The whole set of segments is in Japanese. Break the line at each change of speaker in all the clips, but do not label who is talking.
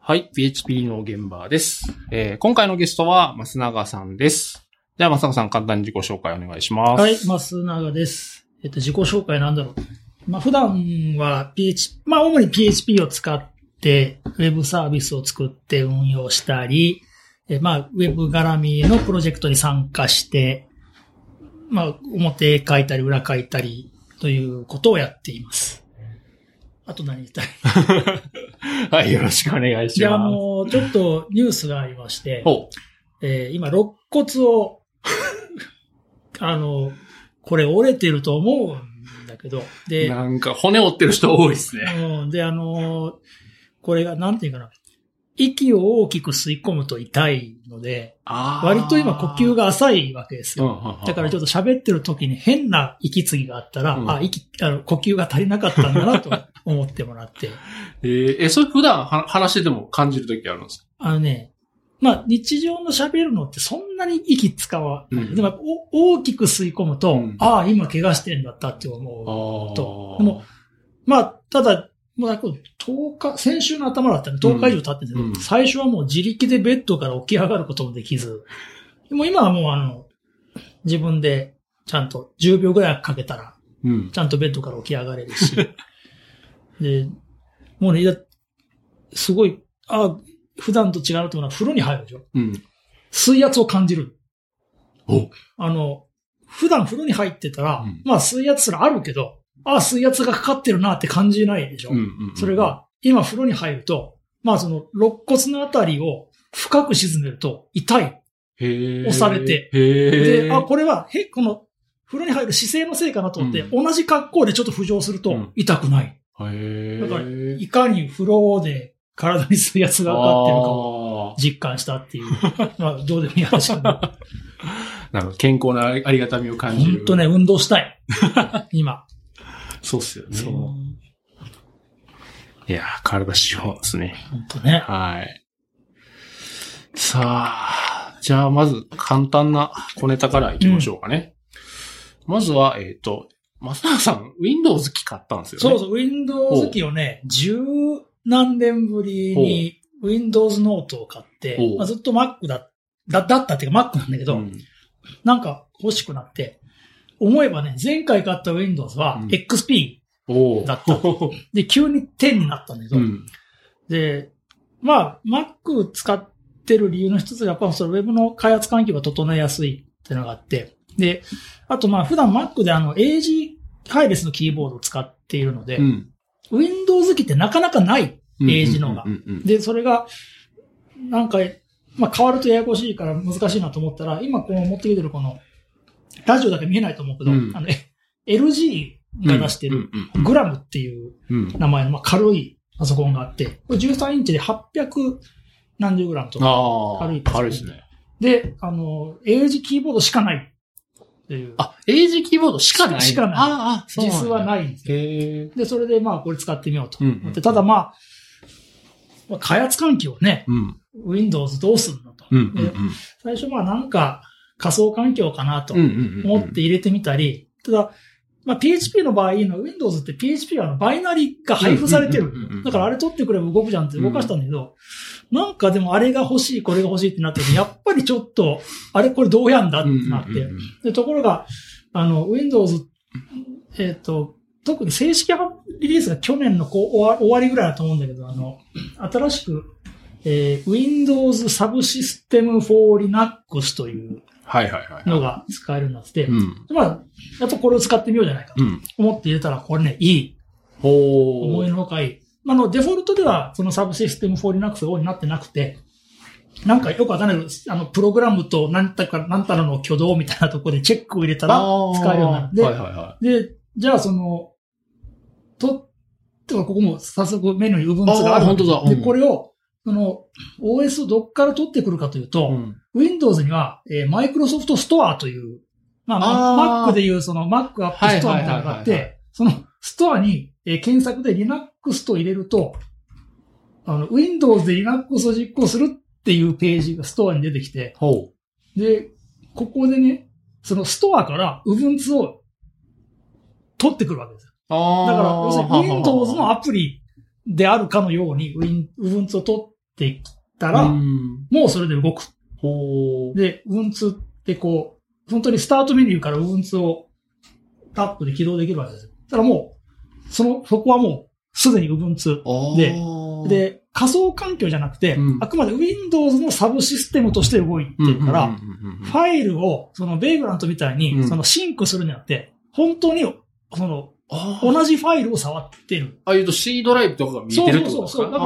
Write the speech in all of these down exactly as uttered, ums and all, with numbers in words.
はい、ピーエイチピー の現場です。えー、今回のゲストは増永さんです。じゃあ増永さん、簡単に自己紹介お願いします。
はい、増永です。えっと、自己紹介なんだろう。まあ、普段は ピーエイチ、まあ、主に ピーエイチピー を使って、ウェブサービスを作って運用したり、えまあ、ウェブ絡みのプロジェクトに参加して、まあ、表書いたり裏書いたりということをやっています。あと何言いたい
はい、よろしくお願いします。
じゃあ、あの、ちょっとニュースがありまして、えー、今、肋骨を、あの、これ折れてると思うんだけど、で、
なんか骨折ってる人多いですね。
うん、で、あの、これが、なんていうかな、息を大きく吸い込むと痛いので、割と今呼吸が浅いわけですよ。だからちょっと喋ってる時に変な息継ぎがあったら、うん、あ、息、あの、呼吸が足りなかったんだなと思ってもらって。
えー、え、それ普段話してても感じる時あるんですか？
あのね、まあ日常の喋るのってそんなに息使わない。うん、でも大きく吸い込むと、うん、ああ、今怪我してんだったって思うと。でも、まあ、ただ、もうとおか、先週の頭だったね、とおか以上経ってるけど、うん、最初はもう自力でベッドから起き上がることもできず、でも今はもうあの、自分でちゃんとじゅうびょうぐらいかけたら、うん、ちゃんとベッドから起き上がれるし、で、もうね、すごい、あ、普段と違うというのは風呂に入るでしょ、うん、水圧を感じる。
お
あの、普段風呂に入ってたら、うん、まあ水圧すらあるけど、ああ、水圧がかかってるなって感じないでしょ、うんうんうん、それが、今風呂に入ると、まあその、肋骨のあたりを深く沈めると痛い。押されて。で、あ、これは、へ、この、風呂に入る姿勢のせいかなと思って、うん、同じ格好でちょっと浮上すると痛くない。うん、へだから、いかに風呂で体に水圧がかかってるかを実感したっていう。まあ、どうでもいい話かな。
なんか健康なありがたみを感じる。
ほんとね、運動したい。今。
そうっすよね。そう。いやー、体仕様ですね。
ほんとね。
はい。さあ、じゃあまず簡単な小ネタからいきましょうかね。うん、まずは、えっ、ー、と、松永さん、Windows 機買ったんですよね。
そうそう、Windows 機をね、十何年ぶりに Windows Note を買って、まあ、ずっと Mac だ、だ、だったっていうか Mac なんだけど、うん、なんか欲しくなって、思えばね、前回買った Windows は エックスピー だった。うん、で、急にじゅうになったんだけど、うん、で、まあ、Mac 使ってる理由の一つが、やっぱその Web の開発環境が整えやすいっていうのがあって、で、あとまあ、普段 Mac であの、エージー ハイレスのキーボードを使っているので、うん、Windows 機ってなかなかない、エージー のが。で、それが、なんか、まあ、変わるとややこしいから難しいなと思ったら、今この持ってきてるこの、ラジオだけ見えないと思うけど、うん、あの、エルジー が出してる、グラムっていう名前の、まあ、軽いパソコンがあって、これじゅうさんインチではっぴゃくなんじゅうグラムとか、軽いパソコン。
軽いですね。
で、あの、エージー キーボードしかないっていう。
あ、エージー キーボードしかない
しかない。
ああ、
そうなんだ。実はないんですよ。
へ
で、それでまあ、これ使ってみようと思って。うんうん、ただまあ、まあ、開発環境ね、うん、Windows どうすんのと、うんうんうん。最初まあなんか仮想環境かなと思って入れてみたり、ただ、まあ ピーエイチピー の場合の Windows って ピーエイチピー はあのバイナリが配布されてる。だからあれ取ってくれば動くじゃんって動かしたんだけど、うん、なんかでもあれが欲しい、これが欲しいってなってて、やっぱりちょっと、あれこれどうやんだってなって。でところが、あの Windows、えっと、特に正式リリースが去年のこう終わりぐらいだと思うんだけど、あの、新しく、えー、Windows Subsystem for Linux というのが使えるようになってて、まあ、やっぱこれを使ってみようじゃないかと思って入れたら、これね、いい。
ほ
思いのほかいい。あの、デフォルトではその Subsystem for Linux がオンになってなくて、なんかよくわかんない、あの、プログラムと何たか、何たらの挙動みたいなところでチェックを入れたら使えるようになるんで、はいはいはい、で、じゃあその、と、ここも早速メニューに Ubuntu がある。
本当だ。
で、これを、その、オーエス をどっから取ってくるかというと、うん、Windows には、えー、Microsoft Store という、まあ、あ Mac でいうその Mac App Store みたいなのがあって、そのストアに、えー、検索で Linux と入れると、あの、Windows で Linux を実行するっていうページがストアに出てきて、
ほ
うで、ここでね、そのストアから Ubuntu を取ってくるわけですよ。だから、要するに Windows のアプリであるかのように Ubuntu を取っってきたら、もうそれで動く。
ほー。
で、Ubuntu ってこう、本当にスタートメニューから Ubuntu をタップで起動できるわけですよ。だからもう、その、そこはもう、すでに Ubuntu で、で、仮想環境じゃなくて、うん、あくまで Windows のサブシステムとして動いてるから、ファイルを、そのベイグラントみたいに、うん、そのシンクするんじゃなくて、本当に、その、同じファイルを触ってる。
ああいうと C ドライブとかが見えてるってことですか？
そうそうそう。だから、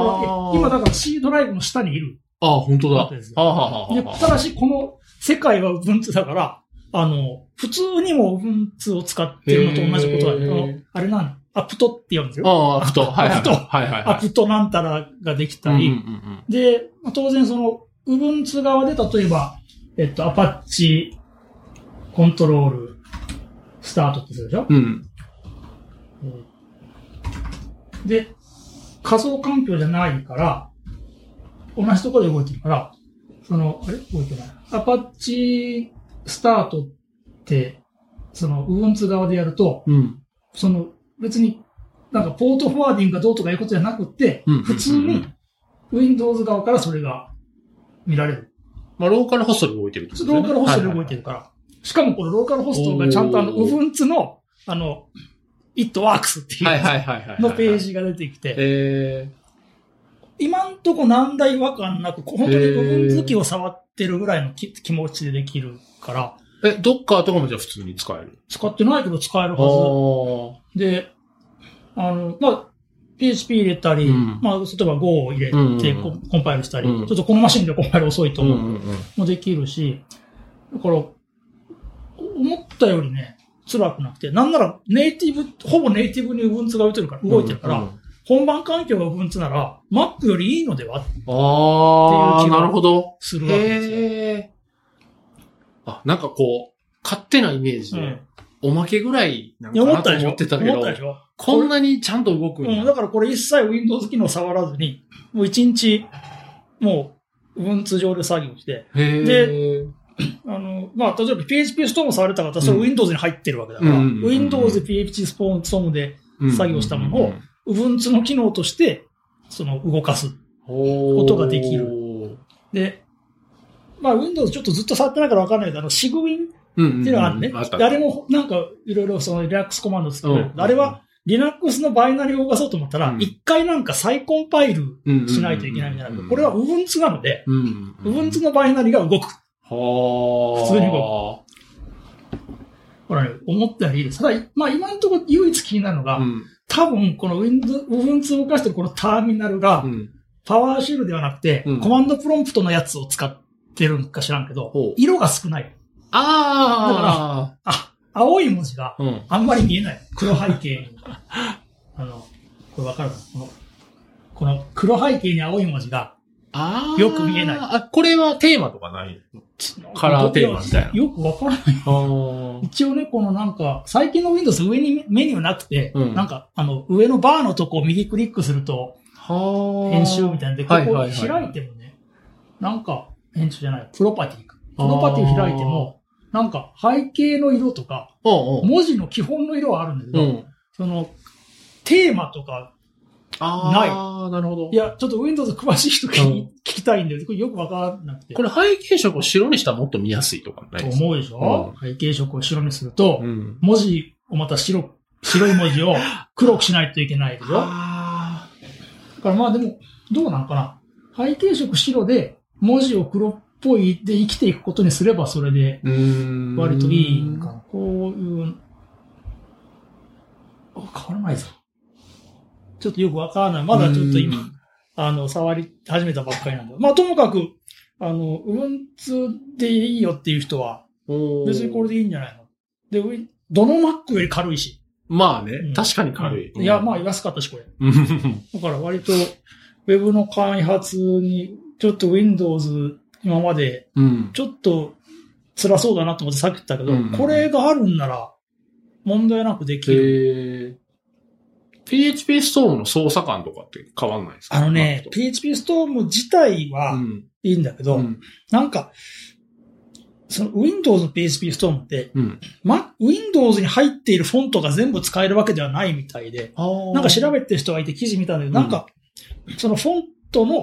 今だから C ドライブの下にいる。
ああ、本当だ。
で、ただし、この世界は Ubuntu だから、あの、普通にも Ubuntu を使ってるのと同じことだよ。あれなんアプトって言うんですよ。
ああ、アプト。はいはい。
アプト。はいはい。アプトなんたらができたり。うんうんうん、で、当然その、Ubuntu 側で例えば、えっと、Apache コントロールスタートってするでしょ？うん。で、仮想環境じゃないから、同じところで動いてるから、その、あれ動いてない。Apache スタートって、その、Ubuntu 側でやると、うん、その、別に、なんかポートフォワーディングがどうとかいうことじゃなくて、うん、普通に Windows 側からそれが見られる。
まあ、ローカルホストで動いてるってことですね。
ローカルホストで動いてるから。はいはいはい、しかもこのローカルホストがちゃんとあの、Ubuntu の、あの、It Works っていうのページが出てきて、今んとこ何台わかんなく、本当に Ubuntu 機を触ってるぐらいの気持ちでできるから。
え、Docker とかもじゃあ普通に使える？
使ってないけど使えるはず。で、あの、まあ、ピーエイチピー 入れたり、うん、まあ、例えば Go を入れてコンパイルしたり、うん、ちょっとこのマシンでコンパイル遅いと思うもできるし、だから、思ったよりね、辛くなくて、なんならネイティブ、ほぼネイティブに Ubuntu が動いてるから、動いてるから、うんうん、本番環境が Ubuntu なら、Mac よりいいのではっていう気がするわけですよ。
へー。あ、なんかこう、勝手なイメージで、うん、おまけぐらいなんかなと思ってたけど、思ったでしょ？こんなにちゃんと動くんだ。
うん、だからこれ一切 Windows 機能触らずに、もう一日、もう Ubuntu 上で作業して、で、あの、まあ、例えば ピーエイチピー ストーム触れた方はそれ Windows に入ってるわけだから、うん、Windows で ピーエイチピー ストームで作業したものを Ubuntu の機能として、その動かすことができる。で、まあ、Windows ちょっとずっと触ってないからわかんないけど、あの、シグウィンっていうのがあるね。あれもなんかいろいろそのリラックスコマンド作る。あれは Linux のバイナリを動かそうと思ったら、一、うん、回なんか再コンパイルしないといけないみたいな。これは Ubuntu なので、Ubuntu のバイナリが動く。普通に動く。ほらね、思ったよりいいです。ただ、まあ今のところ唯一気になるのが、うん、多分この Windows、Ubuntu を動かしてるこのターミナルが、うん、パワーシェルではなくて、うん、コマンドプロンプトのやつを使ってるんか知らんけど、色が少ない。
ああ。
だから、あ、青い文字があんまり見えない。うん、黒背景に。あの、これわかるかなこの、この黒背景に青い文字がよく見えない。
あ、これはテーマとかないカラーテーマみたいな。
よくわからない。一応ね、このなんか、最近の Windows 上にメニューなくて、うん、なんか、あの、上のバーのとこを右クリックすると、編集みたいなんで、ここ開いてもね、なんか、編集じゃない、プロパティか。プロパティ開いても、なんか背景の色とか、文字の基本の色はあるんだけど、うん、その、テーマとか、ない。
ああ、なるほど。
いや、ちょっと Windows 詳しい人に、うん、聞きたいんで、これよくわからなくて。
これ背景色を白にしたらもっと見やすいとかないですか？
思うでしょ、うん、背景色を白にすると、うん、文字をまた白、白い文字を黒くしないといけないでしょだからまあでも、どうなんかな。背景色白で文字を黒っぽいで生きていくことにすればそれで割といいかな。こういう、変わらないぞ。ちょっとよくわからない。まだちょっと今、あの、触り始めたばっかりなんだ。まあともかく、あの、Ubuntu でいいよっていう人は、別にこれでいいんじゃないので、どの Mac より軽いし。
まあね、うん、確かに軽い。
いや、まあ安かったし、これ。だから割と、Web の開発に、ちょっと Windows、今まで、ちょっと辛そうだなと思ってさっき言ったけど、うん、これがあるんなら、問題なくできる。
ピーエイチピー ストームの操作感とかって変わんないですか？
あのね、ピーエイチピー ストーム自体はいいんだけど、うん、なんか、その Windows の ピーエイチピー ストームって、うんま、Windows に入っているフォントが全部使えるわけではないみたいで、なんか調べてる人がいて記事見たんだけど、うん、なんか、そのフォントの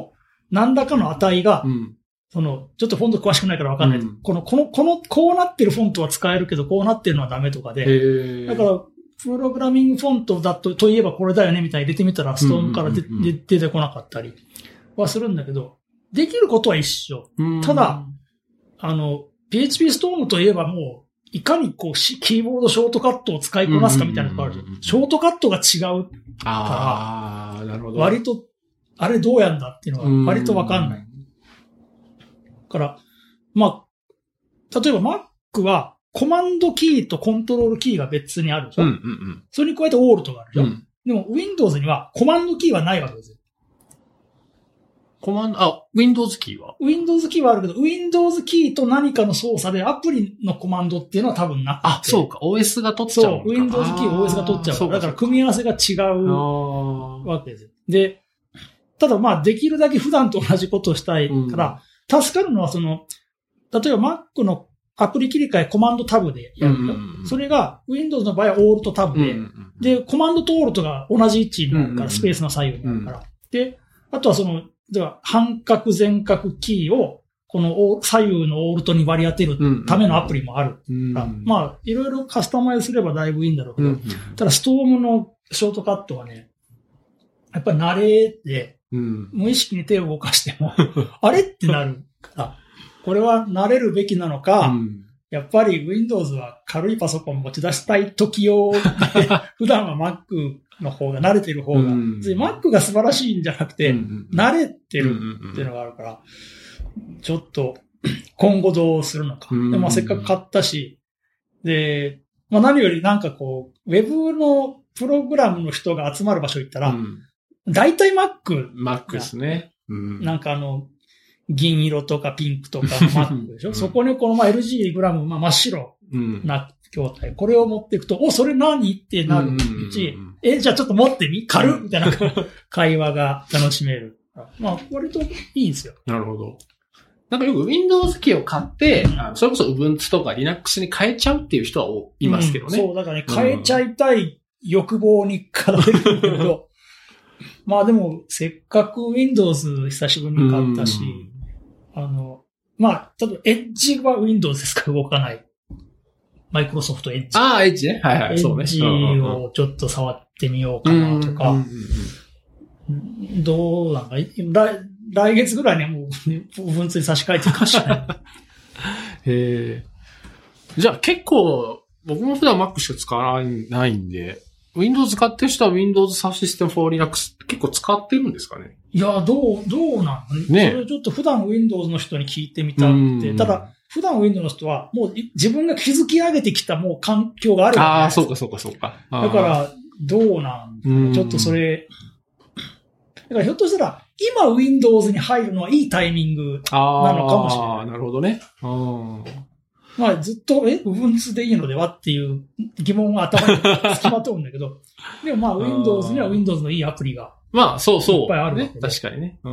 何らかの値が、
うん、
その、ちょっとフォント詳しくないからわかんない、うん。この、この、この、こうなってるフォントは使えるけど、こうなってるのはダメとかで。だから、プログラミングフォントだと、といえばこれだよねみたいに入れてみたら、ストームからで、うんうんうん、出てこなかったりはするんだけど、できることは一緒。ただ、あの、ピーエイチピー ストームといえばもう、いかにこう、キーボードショートカットを使いこなすかみたいなとこあるじゃん。ショートカットが違うから、なるほど。割と、あれどうやんだっていうのは割とわかんない。だから、まあ、例えば Mac はコマンドキーとコントロールキーが別にあるでしょ、うんうんうん、それに加えて Alt があるでしょ、うん、でも Windows にはコマンドキーはないわけですよ。
コマンド、あ、Windows キーは
?Windows キーはあるけど、Windows キーと何かの操作でアプリのコマンドっていうのは多分なくて。
あ、そうか。オーエス が取っちゃうのか。
そう。Windows キー オーエス が取っちゃうから。だから組み合わせが違うわけですよ。で、ただまあできるだけ普段と同じことをしたいから、うん、助かるのはその、例えば Mac のアプリ切り替えコマンドタブでやると。うんうんうん、それが Windows の場合は Alt タブで、うんうんうん、で、コマンドと Alt が同じ位置になるから、うんうん、スペースの左右になるから。うん、で、あとはその、では、半角全角キーを、この左右のオールトに割り当てるためのアプリもある。うんうん、まあ、いろいろカスタマイズすればだいぶいいんだろうけど、うんうん、ただ、ストームのショートカットはね、やっぱり慣れて、うん、無意識に手を動かしても、あれってなるから、これは慣れるべきなのか、うん、やっぱり Windows は軽いパソコン持ち出したい時用で、普段は Mac、の方が慣れてる方が、うん、Mac が素晴らしいんじゃなくて、うんうん、慣れてるっていうのがあるから、ちょっと今後どうするのか。うん、でまあ、せっかく買ったし、で、まあ、何よりなんかこう、ウェブのプログラムの人が集まる場所行ったら、うん、大体 Mac。
Mac ですね。
うん、なんかあの、銀色とかピンクとか Mac でしょ、うん、そこにこのまあ エルジー グラム、まあ、真っ白な筐体、これを持っていくと、お、それ何ってなるうち、え、じゃあちょっと持ってみ軽っみたいな会話が楽しめる。まあ、割といいんですよ。
なるほど。なんかよく Windows キーを買って、うん、それこそ Ubuntu とか Linux に変えちゃうっていう人はいますけどね。
うん、そう、だからね、変えちゃいたい欲望に駆られるけど、まあでも、せっかく Windows 久しぶりに買ったし、あの、まあ、ちょっと Edge は Windows ですから動かない。マイクロソフトエッジ。
ああ、エッジね。はいはい。そうね。
エッジをちょっと触ってみようかなとか。どうなんか、来、来月ぐらいにはもう、Ubuntuに差し替えていくかもしれない。
へえ。じゃあ結構、僕も普段 Mac しか使わないんで、Windows 使ってる人は Windows Subsystem for Linux 結構使ってるんですかね？
いや、どう、どうなのね。それちょっと普段 Windows の人に聞いてみたって。ただ、普段 Windows の人は、もう自分が築き上げてきたもう環境があるわけです。
ああ、そうかそうかそうか。
だから、どうなんだろう。ちょっとそれ、だからひょっとしたら、今 Windows に入るのはいいタイミングなのかもしれない。
ああ、なるほどね。
まあずっと、え、Ubuntu でいいのではっていう疑問が頭につきまとうんだけど、でもまあ Windows には Windows のいいアプリが。
まあそうそう。
いっぱいあるわけで、
ね。確かにね。うん。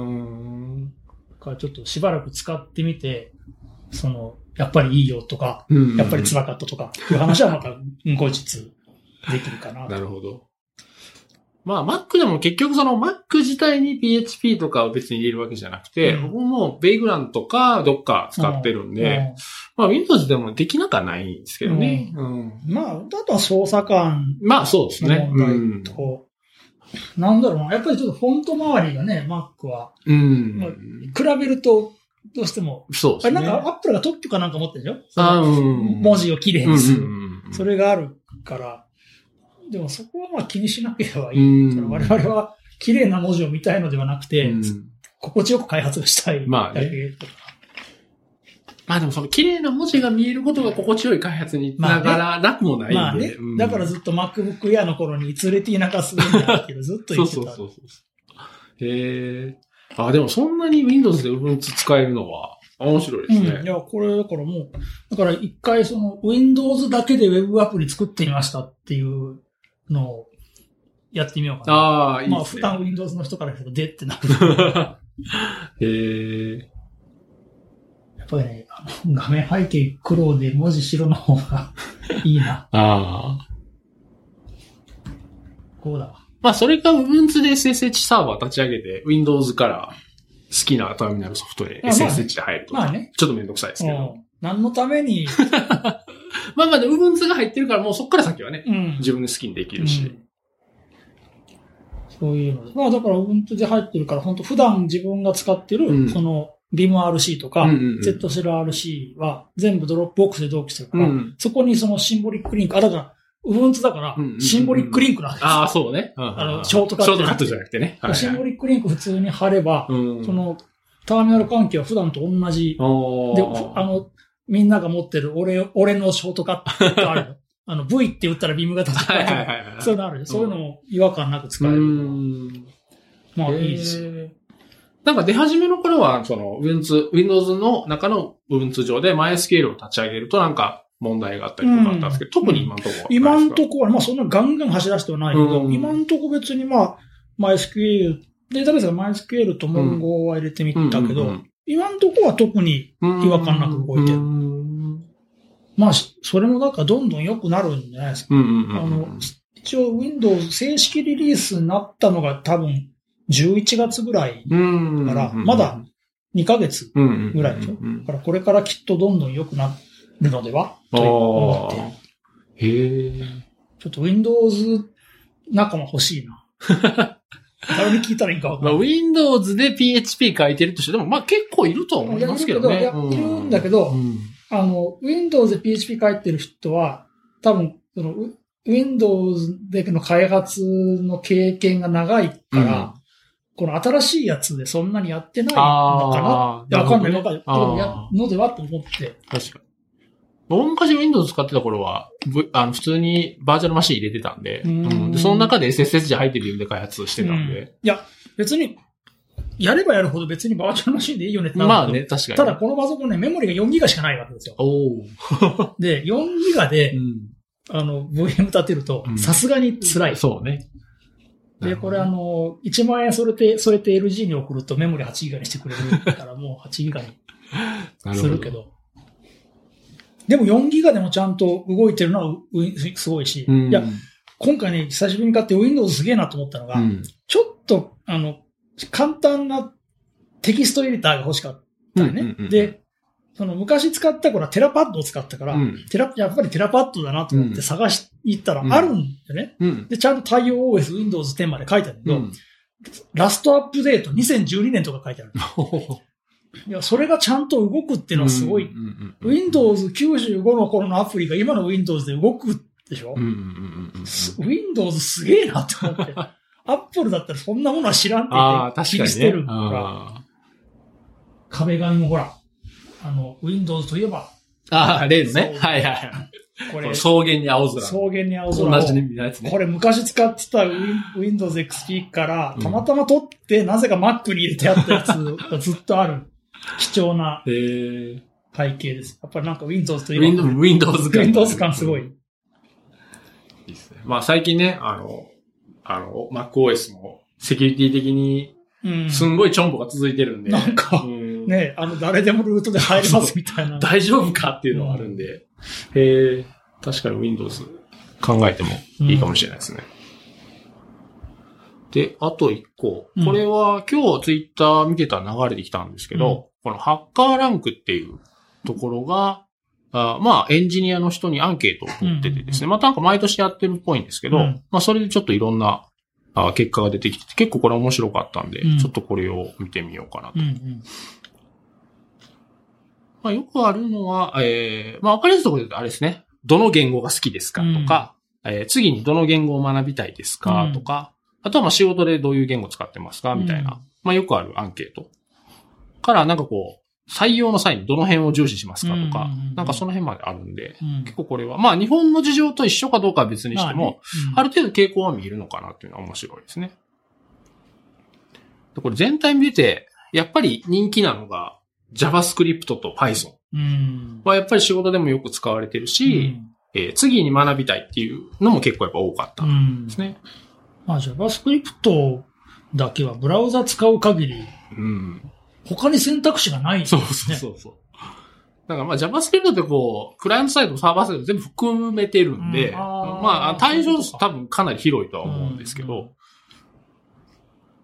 だからちょっとしばらく使ってみて、その、やっぱりいいよとか、うんうんうん、やっぱり辛かったとか、いう話はまた後日できるかな。
なるほど。まあ Mac でも結局その Mac 自体に ピーエイチピー とかを別に入れるわけじゃなくて、うん、僕もベイグランとかどっか使ってるんで、うんうん、まあ Windows でもできなくはないんですけどね。
うんうん、まあ、だとは操作感
まあそうですね。
問題と、うん、なんだろうな、やっぱりちょっとフォント周りがね、Mac は、うんまあ、比べると、どうしても。
そうですね。
あれなんか、アップルが特許かなんか持ってるでしょあ、うん、文字をきれいにする、うんうんうん。それがあるから。でもそこはまあ気にしなければいい。うん、我々はきれいな文字を見たいのではなくて、うん、心地よく開発がしたいだけ。
まあ、ね、まあでもそのきれいな文字が見えることが心地よい開発につながらなくもないんで。まあね。まあね
うん、だからずっと MacBook Air の頃にツレティーナ化するんだけど、ずっと言ってた。そうそうそうそう。
へえ。あ、でもそんなに Windows で Ubuntu 使えるのは面白いですね。
うん。いや、これだからもう、だから一回その Windows だけで Web アプリ作ってみましたっていうのをやってみようかな。
ああ、いいですね。
まあ普段 Windows の人からするとでってなる。
へえ。
やっぱりね、あの画面背景黒で文字白の方がいいな。
ああ。
こうだわ。
まあ、それか Ubuntu で エスエスエイチ サーバー立ち上げて、Windows からきなターミナルソフトで エスエスエイチ で入ると。まあね。ちょっとめんどくさいですけど。
何のために
まあまあ、Ubuntu が入ってるからもうそっから先はね、うん、自分で好きにできるし。うん、
そういうの。まあだから Ubuntu で入ってるから、本当普段自分が使ってる、うん、その、ビームアールシー とか、うんうんうん、ゼットセルアールシー は全部ドロップボックスで同期するから、うん、そこにそのシンボリックリンク、あ、だから、Ubuntu だから、シンボリックリンクなんですよ。
ああ、そうね。
あの、ショートカット。
ショートカットじゃなくてね。
はいはい、シンボリックリンク普通に貼れば、うん、その、ターミナル関係は普段と同じ。で、あの、みんなが持ってる俺、俺のショートカットある。あの、V って打ったらビームが立つ。はいはいはい。そういうのある。そういうのも違和感なく使える。まあ、いいですよ。
なんか出始めの頃は、その、Windows、Windows の中の Ubuntu 上で MySQL を立ち上げるとなんか問題があったりとかあったんですけど、うん、特に今のところは。
今のところは、まあそんなガンガン走らせてはないけど、うん、今のところ別にまあ、MySQL、データベースが MySQL と Mongo は入れてみたけど、うんうんうん、今のところは特に違和感なく動いてる。まあ、それもなんかどんどん良くなるんじゃないですか。うんうんうん、あの、一応 Windows 正式リリースになったのが多分じゅういちがつぐらいから、まだにかげつぐらいでしょ。だからこれからきっとどんどん良くなるのではと思って。へえ。ちょっと Windows 仲間欲しいな。誰に聞いたらいいか分からない。
まあ、Windows で ピーエイチピー 書いてるとして、でもまあ結構いると思いますけどね。
いるいるんだけど、うん、あの、Windows で ピーエイチピー 書いてる人は、多分、その、Windows での開発の経験が長いから、うん、この新しいやつでそんなにやってないのかなってわかんない。わかんない。でもやのではと思って。
確かに。大昔 Windows 使ってた頃は、あの普通にバーチャルマシン入れてたんで、うん、でその中で エスエスエイチ 入ってる理由で開発してたんで。うん、い
や、別に、やればやるほど別にバーチャルマシンでいいよねってなる。
まあね、確かに。
ただこのパソコンね、メモリがよんギガしかないわけですよ。おで、よんギガで、うん、あの、ブイエム 立てると、さすがに辛い、うん。そうね。で、これあの、いちまんえんそれて、それて エルジー に送るとメモリはちギガにしてくれるから、もうはちギガにするけど。でもよんギガでもちゃんと動いてるのはすごいし、うん、いや、今回ね、久しぶりに買って Windows すげえなと思ったのが、うん、ちょっと、あの、簡単なテキストエディターが欲しかったよね。うんうんうん、で、その昔使った頃はテラパッドを使ったから、うん、テラ、やっぱりテラパッドだなと思って探しに行ったらあるんだよね。うん、で、ちゃんと対応 オーエスWindows テンまで書いてあるけど、うん、ラストアップデートにせんじゅうにねんとか書いてある。いや、それがちゃんと動くっていうのはすごい。ウィンドウズきゅうじゅうご の頃のアプリが今の Windows で動くでしょ、うんうんうんうん、?Windows すげえなって思って。Apple だったらそんなものは知らんって言って気にしてるから。壁紙もほら、あの、Windows といえば。
ああ、例のね。はいはいはい。これ、草原に青空。
草原に青空。同じやつね。これ昔使ってた Windows エックスピー からたまたま取って、うん、なぜか Mac に入れてあったやつがずっとある。貴重な背景です。やっぱりなんか Windows といえば。
Windows 感。
Windows 感すごい。い
いですね。まあ最近ね、あの、あの、MacOS もセキュリティ的に、すんごいチョンボが続いてるんで。
うん、なんか、うん、ね、あの、誰でもルートで入れますみたいな。
大丈夫かっていうのがあるんで。うん、へえ、確かに Windows 考えてもいいかもしれないですね。うん、で、あと一個。これは今日ツイッター見てた流れできたんですけど、うん、このハッカーランクっていうところが、あまあエンジニアの人にアンケートを取っててですね、うんうん、またなんか毎年やってるっぽいんですけど、うん、まあそれでちょっといろんなあ結果が出てきてて、結構これ面白かったんで、うん、ちょっとこれを見てみようかなと。うんうん、まあよくあるのは、えー、まあわかりやすいところで言うとあれですね、どの言語が好きですかとか、うんえー、次にどの言語を学びたいですかとか、あとはまあ仕事でどういう言語を使ってますかみたいな、うん、まあよくあるアンケートからなんかこう、採用の際にどの辺を重視しますかとか、うんうんうん、なんかその辺まであるんで、うん、結構これは、まあ日本の事情と一緒かどうかは別にしても、まあねうん、ある程度傾向は見えるのかなっていうのは面白いですね。でこれ全体見て、やっぱり人気なのが JavaScript と Python はやっぱり仕事でもよく使われてるし、うんえー、次に学びたいっていうのも結構やっぱ多かったんですね。
うん、まあ JavaScript だけはブラウザ使う限り、うん他に選択肢がないんですね。
そうそうそう。だからまあ JavaScript ってこう、クライアントサイド、サーバーサイド全部含めてるんで、うん、あまあ対象数多分かなり広いとは思うんですけど、うんうん、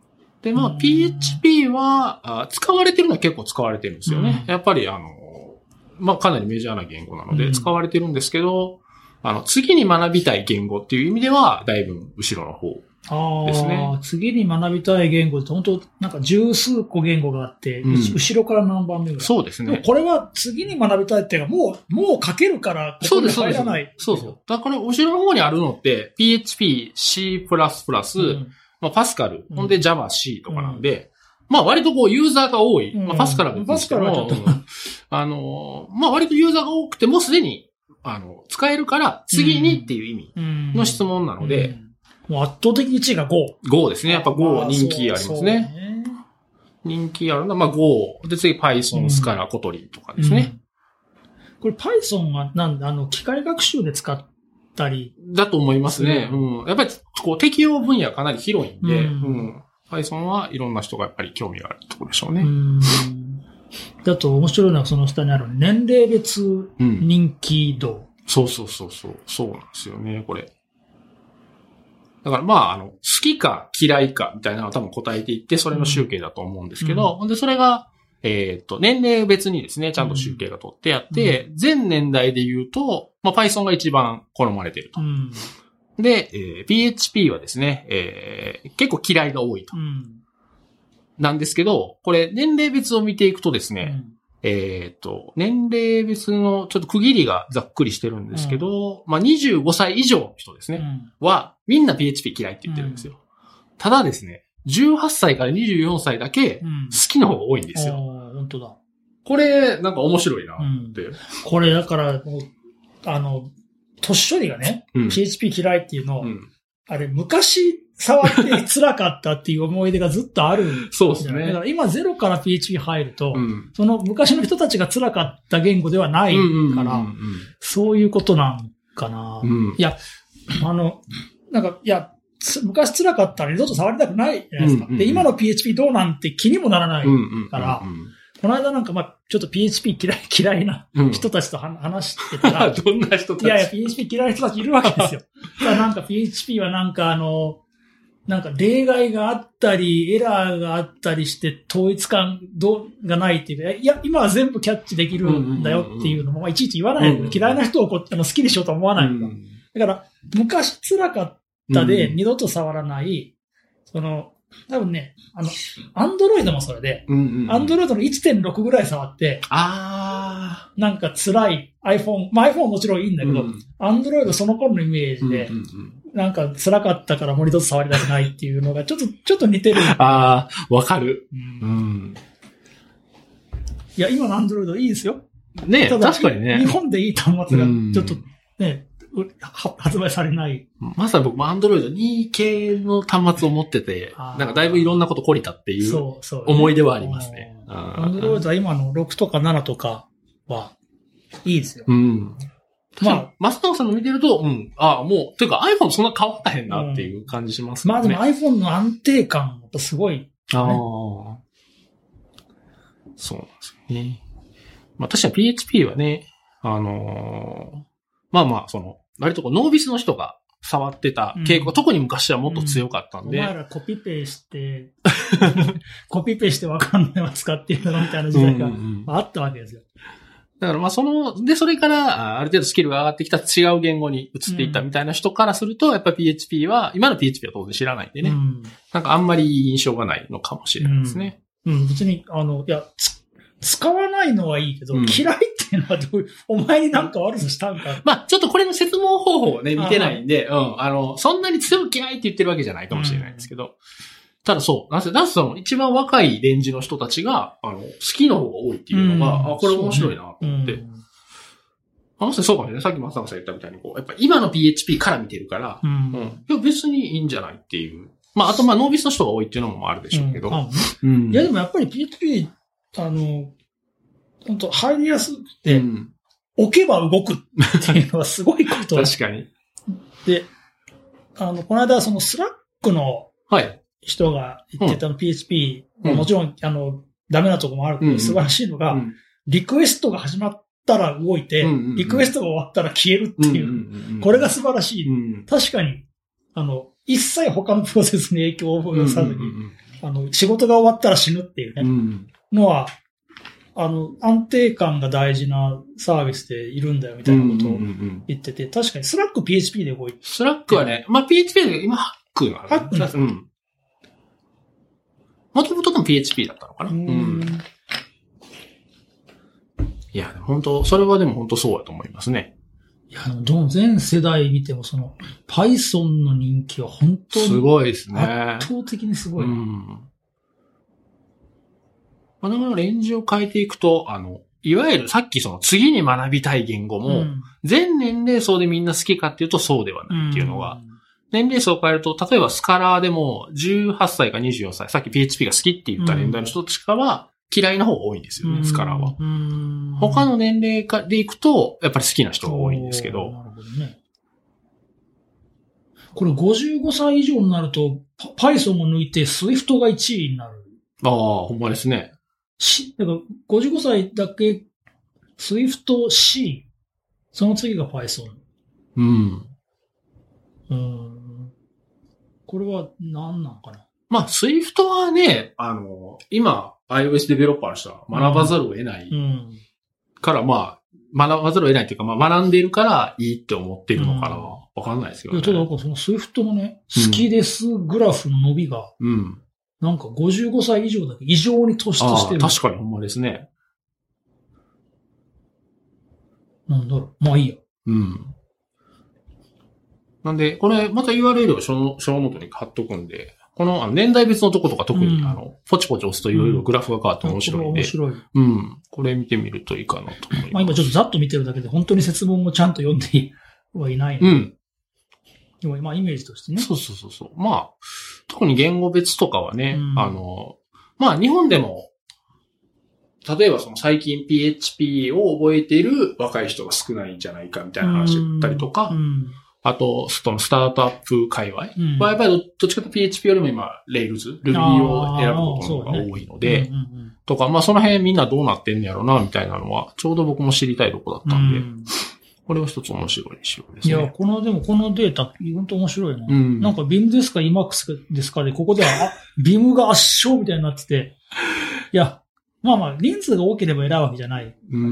で、まあ、ピーエイチピー は、使われてるのは結構使われてるんですよね。うん、やっぱり、あの、まあ、かなりメジャーな言語なので、使われてるんですけど、うん、あの、次に学びたい言語っていう意味では、だいぶ後ろの方ですね。
ああ、次に学びたい言語って本当なんか十数個言語があって、うん、後ろから何番目ぐらい。
そうですね。
これは次に学びたいっていうか、もう、もう書けるから、ここに入らない。
そうです。そうそう。だからこれ、後ろの方にあるのって、ピーエイチピー、C++、うんまあ、パスカル、ほんで Java、C とかなんで、うん、まあ割とこうユーザーが多い。まあ、パスカルは別
にしても、うん、パスカルはちょっと、
あの、まあ割とユーザーが多くてもうすでに、あの、使えるから次にっていう意味の質問なので、うん
うん、もう圧倒的にいちいが Go。
Go ですね。やっぱ Go 人気ありますね。ね人気あるのは、まあ Go。で次 Python、スカラ、コトリンとかですね。
うん、これ Python はなんだ、あの、機械学習で使ったり。
だと思いますね。うん。やっぱり、こう、適用分野かなり広いんで、うん。うん、Python はいろんな人がやっぱり興味があるところでしょうね。うん。
だと面白いのはその下にある年齢別人気度。うん、
そうそうそうそう。そうなんですよね、これ。だからまあ、あの、好きか嫌いかみたいなのは多分答えていって、それの集計だと思うんですけど、うん、で、それが、えっと、年齢別にですね、ちゃんと集計が取ってあって、うん、全年代で言うと、まあ、Python が一番好まれていると。うん、で、えー、ピーエイチピー はですね、えー、結構嫌いが多いと。うん、なんですけど、これ、年齢別を見ていくとですね、うん、えっと、年齢別のちょっと区切りがざっくりしてるんですけど、うん、まあ、にじゅうごさい以上の人ですね、うん、は、みんな ピーエイチピー 嫌いって言ってるんですよ。うん、ただですね、じゅうはっさいからにじゅうよんさいだけ好きな方が多いんですよ。
うん、本当だ。
これ、なんか面白いなって、うん。
これだから、あの、年寄りがね、うん、ピーエイチピー 嫌いっていうのを、うん、あれ、昔触って辛かったっていう思い出がずっとある。
そうですね。
だから今ゼロから ピーエイチピー 入ると、うん、その昔の人たちが辛かった言語ではないから、そういうことなんかな。うん、いや、あの、なんか、いや、昔辛かったら二度と触りたくないじゃないですか。うんうんうん、で、今の ピーエイチピー どうなんて気にもならないから、うんうんうんうん、この間なんかまあ、ちょっと ピーエイチピー 嫌い、嫌いな人たちと話してたら、
うん、どんな人たち？
いやいや、ピーエイチピー 嫌いな人たちいるわけですよ。だからなんか ピーエイチピー はなんかあの、なんか例外があったり、エラーがあったりして、統一感どうがないっていうか、いや、今は全部キャッチできるんだよっていうのも、まあ、いちいち言わない、うんうん、嫌いな人をこうあの好きにしようとは思わないから、うん、だから、昔辛かったで二度と触らない、うん、その、多分ね、あの、アンドロイドもそれで、アンドロイドの いってんろく ぐらい触って、
あ
ーなんか辛い iPhone、まあ iPhone はもちろんいいんだけど、アンドロイドその頃のイメージで、うんうんうん、なんか辛かったからもう二度と触りたくないっていうのがちょっと、ちょっと似てる。
あー、わかる。うんうん、
いや、今のアンドロイドいいですよ。
ねえ、確かにね。
日本でいい端末がちょっとね、発売されない。
まさに僕も アンドロイドに系の端末を持ってて、なんかだいぶいろんなこと懲りたっていう思い出はありますね。
アンドロイドは今のろくとかななとかはいいですよ。
うん。まあ、マスターさんの見てると、うん。ああ、もう、というか iPhone そんな変わったへんなっていう感じしますね。
まあでも iPhone の安定感やっぱすごい、ね。ああ。
そうなんですよね。まあ確かに ピーエイチピー はね、あのー、まあまあ、その、割とこう、ノービスの人が触ってた傾向が、うん、特に昔はもっと強かったんで。
うん、お前らコピペして、コピペしてわかんないわ使ってるのみたいな時代があったわけですよ。
だからまあその、で、それから、ある程度スキルが上がってきた違う言語に移っていったみたいな人からすると、やっぱり ピーエイチピー は、今の ピーエイチピー は当然知らないんでね。うん、なんかあんまり印象がないのかもしれないですね。
うん、うん、別に、あの、いや、使わないのはいいけど、うん、嫌いっていうのはどういう、お前になんか悪さしたんか。
まあ、ちょっとこれの説問方法をね、見てないんで、うん、あの、そんなに強く嫌いって言ってるわけじゃないかもしれないんですけど、うん、ただそう、なぜ、なぜその一番若いレンジの人たちが、あの、好きな方が多いっていうのが、うん、あ、これ面白いなと思って。うん、あの人そうかもしれない。さっき松坂さん言ったみたいに、こう、やっぱ今の ピーエイチピー から見てるから、うん。うん、いや、別にいいんじゃないっていう。まあ、あとまあ、ノービスの人が多いっていうのもあるでしょうけど。うん
うん、いや、でもやっぱり ピーエイチピー、あの、本当入りやすくて、うん、置けば動くっていうのはすごいこと。
確かに。
で、あの、この間そのスラックの人が言ってたの ピーエイチピー、うん、もちろん、あの、ダメなとこもあるけど、素晴らしいのが、うん、リクエストが始まったら動いて、うんうんうん、リクエストが終わったら消えるっていう、うんうんうん、これが素晴らしい。うん、確かに、あの、一切他のプロセスに影響を及ぼさずに、 あの、仕事が終わったら死ぬっていうね、うん、のは、あの、安定感が大事なサービスでいるんだよみたいなことを言ってて、確かにスラック ピーエイチピー で動いて
スラックはね、まあ ピーエイチピー で今ハックなの、ね、
ハックなの、うん。
もともとの ピーエイチピー だったのかな。うん。いや、本当それはでも本当そうだと思いますね。
いや、どの全世代見てもその Python の人気は本当に
すごいですね。
圧倒的にすごい。うん。
まあ、だからレンジを変えていくと、あの、いわゆるさっきその次に学びたい言語も、うん、全年齢層でみんな好きかっていうとそうではないっていうのが、うん、年齢層を変えると、例えばスカラーでもじゅうはっさいかにじゅうよんさい、さっき ピーエイチピー が好きって言った年代の人たちかは嫌いな方が多いんですよね、うん、スカラーは。うん、他の年齢でいくと、やっぱり好きな人が多いんですけど。なるほどね。
これごじゅうごさい以上になると、Python を抜いて Swift がいちいになる。
ああ、ほんまですね。
し、だからごじゅうごさいだけ Swift C、その次が Python。
うん。
うん。これは何なんかな。
まあ、Swift はね、あの、今、iOS デベロッパーの人は学ばざるを得ないから、うん、まあ、学ばざるを得ないっていうか、まあ、学んでいるからいいって思ってるのかな。わ、うん、かんないですけどね。
ただ、その Swift のね、好きですグラフの伸びが、
うん。
なんかごじゅうごさい以上だけ異常に突出してる。
確かにほんまですね。
なんだろう。まあいいや。
うん。なんで、これ、また ユーアールエル をショー、ショーノートに貼っとくんで、この、あの年代別のとことか特に、うん、あの、ポチポチ押すといろいろグラフが変わって面白いんで、うん、面白い。うん。これ見てみるといいかなと思います。
まあ今ちょっとざっと見てるだけで本当に説文もちゃんと読んではいないので。うん。でもまあイメージとしてね。
そうそうそうそう。まあ、特に言語別とかはね、うん、あの、まあ日本でも、例えばその最近 ピーエイチピー を覚えている若い人が少ないんじゃないかみたいな話だったりとか、うん、あと、そのスタートアップ界隈は、うん、やっぱりどっちかというと ピーエイチピー よりも今、Rails、Ruby を選ぶことが多いので、ねうんうんうん、とか、まあその辺みんなどうなってんのやろうな、みたいなのは、ちょうど僕も知りたいとこだったんで、うんこれは一つ面白い仕様ですね。
いや、この、でもこのデータ、本当面白いな。うん、なんか ビーム ですか イーマックス ですかで、ここでは、あ、ビーム が圧勝みたいになってて、いや、まあまあ、人数が多ければ選ぶわけじゃない。
うん。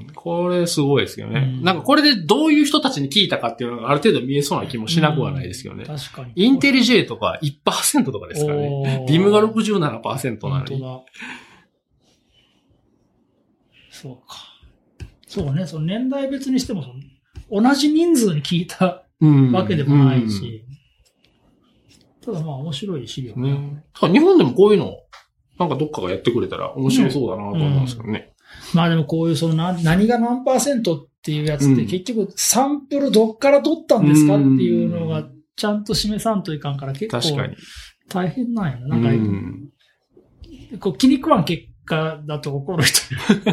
これすごいですけどね、うん。なんかこれでどういう人たちに聞いたかっていうのがある程度見えそうな気もしなくはないですけどね。
うん、確かに。
インテリジェとか いちパーセント とかですからね。ビーム が ろくじゅうななパーセント なのに。本当だ。
そうか。そうね、その年代別にしてもその、同じ人数に聞いたわけでもないし、うんうん、ただまあ面白い資料ね。
ね日本でもこういうの、なんかどっかがやってくれたら面白そうだなと思うんですけどね。ね
うん、まあでもこういうその何何が何パーセントっていうやつって結局サンプルどっから取ったんですかっていうのがちゃんと示さんといかんから結構大変なんやな。なんか、うん、こう気に食わん結果だと怒る人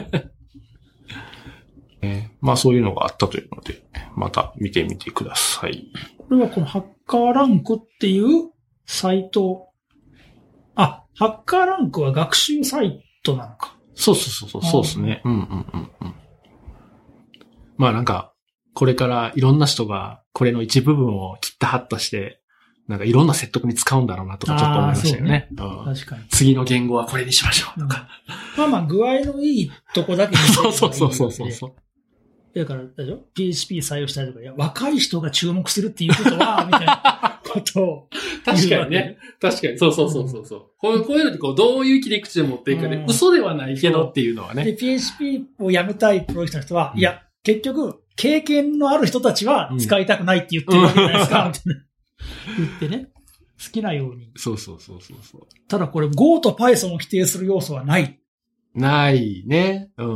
えー、まあそういうのがあったというので、また見てみてください。
これはこのハッカーランクっていうサイト。あ、ハッカーランクは学習サイトなのか。
そうそうそう、そうですね。うんうんうんうん。まあなんか、これからいろんな人がこれの一部分を切ったはったして、なんかいろんな説得に使うんだろうなとかちょっと思いましたよね。うん、確かに。次の言語はこれにしましょうとか。
うん、まあまあ具合のいいとこだけに
そうそうそうそうそう。
だから、だでしょ ピーエイチピー 採用したりとか、いや、若い人が注目するっていうことは、みたいなことを。
確かにね。確かに。そうそうそうそうそう、うん。こういう、こういうのってこう、どういう切り口で持っていくかで、うん、嘘ではないけどっていうのはね。
で、ピーエイチピー をやめたいプロジェクトの人は、うん、いや、結局、経験のある人たちは使いたくないって言ってるわけじゃないですか、うん、みたいな。言ってね。好きなように。
そうそうそうそうそう。
ただこれ Go と Python を規定する要素はない。
ないね。うん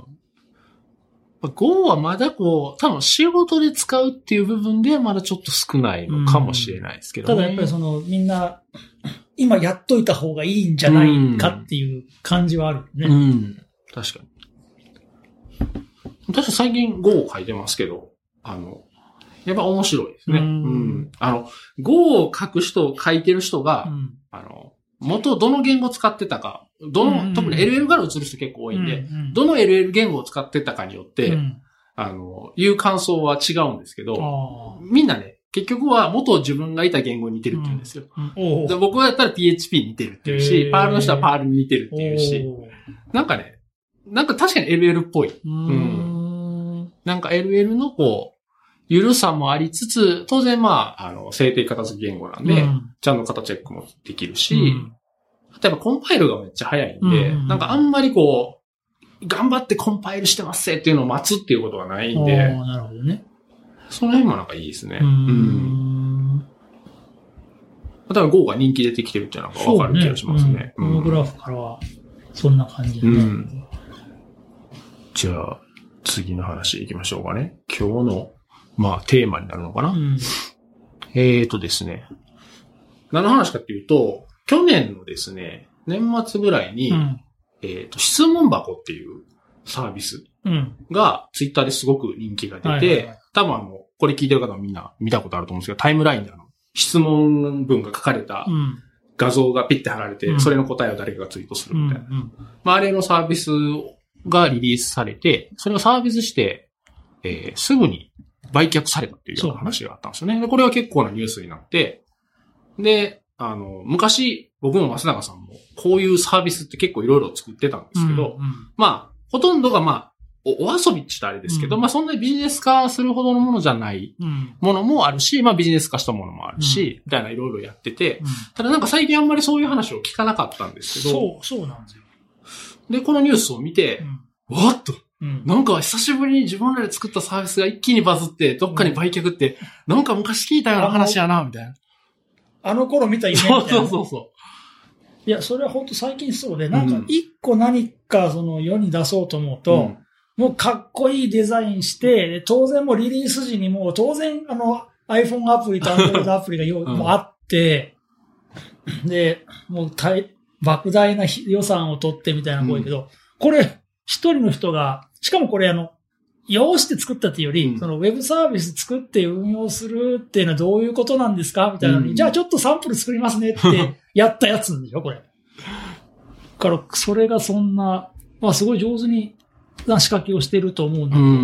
。Go はまだこう、多分仕事で使うっていう部分ではまだちょっと少ないのかもしれないですけどね。
ただやっぱりそのみんな、今やっといた方がいいんじゃないかっていう感じはあるね。
うん。うん、確かに。確か最近 Go を書いてますけど、あの、やっぱ面白いですね。うん,、うん。あの、Go を書く人、書いてる人が、うん、あの、元どの言語を使ってたか、どの、うんうん、特に エルエル から移る人結構多いんで、うんうん、どの エルエル 言語を使ってたかによって、うん、あの、いう感想は違うんですけど、みんなね、 結局は元自分がいた言語に似てるって言うんですよ。
うんうん、
で僕はやったら ピーエイチピー に似てるっていうし、パールの人はパールに似てるっていうし、なんかね、なんか確かに エルエル っぽい。
うん、
なんか エルエル のこう、ゆるさもありつつ、当然まあ、あの、制定片付き言語なんで、うん、ちゃんと型チェックもできるし、うん、例えばコンパイルがめっちゃ早いんで、うんうん、なんかあんまりこう、頑張ってコンパイルしてますっていうのを待つっていうことはないんで、
なるほどね。
その辺もなんかいいですね。うん。例えば Go が人気出てきてるっていうのがわかる気がしますね。
このグラフからは、そんな感じでね。うん、
じゃあ、次の話行きましょうかね。今日の、まあ、テーマになるのかな、うん、えーとですね。何の話かっていうと、去年のですね、年末ぐらいに、うん、えーと、質問箱っていうサービスがツイッターですごく人気が出て、はいはいはい、多分あの、これ聞いてる方はみんな見たことあると思うんですけど、タイムラインであの、質問文が書かれた画像がピッて貼られて、うん、それの答えを誰かがツイートするみたいな。うんうん、まあ、あれのサービスがリリースされて、それをサービスして、えー、すぐに売却されたっていうような話があったんですよね。で、これは結構なニュースになって、で、あの、昔、僕も増永さんも、こういうサービスって結構いろいろ作ってたんですけど、うんうん、まあ、ほとんどがまあ、お、お遊びって言ったらあれですけど、うん、まあそんなにビジネス化するほどのものじゃないものもあるし、まあビジネス化したものもあるし、うん、みたいないろいろやってて、うん、ただなんか最近あんまりそういう話を聞かなかったんですけど、
そう、そうなんですよ。
で、このニュースを見て、うん、わっと、うん、なんか久しぶりに自分らで作ったサービスが一気にバズって、どっかに売却って、うん、なんか昔聞いたような話やな、みたいな。
あの頃見た夢みたいな。
そうそうそう。
いや、それは本当最近そうで、なんか一個何かその世に出そうと思うと、うん、もうかっこいいデザインして、当然もうリリース時にもう当然あの iPhone アプリと Android アプリがよ、うん、もうあって、で、もう大、莫大な予算を取ってみたいな声けど、うん、これ一人の人が、しかもこれあの、用して作ったっていうより、うん、そのウェブサービス作って運用するっていうのはどういうことなんですかみたいなのに、うん、じゃあちょっとサンプル作りますねってやったやつなんでしょこれ。だから、それがそんな、まあすごい上手にな仕掛けをしてると思うんだけど、うん、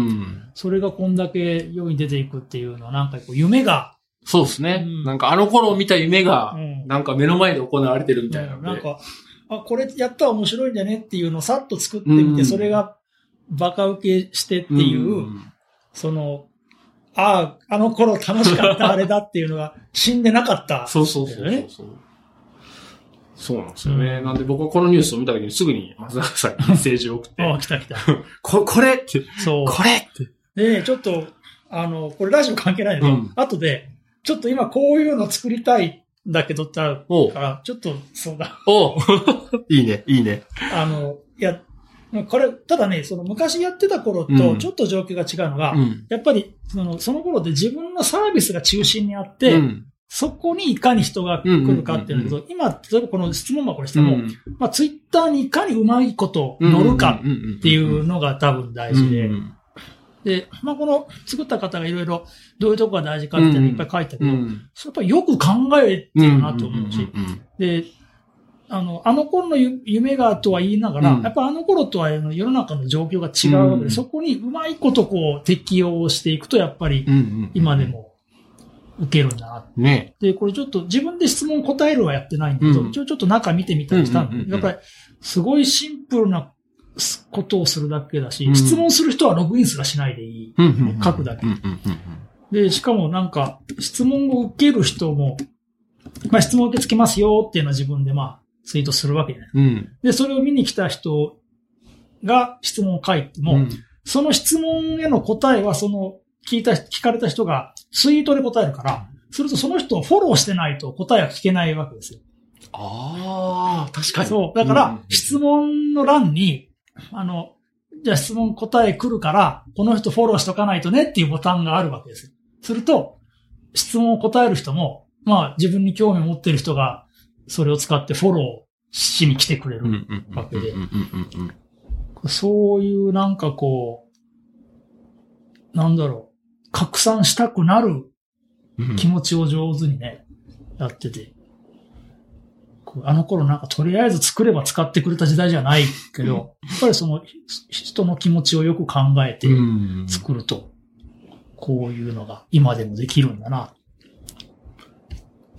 それがこんだけ世に出ていくっていうのはなんかこう夢が、
そうですね、うん。なんかあの頃見た夢が、なんか目の前で行われてるみたいなので、
うん、なんか、あ、これやったら面白いんだねっていうのをさっと作ってみて、うん、それがバカ受けしてっていう、うん、その、ああ、あの頃楽しかったあれだっていうのが死んでなかった、ね。
そうそうそうそうそう。そうなんですよね。うん、なんで僕はこのニュースを見た時にすぐに松永さんにメッセージを送って。
ああ、来た来た。
こ、これって。
そう。
これって。
で、ちょっと、あの、これラジオ関係ないけど、うん、後で、ちょっと今こういうの作りたいんだけどってあるから、ちょっとそうだ。
おいいね、いいね。
あの、いや、これ、ただね、その昔やってた頃とちょっと状況が違うのが、うん、やっぱりその、その頃で自分のサービスが中心にあって、うん、そこにいかに人が来るかっていうのと、今、例えばこの質問箱にしても、うん、まあツイッターにいかにうまいこと乗るかっていうのが多分大事で、で、まあこの作った方がいろいろどういうとこが大事かっていうのいっぱい書いたけど、うん、それやっぱりよく考えてるなと思うし、で、あの、あの頃の夢がとは言いながら、うん、やっぱあの頃とは世の中の状況が違うわけで、うん、そこにうまいことこう適用していくとやっぱり今でも受けるんだなって。ね、で、これちょっと自分で質問答えるはやってないんだけど、うん、一応ちょっと中見てみたりしたんだけど、やっぱりすごいシンプルなことをするだけだし、うん、質問する人はログインすらしないでいい。うん、書くだけ。で、しかもなんか質問を受ける人も、まあ質問受け付けますよっていうのは自分でまあ、ツイートするわけじゃない、うん。で、それを見に来た人が質問を書いても、うん、その質問への答えはその聞いた、聞かれた人がツイートで答えるから、するとその人をフォローしてないと答えは聞けないわけですよ。
ああ、確かに。
そう。だから、質問の欄に、あの、じゃあ質問答え来るから、この人フォローしとかないとねっていうボタンがあるわけですよ。すると、質問を答える人も、まあ自分に興味を持ってる人が、それを使ってフォローしに来てくれるわけで。そういうなんかこう、なんだろう、拡散したくなる気持ちを上手にね、やってて。あの頃なんかとりあえず作れば使ってくれた時代じゃないけど、やっぱりその人の気持ちをよく考えて作ると、こういうのが今でもできるんだな。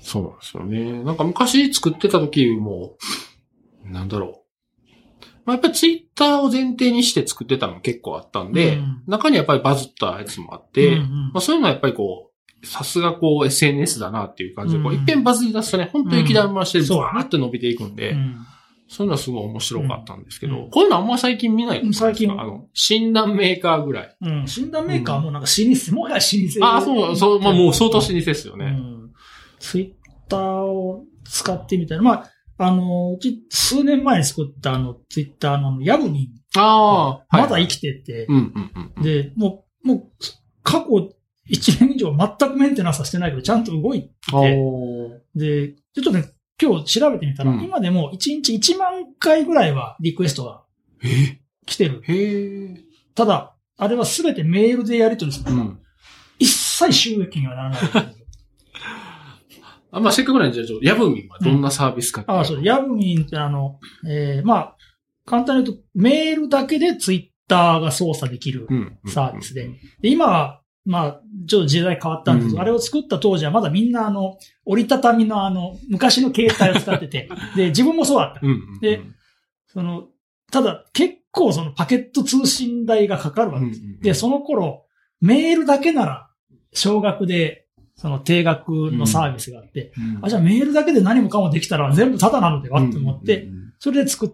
そうなんですよね。なんか昔作ってた時も、なんだろう。まあ、やっぱりツイッターを前提にして作ってたのも結構あったんで、うん、中にやっぱりバズったやつもあって、うんうん、まあ、そういうのはやっぱりこう、さすがこう エスエヌエス だなっていう感じで、こう、一遍バズり出すとね、本当に雪だるましてバーって伸びていくんで、うん、そういうのはすごい面白かったんですけど、うん、こういうのあんま最近見ないですか？最近。あの、診断メーカーぐらい。
うん、診断メーカーもなんか老舗、もはや老舗。
ああ、そう、そう、まあもう相当老舗ですよね。うん、
ツイッターを使ってみたいな。まあ、あの、数年前に作ったあの、ツイッターのヤブミン。ああ。まだ生きてて。で、もう、もう、過去いちねん以上全くメンテナンスはしてないけど、ちゃんと動いて。で、ちょっとね、今日調べてみたら、うん、今でもいちにちいちまんかいぐらいはリクエストが来てる。
へ
ただ、あれはすべてメールでやり取りする。うん、一切収益にはならない。
あ、まあ、せっかくなんで、じゃあ、ヤブミンはどんなサービスかって、うん、
ああ、そう。ヤブミンってあの、えー、まあ、簡単に言うと、メールだけでツイッターが操作できるサービスで。で今は、まあ、ちょっと時代変わったんですけど、うん、あれを作った当時はまだみんなあの、折りたたみのあの、昔の携帯を使ってて、で、自分もそうだった。うんうんうん、で、その、ただ結構そのパケット通信代がかかるわけです。うんうんうん、で、その頃、メールだけなら、少額で、その定額のサービスがあって、うんうん、あ、じゃあメールだけで何もかもできたら全部タダなのではって思って、それで作った。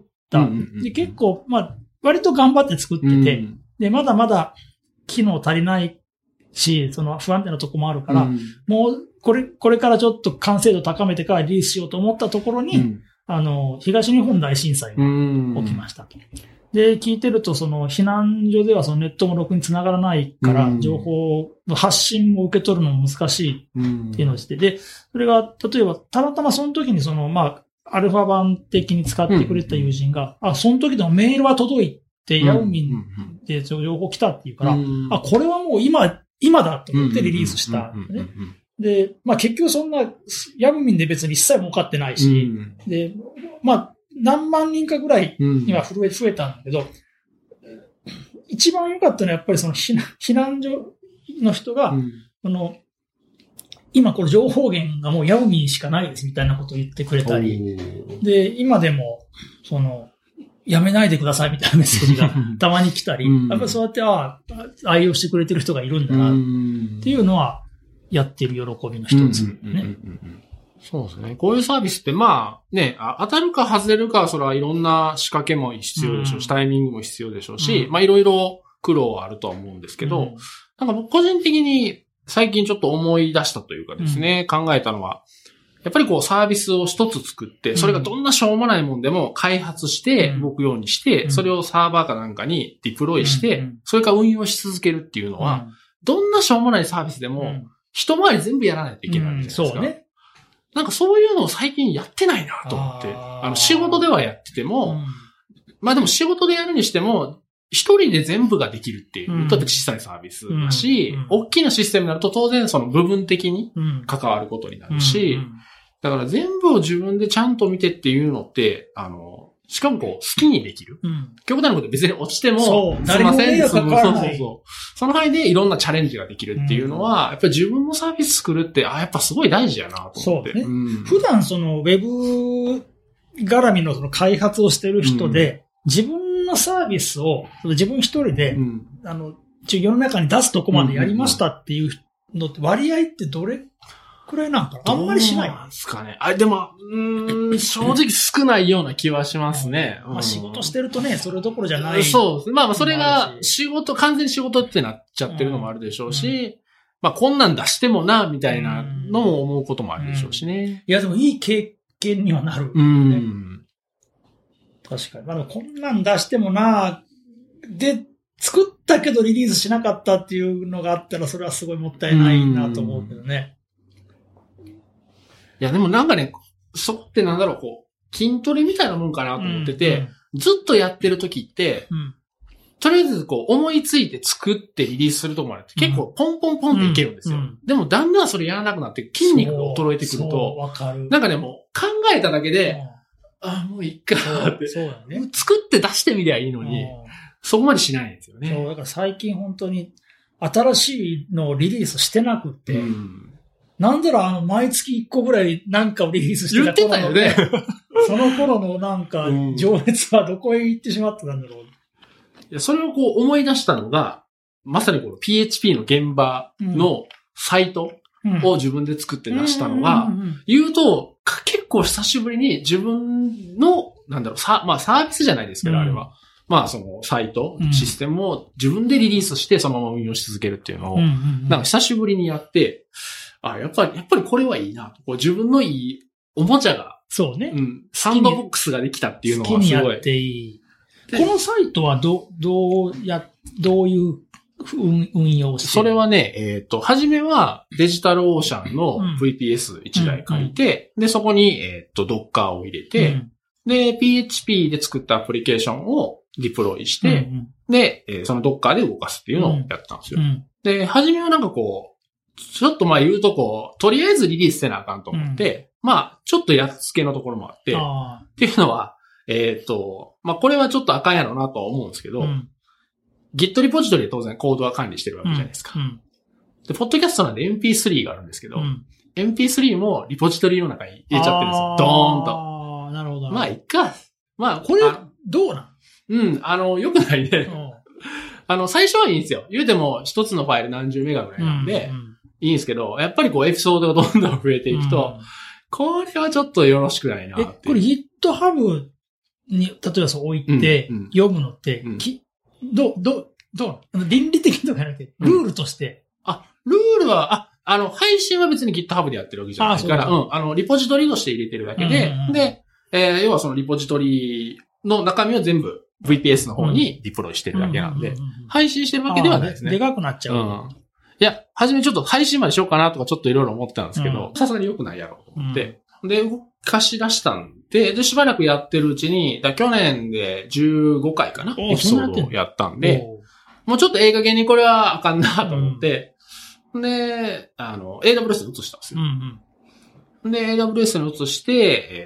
で、結構、まあ、割と頑張って作ってて、うんうん、で、まだまだ機能足りないし、その不安定なとこもあるから、うん、もう、これ、これからちょっと完成度高めてからリリースしようと思ったところに、うん、あの、東日本大震災が起きましたと。で、聞いてると、その、避難所ではそのネットもろくに繋がらないから、情報の発信も受け取るのも難しいっていうのをして、で、それが、例えば、たまたまその時にその、まあ、アルファ版的に使ってくれた友人が、うん、あ、その時でもメールは届いて、ヤオミンで情報来たっていうから、うん、あ、これはもう今、今だと思ってリリースした、ね。で、まあ結局そんな、ヤブミンで別に一切儲かってないし、うん、で、まあ何万人かぐらいには増え、増えたんだけど、うん、一番良かったのはやっぱりその避難、避難所の人が、うん、その、今これ情報源がもうヤブミンしかないですみたいなことを言ってくれたり、で、今でも、その、やめないでくださいみたいなメッセージがたまに来たり、うん、やっぱりそうやって、ああ、愛用してくれてる人がいるんだな、っていうのは、やってる喜びの一つね。
そうですね。こういうサービスって、まあ、ね、当たるか外れるかは、それはいろんな仕掛けも必要でしょうし、うん、タイミングも必要でしょうし、うん、まあいろいろ苦労はあるとは思うんですけど、うん、なんか僕個人的に最近ちょっと思い出したというかですね、うん、考えたのは、やっぱりこうサービスを一つ作って、それがどんなしょうもないもんでも開発して動くようにして、それをサーバーかなんかにディプロイして、それから運用し続けるっていうのは、どんなしょうもないサービスでも、一回り全部やらないといけないわけじゃないですか。そうね。なんかそういうのを最近やってないなと思って、あの仕事ではやってても、まあでも仕事でやるにしても、一人で全部ができるっていう、ちょっと小さいサービスだし、大きなシステムになると当然その部分的に関わることになるし、だから全部を自分でちゃんと見てっていうのって、あの、しかもこう、好きにできる。うん、極端なこと別に落ちても、そうすいません。そうそうそう。その範囲でいろんなチャレンジができるっていうのは、うん、やっぱり自分のサービス作るって、あ、やっぱすごい大事やなと思って。そうね。うん、
普段その、ウェブ絡みのその開発をしてる人で、うん、自分のサービスを自分一人で、うん、あの、世の中に出すとこまでやりましたっていうのって割合ってどれくらいなんかあんまりしない。
そうなんですかね。あ、でも、うーん、正直少ないような気はしますね。
まあ仕事してるとね、それどころじゃない。
そうです。まあまあそれが仕事、完全に仕事ってなっちゃってるのもあるでしょうし、うん、まあこんなん出してもな、みたいなのも思うこともあるでしょうしね。うんうん、い
やでもいい経験にはなる、ね。うん。確かに。まあこんなん出してもな、で、作ったけどリリースしなかったっていうのがあったらそれはすごいもったいないなと思うけどね。
いや、でもなんかね、そこってなんだろう、こう、筋トレみたいなもんかなと思ってて、うんうん、ずっとやってる時って、うん、とりあえずこう、思いついて作ってリリースするとこまでって結構ポンポンポンっていけるんですよ。うんうん、でもだんだんそれやらなくなって筋肉が衰えてくると、わかる。なんかね、もう考えただけで、うん、あ、もういっかって。そうだね。作って出してみりゃいいのに、そこまでしないんですよね。
そう、だから最近本当に新しいのをリリースしてなくて、うんなんだろう、あの、毎月いっこぐらいなんかをリリースしてた頃の、
言ってたよね。
その頃のなんか、情熱はどこへ行ってしまってたんだろう。
いや、それをこう思い出したのが、まさにこの ピーエイチピー の現場のサイトを自分で作って出したのが、言うと、結構久しぶりに自分の、なんだろう、さ、まあサービスじゃないですけど、あれは。まあそのサイト、システムを自分でリリースしてそのまま運用し続けるっていうのを、なんか久しぶりにやって、あ、やっぱり、やっぱりこれはいいなと。こう自分のいいおもちゃが、
そうね。
うん。サンドボックスができたっていうのがすごい。
好きにやっていい。このサイトはど、どうや、どういう運運用してる？
それはね、えっと、はじめはデジタルオーシャンの ブイピーエスいちだい借りて、うんうん、で、そこに、えっと、Docker を入れて、うん、で、ピーエイチピー で作ったアプリケーションをディプロイして、うんうん、で、えー、その Docker で動かすっていうのをやったんですよ。うん、で、はじめはなんかこう、ちょっとまあ言うとこう、とりあえずリリースせなあかんと思って、うん、まあ、ちょっとやっつけのところもあって、あっていうのは、えっと、まあこれはちょっとあかんやろうなとは思うんですけど、うん、Git リポジトリで当然コードは管理してるわけじゃないですか。うんうん、で、ポッドキャストなんで エムピースリー があるんですけど、うん、エムピースリー もリポジトリの中に入れちゃってるんですよ。ドーンと。
ああ、なるほど。
まあ、いっか。まあ、
これ、どうなん
うん、あの、良くないね。あの、最初はいいんですよ。言うても一つのファイル何十メガぐらいなんで、うんうん、いいんですけど、やっぱりこうエピソードがどんどん増えていくと、うん、これはちょっとよろしくないなって。
え、これ GitHub に、例えばそう置いて、うんうん、読むのって、うん、きど、ど、どう倫理的とかじゃなくて、ルールとして、
うん。あ、ルールは、あ、あの、配信は別に GitHub でやってるわけじゃないから、うん、あの、リポジトリとして入れてるだけで、うんうんうん、で、えー、要はそのリポジトリの中身を全部 ブイピーエス の方にディプロイしてるだけなんで、配信してるわけではないですね。
でかくなっちゃう。うん。
いや、はじめちょっと配信までしようかなとかちょっといろいろ思ってたんですけど、さすがに良くないやろうと思って、うん、で、動かし出したんで、で、しばらくやってるうちに、だ去年でじゅうごかいかな、エピソードをやったんで、もうちょっとええ加減にこれはあかんなと思って、うん、で、あの、エーダブリューエス に移したんですよ。うんうん、で、エーダブリューエス に移して、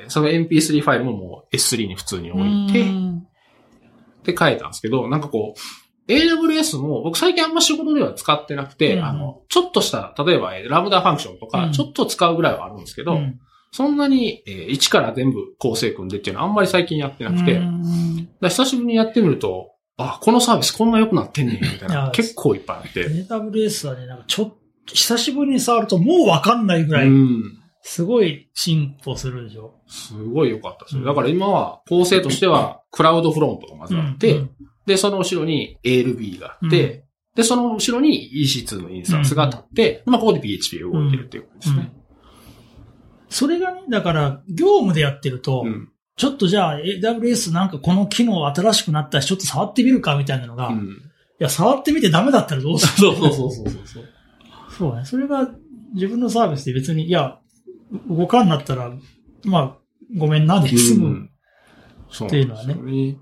その エムピースリー ファイルももう エススリー に普通に置いて、で変えたんですけど、なんかこう、エーダブリューエス も僕最近あんま仕事では使ってなくて、うん、あの、ちょっとした、例えばラムダファンクションとか、ちょっと使うぐらいはあるんですけど、うん、そんなに、えー、一から全部構成組んでっていうのはあんまり最近やってなくて、だ久しぶりにやってみると、あ、このサービスこんな良くなってんねん、みたいな。結構いっぱいあって。
エーダブリューエス はね、なんかちょっと、久しぶりに触るともうわかんないぐらい、すごい進歩するでしょ。
すごい良かったですよ。だから今は構成としては、クラウドフロントがまずあって、うんうん、で、その後ろに エーエルビー があって、うん、で、その後ろに イーシーツー のインスタンスが立って、うん、まあ、ここで ピーエイチピー が動いてるっていうことですね。うんうん、
それがね、だから、業務でやってると、うん、ちょっとじゃあ エーダブリューエス なんかこの機能新しくなったし、ちょっと触ってみるかみたいなのが、うん、いや、触ってみてダメだったらどうする
そうそうそうそうそう。
そうね。それが自分のサービスで別に、いや、動かんなったら、まあ、ごめんなで済む、うん、っていうのはね。い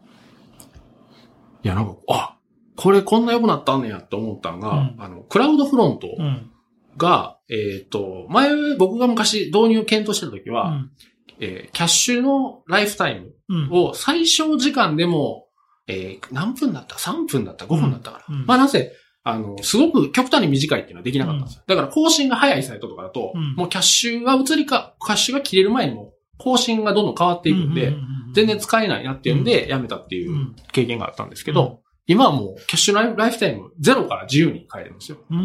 や、なんか、あ、これこんな良くなったんねやって思ったのが、うん、あの、クラウドフロントが、うん、えっと、前、僕が昔導入検討してた時は、うんえー、キャッシュのライフタイムを最小時間でも、えー、何分だった ?さんぷんだったごふんだったから。うん、まあなぜ、あの、すごく極端に短いっていうのはできなかったんですよ。うん、だから更新が早いサイトとかだと、うん、もうキャッシュが移りか、キャッシュが切れる前にも更新がどんどん変わっていくんで、全然使えないなっていうんで、やめたっていう経験があったんですけど、うん、今はもうキャッシュのライフタイムゼロから自由に変えるんですよ。うん、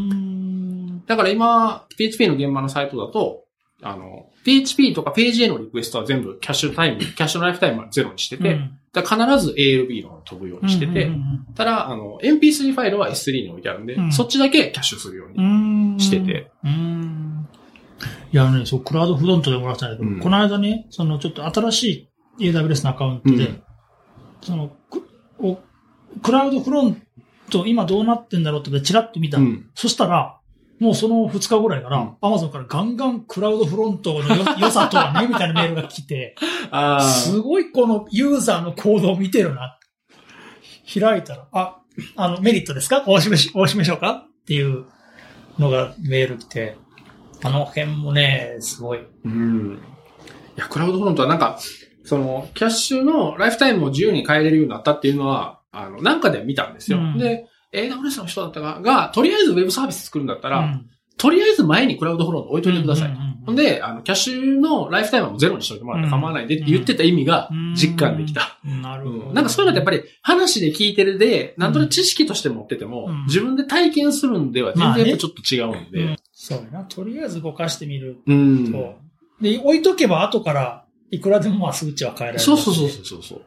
だから今、ピーエイチピー の現場のサイトだと、あの、ピーエイチピー とかページへのリクエストは全部キャッシュタイム、キャッシュのライフタイムはゼロにしてて、うん、だから必ず エーエルビー の方に飛ぶようにしてて、ただ、あの、エムピースリー ファイルは エススリー に置いてあるんで、うん、そっちだけキャッシュするようにしてて。
うーんいやね、そう、クラウドフロントでもらったんだけど、うん、この間ね、そのちょっと新しい エーダブリューエス のアカウントで、うん、そのお、クラウドフロント今どうなってんだろうってチラッと見た、うん、そしたら、もうそのふつかぐらいから、アマゾンからガンガンクラウドフロントの良さとはね、みたいなメールが来て、あすごいこのユーザーの行動を見てるな。開いたら、あ、あの、メリットですかお示し、お示しましょうかっていうのがメール来て、あの辺もね、すごい。
うん。いや、クラウドフロントはなんか、その、キャッシュのライフタイムを自由に変えれるようになったっていうのは、あの、なんかで見たんですよ。うん、で、エーダブリューエス の人だったが、が、とりあえずウェブサービス作るんだったら、うん、 とりあえず前にクラウドフロント置いといてください。ほんで、あの、キャッシュのライフタイムもゼロにしといてもらって構わないでって言ってた意味が実感できた。
うんうん、なるほど、
うん。なんかそういうのってやっぱり話で聞いてるで、なんとなく知識として持ってても、うん、自分で体験するんでは全然やっぱちょっと違うんで。
まあねうん、そうやな。とりあえず動かしてみると。うん、で、置いとけば後からいくらでもまあ数値は変えられる。
そうそうそうそうそう。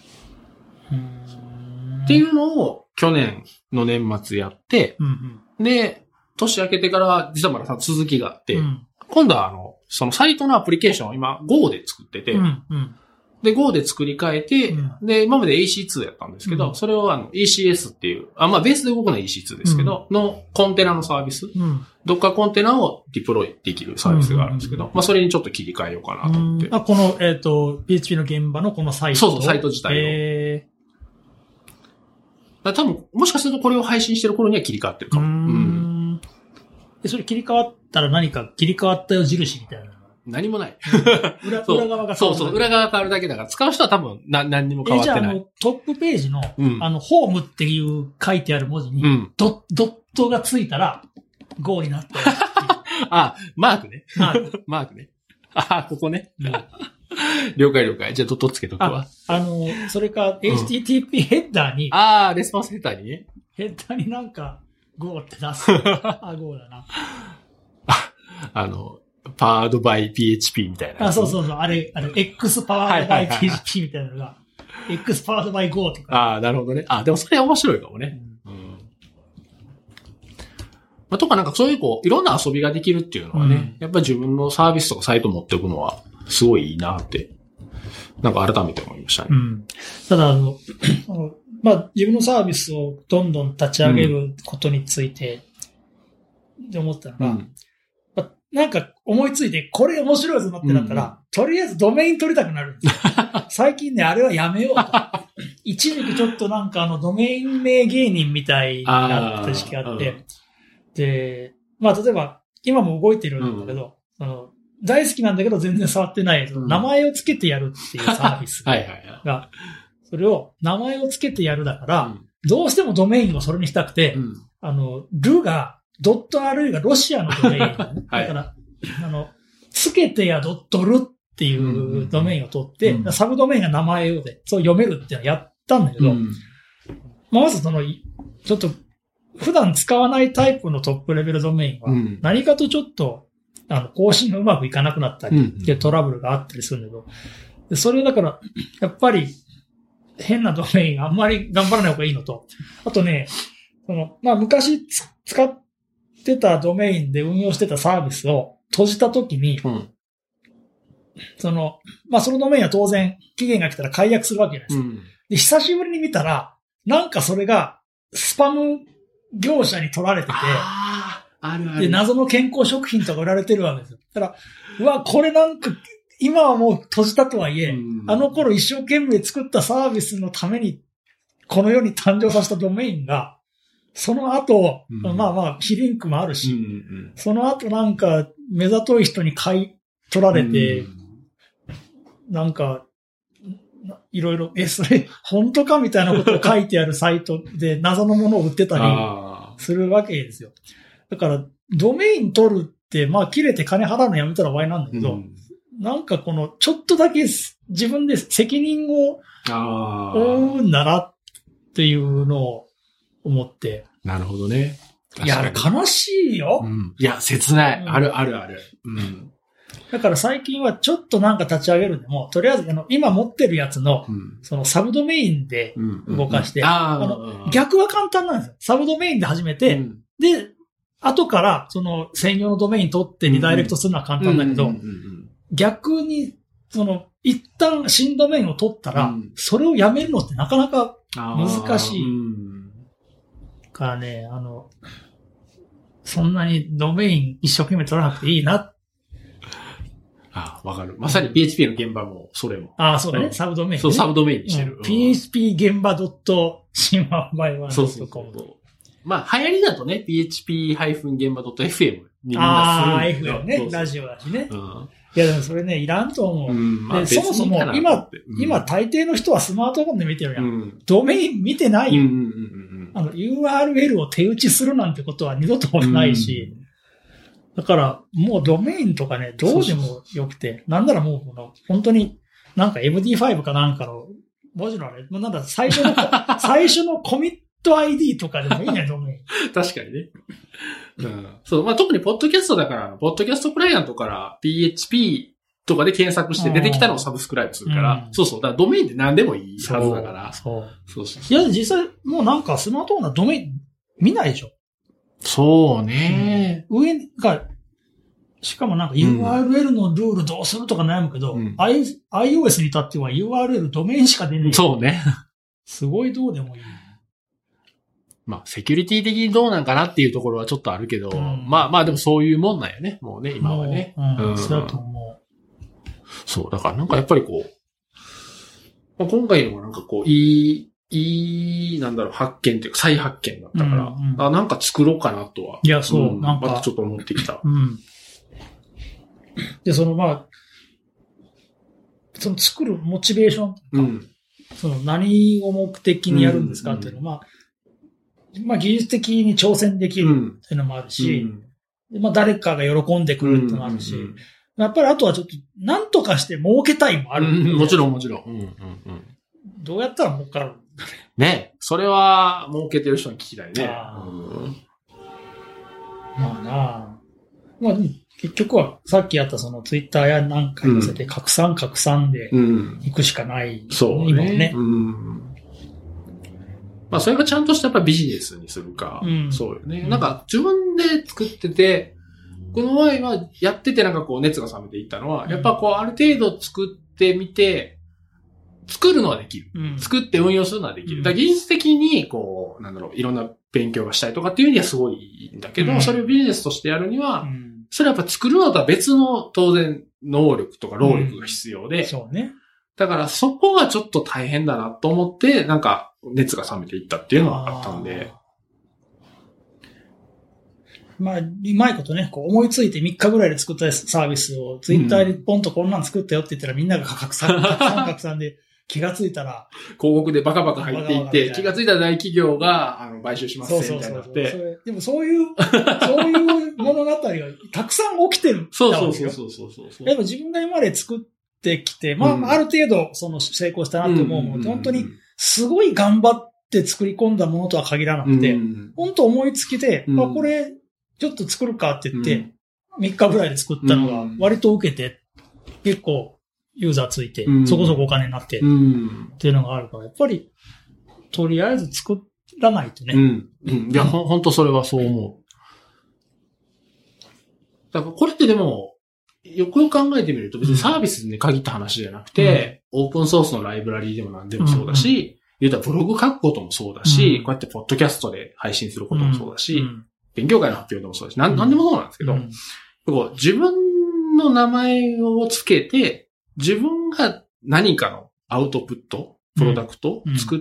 うんっていうのを去年の年末やって、うんうん、で、年明けてから実はまだ続きがあって、うん、今度はあの、そのサイトのアプリケーションを今 Go で作ってて、うんうん、で Go で作り変えて、うん、で、今まで エーシーツー やったんですけど、うん、それをあの イーシーエス っていう、あ、まあベースで動くのは イーシーツー ですけど、うん、のコンテナのサービス、うん、どっかコンテナをディプロイできるサービスがあるんですけど、うんうんうん、まあそれにちょっと切り替えようかなと思って。
あ、この、えっ、ー、と、ピーエイチピー の現場のこのサイト
そうそう、サイト自体を。えー多分、もしかするとこれを配信してる頃には切り替わってるかも。うん。
で、それ切り替わったら何か切り替わったよ印みたいな。
何もない。
裏, 裏側が
変わる。そうそう、裏側が変わるだけだから、使う人は多分な何にも変わってない。
え、じゃあ、あの、トップページの、うん、あの、ホームっていう書いてある文字に、うん、ド, ドットがついたら、ゴーになったよ。
あ、マークね。マーク。マークね。あ、ここね。うん了解了解。じゃあ、ドットつけとくわ。
あ、あの、それか、エイチティーティーピー ヘッダーに、
うん、ああ、レスポンスヘッダーにね。
ヘッダーになんか、Go って出す。あ、Go だな。
あ、あの、パワードバイ ピーエイチピー みたいな。
あ、そうそうそう。あれ、あれ、X パワードバイ ピーエイチピー みたいなのが、X パワードバイ Go とか。
ああ、なるほどね。あ、でもそれ面白いかもね。うん。うん、まあ、とかなんかそういうこう、いろんな遊びができるっていうのはね、うん、やっぱり自分のサービスとかサイト持っておくのは、すごいいいなって、なんか改めて思いましたね。
うん。ただあの、まあ、自分のサービスをどんどん立ち上げることについて、で思ったのが、うんまあ、なんか思いついて、これ面白いぞなってなったら、うん、とりあえずドメイン取りたくなるんですよ。最近ね、あれはやめようと。一時期ちょっとなんかあの、ドメイン名芸人みたいになった時期があって、で、まあ、例えば、今も動いてるんだけど、うん、その大好きなんだけど全然触ってない、うん、名前をつけてやるっていうサービスが、はいはいはい、それを名前をつけてやるだから、うん、どうしてもドメインをそれにしたくて、うん、あの、ルが、ドット アールユー がロシアのドメイン、ねはい、だから、あの、つけてやドットルっていうドメインを取って、うん、サブドメインが名前をで、そう読めるっていうのをやったんだけど、うん、まずその、ちょっと、普段使わないタイプのトップレベルドメインは、何かとちょっと、あの、更新がうまくいかなくなったり、ってトラブルがあったりするんだけど、でそれだから、やっぱり、変なドメインあんまり頑張らない方がいいのと、あとね、その、まあ、昔使ってたドメインで運用してたサービスを閉じたときに、うん、その、まあ、そのドメインは当然、期限が来たら解約するわけじゃないですか。うん、で、久しぶりに見たら、なんかそれが、スパム業者に取られてて、
あるある
で、謎の健康食品とか売られてるわけですよ。だから、うわ、これなんか、今はもう閉じたとはいえ、うん、あの頃一生懸命作ったサービスのために、この世に誕生させたドメインが、その後、うん、まあまあ、非リンクもあるし、うんうん、その後なんか、目ざとい人に買い取られて、うん、なんか、いろいろ、え、それ、本当かみたいなことを書いてあるサイトで謎のものを売ってたりするわけですよ。だから、ドメイン取るって、まあ、切れて金払うのやめたら終わりなんだけど、うん、なんかこの、ちょっとだけ自分で責任を負うんだなっていうのを思って。
なるほどね。
いや、悲しいよ。
うん、いや、切ない。うん、あるあるある。うん。
だから最近はちょっとなんか立ち上げるでも、とりあえずあの今持ってるやつの、うん、そのサブドメインで動かして、あの逆は簡単なんですよ。サブドメインで始めて、うん、で、後からその専用のドメイン取ってリダイレクトするのは簡単だけど、逆にその一旦新ドメインを取ったら、うん、それをやめるのってなかなか難しいからね、あの、そんなにドメイン一生懸命取らなくていいな。
ああ、わかる。まさに ピーエイチピー の現場も、それも。
ああ、そうだね。サブドメイン、ね。
そう、サブドメインにしてる。
うん、ピーエイチピー 現場 シンワンバイワン
そうそうそう。まあ、流行りだとね、ピーエイチピー 現場 エフエム にみんなするんで。ああ、エフエム ね。そうそうラジオだしね。うん、いや、でもそれね、いらんと思う。うんまあ、でそもそも、今、うん、今、大抵の人はスマートフォンで見てるやん。うん、ドメイン見てないよ。うんうんうんうん、あの、ユーアールエル を手打ちするなんてことは二度とないし、
だから、もうドメインとかね、どうでもよくて、なんならもうこの、本当になんか エムディーファイブ かなんかの文字のあれ、もうなんだ、最初の、最初のコミット アイディー とかでもいいね、ドメイン。
確かにね。うん。そう、まあ、特にポッドキャストだから、ポッドキャストクライアントから ピーエイチピー とかで検索して出てきたのをサブスクライブするから、うん、そうそう。だからドメインって何でもいいはずだから。
そう。
そうそうそう。
いや、実際、もうなんかスマートフォンのドメイン見ないでしょ。
そうね、
うん。上が、しかもなんか ユーアールエル のルールどうするとか悩むけど、うん、iOS に至っては ユーアールエル ドメインしか出ない。
そうね。
すごいどうでもいい。
まあ、セキュリティ的にどうなんかなっていうところはちょっとあるけど、うん、まあまあでもそういうもんなんよね。もうね、今はね。
うん。うん、そうだと思う。
そう、だからなんかやっぱりこう、まあ、今回のもなんかこう、いい、いい、なんだろう、発見っていうか再発見だったから、うんうん、あなんか作ろうかなとは。
いや、そう、うん、なんか。
またちょっと思ってきた。
うん。で、そのまあ、その作るモチベーションとか、うん、その何を目的にやるんですかっていうのは、まあ、まあ技術的に挑戦できるっていうのもあるし、うん、まあ誰かが喜んでくれるっていうのもあるし、うんうんうん、やっぱりあとはちょっと何とかして儲けたいもある、
うん。もちろんもちろん。うんうんうん、
どうやったら儲かる
ね。それは儲けてる人に聞きたいね。あうん、
まあなあ。まあ結局はさっきやったそのツイッターやなんかに載せて拡散拡散で行くしかない、
うん。そうね。今ね。うんまあそれがちゃんとしたやっぱビジネスにするか。うん、そうよね、うん。なんか自分で作ってて、この前はやっててなんかこう熱が冷めていったのは、うん、やっぱこうある程度作ってみて、作るのはできる。うん、作って運用するのはできる。だから技術的にこう、なんだろう、いろんな勉強がしたいとかっていうにはすごいいいんだけど、うん、それをビジネスとしてやるには、うん、それはやっぱ作るのとは別の当然能力とか労力が必要で、うん、
そうね。
だからそこはちょっと大変だなと思って、なんか熱が冷めていったっていうのがあったんで。
まあ、うまいことね、こう思いついてみっかぐらいで作ったサービスをツイッターでポンとこんなん作ったよって言ったら、うん、みんなが拡散、拡散、拡散で気がついたら。
広告でバカバカ入っていって、気がついた大企業があの買収しますみたいになって。
そうそうそうそう。でもそういう、そういう物語がたくさん起きてる。
そうそうそうそうそうそう。
やっぱ自分が今まで作ってきて、まあ、うん、ある程度その成功したなと思うもの、本当にすごい頑張って作り込んだものとは限らなくて、うん、本当思いつきで、うん、あ、これちょっと作るかって言って、うん、みっかぐらいで作ったのが割と受けて、結構ユーザーついて、うん、そこそこお金になって、うん、っていうのがあるから、やっぱり、とりあえず作らないとね。
うん。うん、いや、ほん、ほんとそれはそう思う。だからこれってでも、よくよく考えてみると別にサービスに限った話じゃなくて、うん、オープンソースのライブラリーでも何でもそうだし、うんうん、言うたらブログ書くこともそうだし、うん、こうやってポッドキャストで配信することもそうだし、うん、勉強会の発表でもそうだし、なん、なんでもそうなんですけど、うん、こう自分の名前をつけて、自分が何かのアウトプット、プロダクトを作って、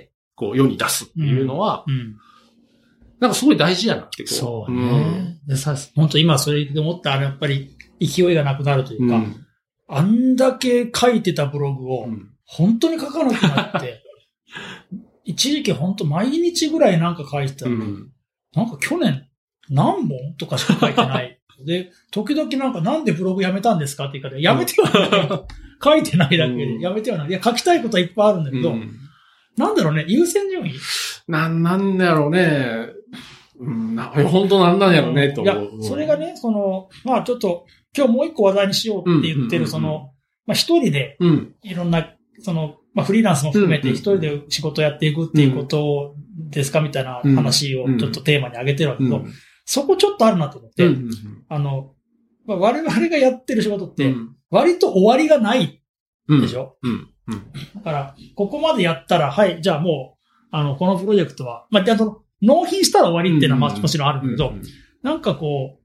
こう世に出すっていうのは、うんうん、なんかすごい大事やなってこう。
そうね。うん、でさ、本当今それで思ったらやっぱり勢いがなくなるというか、うん、あんだけ書いてたブログを本当に書かなくなって、うん、一時期本当毎日ぐらいなんか書いてたのに、うん、なんか去年何本とかしか書いてない。で、時々なんかなんでブログやめたんですかって言うから、やめてはない。書いてないだけで、やめてはない。いや、書きたいことはいっぱいあるんだけど、うん、なんだろうね、優先順位
なん、なんだろうね。うん、な本当なんなんやろうね、と
思う。いや、それがね、その、まあちょっと、今日もう一個話題にしようって言ってる、その、まあ一人で、いろんな、その、まあフリーランスも含めて一人で仕事をやっていくっていうことですかみたいな話をちょっとテーマに挙げてるわけだけど、うんうん、そこちょっとあるなと思って、うんうんうん、あの、まあ、我々がやってる仕事って、割と終わりがないでしょ、うんうんうん、だから、ここまでやったら、はい、じゃあもう、あの、このプロジェクトは、まあ、あの、納品したら終わりっていうのは、まあ、もちろんあるんだけど、うんうんうん、なんかこう、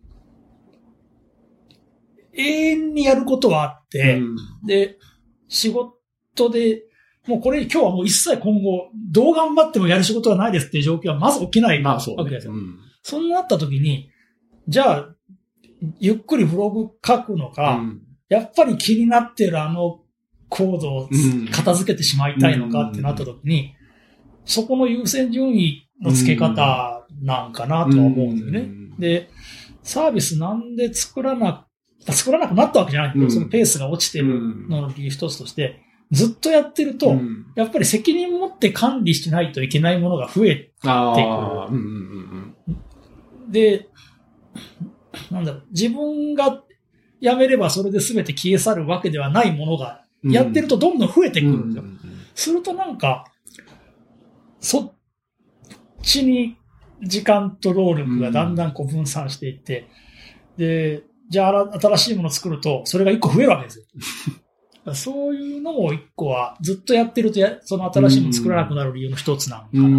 永遠にやることはあって、うん、で、仕事で、もうこれ今日はもう一切今後、どう頑張ってもやる仕事はないですっていう状況はまず起きないわけですよ。まあそうね、うん、そんなあった時に、じゃあ、ゆっくりブログ書くのか、うん、やっぱり気になってるあのコードを片付けてしまいたいのかってなった時に、そこの優先順位の付け方なんかなとは思うんだよね。で、 サービスなんで作らな、作らなくなったわけじゃないけど、うん、そのペースが落ちてるのの理由一つとして、ずっとやってると、うん、やっぱり責任持って管理しないといけないものが増えてくる。あうんうんうん、で、なんだろう、自分がやめればそれで全て消え去るわけではないものが、やってるとどんどん増えてくるんですよ。うんうんうん、するとなんか、そっちに時間と労力がだんだんこう分散していって、うん、で、じゃあ新しいものを作ると、それが一個増えるわけですよ。そういうのも一個は、ずっとやってるとや、その新しいものを作らなくなる理由の一つなのかな。うん、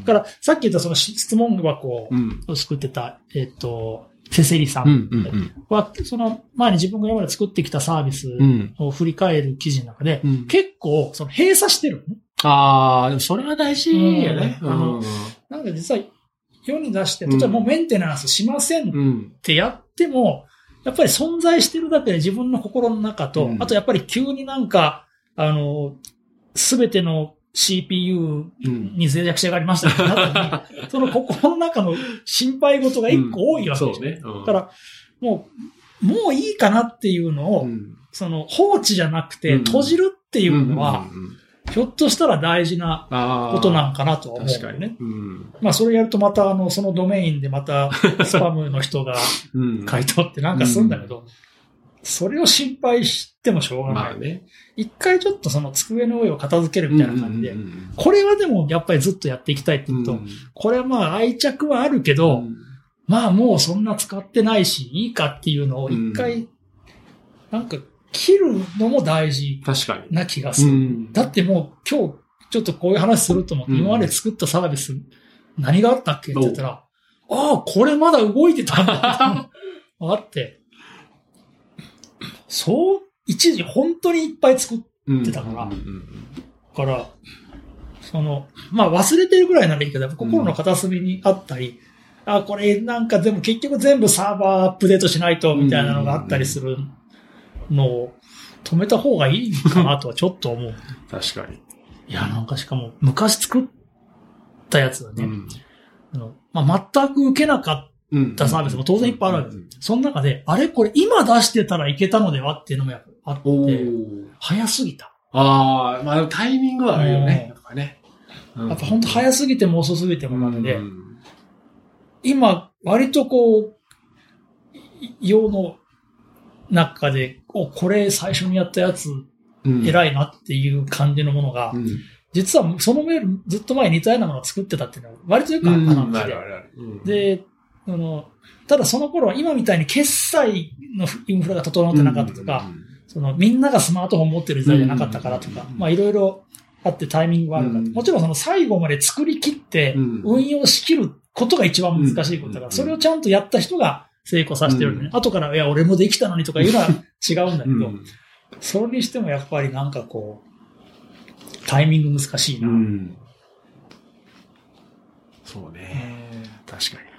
だから、さっき言ったその質問箱を作ってた、うん、えっと、セセリさんは、その前に自分が今まで作ってきたサービスを振り返る記事の中で、うん、結構、その閉鎖してる、ね。
ああ、でもそれは大事よね。
うん、あの、なんか実は世に出して、例えばもうメンテナンスしませんってやっても、やっぱり存在してるだけで自分の心の中と、うん、あとやっぱり急になんか、あの、すべての シーピーユー に脆弱性がありましたってなった時に、うん、その心の中の心配事が一個多いわけですよ。うん、そうね。うん、だから、もう、もういいかなっていうのを、うん、その放置じゃなくて閉じるっていうのは、ひょっとしたら大事なことなんかなとは思うよね。うん、まあそれやるとまたあの、そのドメインでまたスパムの人が回答ってなんかするんだけど、うん、それを心配してもしょうがない。まあね。一回ちょっとその机の上を片付けるみたいな感じで、うんうんうん、これはでもやっぱりずっとやっていきたいって言うと、うん、これはまあ愛着はあるけど、うん、まあもうそんな使ってないし、いいかっていうのを一回、なんか、切るのも大事な気がする。うん、だってもう今日ちょっとこういう話すると思って、うん、今まで作ったサービス何があったっけって言ったら、ああ、これまだ動いてたんだってあって、そう、一時本当にいっぱい作ってたから、うんうんうん、だから、その、まあ忘れてるぐらいならいいけど、心の片隅にあったり、うん、あ、これなんかでも結局全部サーバーアップデートしないとみたいなのがあったりする。のを止めた方がいいかなとはちょっと思う。
確かに。
いや、なんかしかも昔作ったやつはね、うん、あのまあ、全く受けなかったサービスも当然いっぱいあるわけです。うんうんうん、その中で、あれこれ今出してたらいけたのではっていうのもやっぱあって、早すぎた。
ああ、まあタイミングはあるよね。やっぱね。
うん、やっぱ本当早すぎても遅すぎてもなので、うんうん、今割とこう、用の中で、お、これ最初にやったやつ、偉いなっていう感じのものが、うん、実はそのメールずっと前に似たようなものを作ってたっていうのは割とよくあった話で、うん、で、あの、ただその頃は今みたいに決済のインフラが整ってなかったとか、うん、そのみんながスマートフォン持ってる時代じゃなかったからとか、うん、まあいろいろあってタイミングがあるから、うん、もちろんその最後まで作り切って運用しきることが一番難しいことだから、それをちゃんとやった人が成功させてるのね。うん、後から、いや、俺もできたのにとかいうのは違うんだけど、うん、それにしてもやっぱりなんかこう、タイミング難しいな。うん、
そうね。確かに。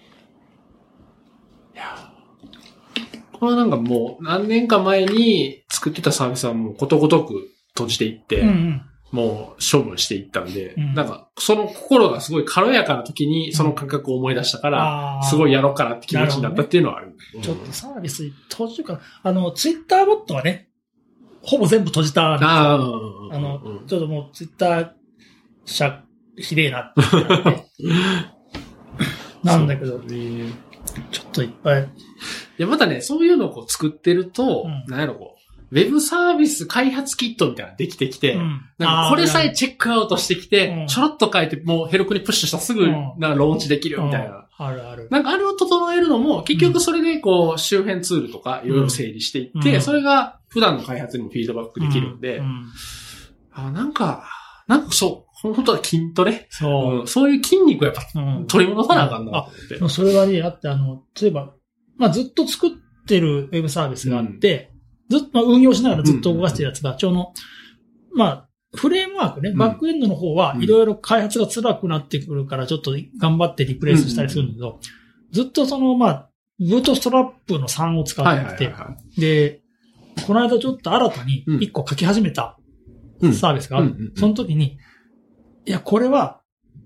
いや、これはなんかもう何年か前に作ってたサービスはもうことごとく閉じていって、うんうん、もう処分していったんで、うん、なんかその心がすごい軽やかな時にその感覚を思い出したから、うん、すごいやろうかなって気持ちになったっていうのはある。
るね、ちょっとサービス閉じるか、あの、ツイッターボットはね、ほぼ全部閉じたんですよ。あ, あの、うん、ちょっともうツイッター社、ひでえなってなって。なんだけど、ね、ちょっといっぱい。い
や、またね、そういうのをこう作ってると、うん、なんやろこう、ウェブサービス開発キットみたいなのができてきて、うん、なんかこれさえチェックアウトしてきて、うん、ちょろっと書いてもうヘルクにプッシュしたらすぐなんかローンチできるみたいな。うんうん、
あるある。
なんかあれを整えるのも、結局それでこう周辺ツールとかいろいろ整理していって、うん、それが普段の開発にもフィードバックできるんで、うんうん、あなんか、なんかそう、本当は筋トレそう、うん、そういう筋肉をやっぱ取り戻さなあかんなと思って。
うん、それはね、あってあの、例えば、まあずっと作ってるウェブサービスがあって、うん、ずっと、まあ、運用しながらずっと動かしてるやつが、ちょうど、まあ、フレームワークね、バックエンドの方はいろいろ開発が辛くなってくるから、ちょっと頑張ってリプレイスしたりするんだけど、ずっとその、まあ、ブートストラップのさんを使ってて、で、この間ちょっと新たにいっこ書き始めたサービスがある。その時に、いや、これは、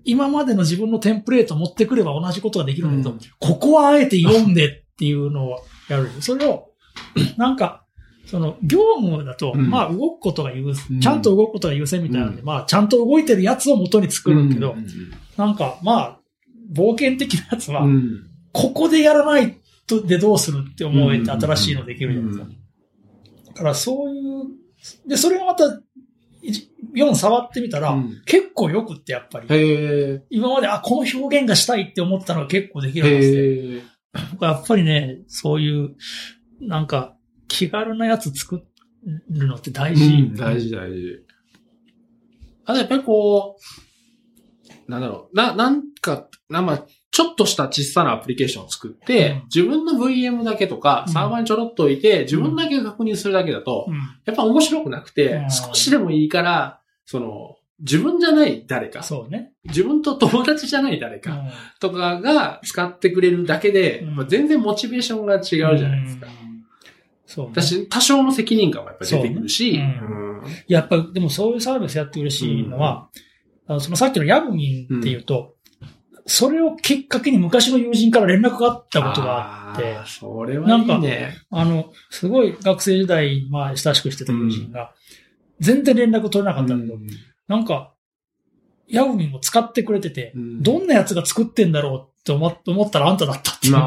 今までの自分のテンプレートを持ってくれば同じことができるんだけど、うん、ここはあえて読んでっていうのをやる。それを、なんか、その、業務だと、うん、まあ動くことが優先、ちゃんと動くことが優先みたいなので、うん、まあちゃんと動いてるやつを元に作るけど、うん、なんか、まあ、冒険的なやつは、うん、ここでやらないとでどうするって思えて新しいのできるじゃないですか。だからそういう、で、それがまた、よん触ってみたら、うん、結構よくってやっぱり。へ今まで、あ、この表現がしたいって思ったのが結構できるんですね。やっぱりね、そういう、なんか、気軽なやつ作るのって大事。うん、
大事大事。あとやっぱりこう、なんだろう、な、なんか、な、まあ、ちょっとした小さなアプリケーションを作って、うん、自分の ブイエム だけとか、サーバーにちょろっと置いて、うん、自分だけ確認するだけだと、うん、やっぱ面白くなくて、うん、少しでもいいから、その、自分じゃない誰か。
そうね。
自分と友達じゃない誰か。とかが使ってくれるだけで、うん、全然モチベーションが違うじゃないですか。うん、そう、ね。私、多少の責任感もやっぱり出てくるし。ね
うんうん、やっぱ、でもそういうサービスやって嬉しいのは、うん、あのそのさっきのヤブミンっていうと、うん、それをきっかけに昔の友人から連絡があったことがあって、
あそれはいいね。なんか、
あの、すごい学生時代、まあ、親しくしてた友人が、うん、全然連絡取れなかったんだけど、うんなんか、ヤブミンを使ってくれてて、うん、どんなやつが作ってんだろうって思ったらあんただったっていう。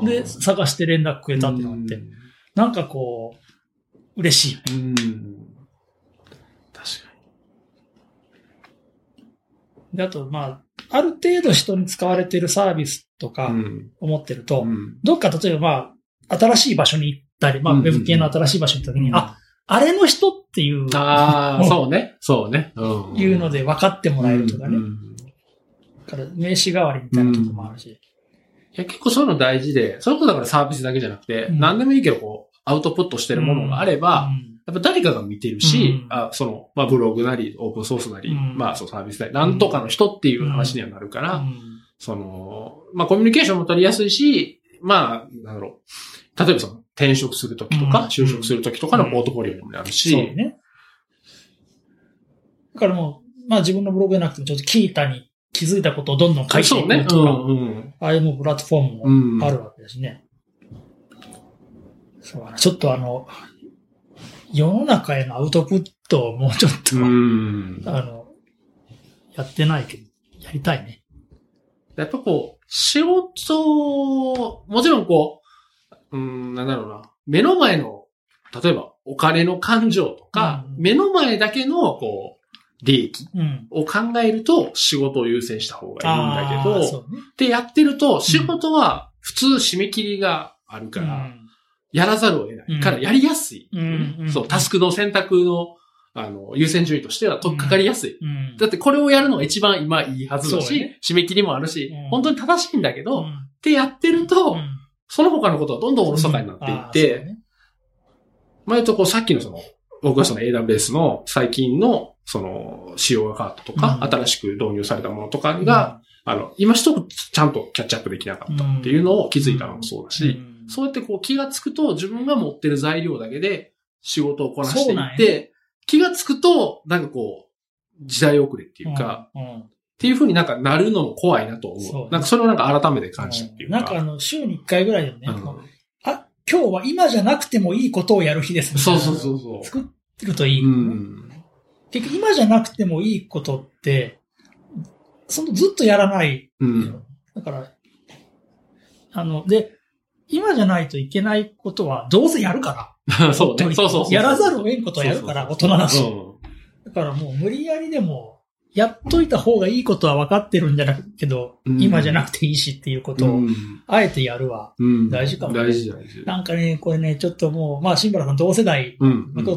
で、探して連絡くれたってなって、うん、なんかこう、嬉しい、ねうん。
確か
に。で、あと、まあ、ある程度人に使われているサービスとか思ってると、うん、どっか例えばまあ、新しい場所に行ったり、まあ、ウェブ系の新しい場所に行った時に、うん、あ、あれの人っていう。
ああ、そうね。そうね。
うん、いうので分かってもらえるとかね。うん、だから名刺代わりみたいなとこもあるし、うん。い
や、結構そういうの大事で、それこそだからサービスだけじゃなくて、うん、何でもいいけど、こう、アウトプットしてるものがあれば、うん、やっぱ誰かが見てるし、うん、あその、まあ、ブログなり、オープンソースなり、うん、まあ、そうサービスなり、なんとかの人っていう話にはなるから、うん、その、まあ、コミュニケーションも取りやすいし、まあ、なんだろう。例えばその、転職するときとか、うん、就職するときとかのポートフォリオにもなるし。
そうね。だからもう、まあ自分のブログじゃなくても、ちょっとキータに気づいたことをどんどん書いていくとか、そうね。うんうん、ああいうもプラットフォームもあるわけですね。うん、そうちょっとあの、世の中へのアウトプットをもうちょっと、うん、あの、やってないけど、やりたいね。
やっぱこう、仕事、もちろんこう、うーん、なんだろうな。目の前の、例えばお金の感情とか、うん、目の前だけの、こう、利益を考えると仕事を優先した方がいいんだけど、うんね、でやってると仕事は普通締め切りがあるから、うん、やらざるを得ないからやりやすい。うん、そう、タスクの選択の、あの、優先順位としては取っかかりやすい。うん、だってこれをやるのが一番今いいはずだし、ね、締め切りもあるし、本当に正しいんだけど、ってやってると、その他のことはどんどんおろそかになっていって、うんね、前とこうさっきのその、僕はその エーダブリューエス の最近のその仕様が変わったとか、うん、新しく導入されたものとかが、うん、あの、今一つちゃんとキャッチアップできなかったっていうのを気づいたのもそうだし、うん、そうやってこう気がつくと自分が持ってる材料だけで仕事をこなしていって、気がつくとなんかこう、時代遅れっていうか、うんうんっていう風になんかなるのも怖いなと思う。そうなんかそれをなんか改めて感じたっていうか。
なんかあの、週にいっかいぐらいでもね、うん、あ、今日は今じゃなくてもいいことをやる日ですね。
そうそうそうそう。
作ってるといい、うん。結局今じゃなくてもいいことって、そのずっとやらない。うん、だから、あの、で、今じゃないといけないことはどうせやるから。
そうね。そうそうそう。
やらざるを得んことはやるから、大人だし。だからもう無理やりでも、やっといた方がいいことは分かってるんじゃなくけど、うん、今じゃなくていいしっていうことを、あえてやるは大事かも、ね
うん。大事大事。
なんかね、これね、ちょっともう、まあ、新原さん同世代、うんうん、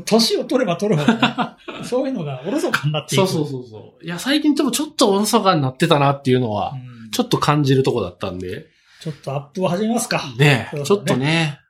年を取れば取るほどね、そういうのがおろそかになっていく。
そうそうそうそう。いや、最近でもちょっとおろそかになってたなっていうのは、うん、ちょっと感じるとこだったんで。
ちょっとアップを始めますか。
ねえ、ねちょっとね。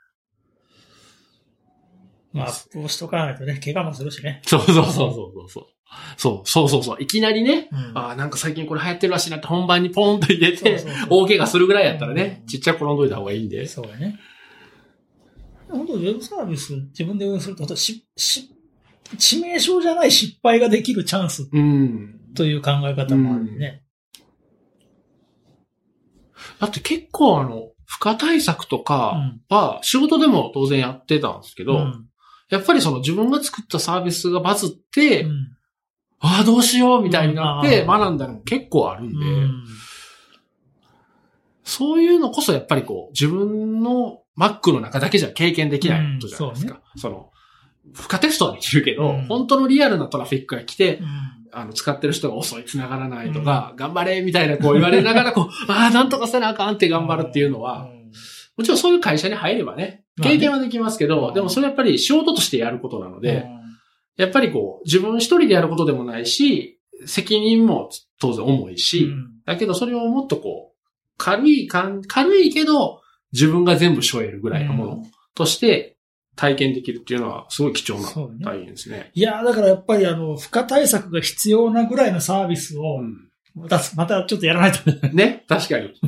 まあ、アップをしとかないとね、怪我もするしね。
そうそうそうそうそう。そう、そうそうそう。いきなりね、うん、ああ、なんか最近これ流行ってるらしいなって本番にポーンと入れて、そうそうそう大怪我するぐらいやったらね、うん、ちっちゃく転んどいた方がいいんで。
そうやね。本当ウェブサービス自分で運営すると、し、し、致命傷じゃない失敗ができるチャンス。うん。 という考え方もあるね。
だって結構あの、負荷対策とかは仕事でも当然やってたんですけど、うん、やっぱりその自分が作ったサービスがバズって、うん、ああどうしようみたいになって学んだのも結構あるんで、うん、そういうのこそやっぱりこう自分の Mac の中だけじゃ経験できないことじゃないですか。うん、そ, ね、その負荷テストはできるけど、うん、本当のリアルなトラフィックが来て、うん、あの、使ってる人が遅い、繋がらないとか、うん、頑張れみたいなこう言われながら、こう、ああ、なんとかせなあかんって頑張るっていうのは、うん、もちろんそういう会社に入ればね、経験はできますけど、まあね、でもそれやっぱり仕事としてやることなので、うん、やっぱりこう、自分一人でやることでもないし、責任も当然重いし、うん、だけどそれをもっとこう、軽い感、軽いけど、自分が全部背負えるぐらいのものとして、体験できるっていうのはすごい貴重な体験ですね。ね
いや、だからやっぱりあの、負荷対策が必要なぐらいのサービスを、うん、また、またちょっとやらないと。
ね、確かに。うん、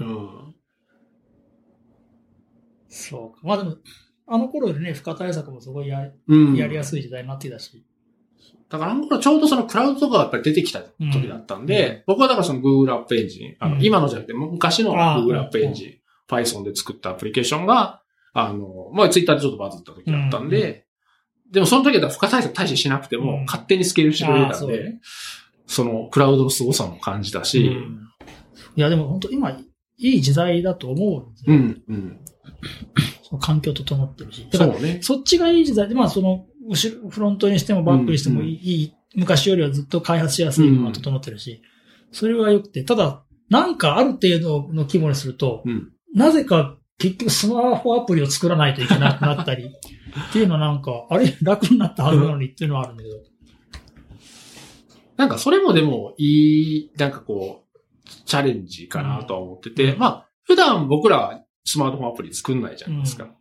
そうか。まあでも、あの頃でね、負荷対策もすごいや、うん、やりやすい時代になっていたし。
だからあの頃ちょうどそのクラウドとかがやっぱり出てきた時だったんで、うん、僕はだからその Google アップエンジン、あの、うん、今のじゃなくて昔の Google アップエンジン、Python で作ったアプリケーションが、あの、まあ、ツイッターでちょっとバズった時だったんで、うんうん、でもその時は負荷対策大してしなくても、うん、勝手にスケールしてくれたんで、そ, ね、そのクラウドの凄さも感じたし、うん、
いやでも本当今いい時代だと思うんですよ。うんうん、その環境整ってるし。だからそうね。そっちがいい時代で、まあその、後ろ、フロントにしてもバックにしてもいい、うんうん、昔よりはずっと開発しやすいのが整ってるし、うん、それは良くて、ただ、なんかある程度の規模にすると、うん、なぜか結局スマホアプリを作らないといけなくなったり、っていうのはなんか、あれ楽になったはずなのにっていうのはあるんだけど。
なんかそれもでもいい、なんかこう、チャレンジかなとは思ってて、うん、まあ、普段僕らはスマートフォンアプリ作んないじゃないですか。うん、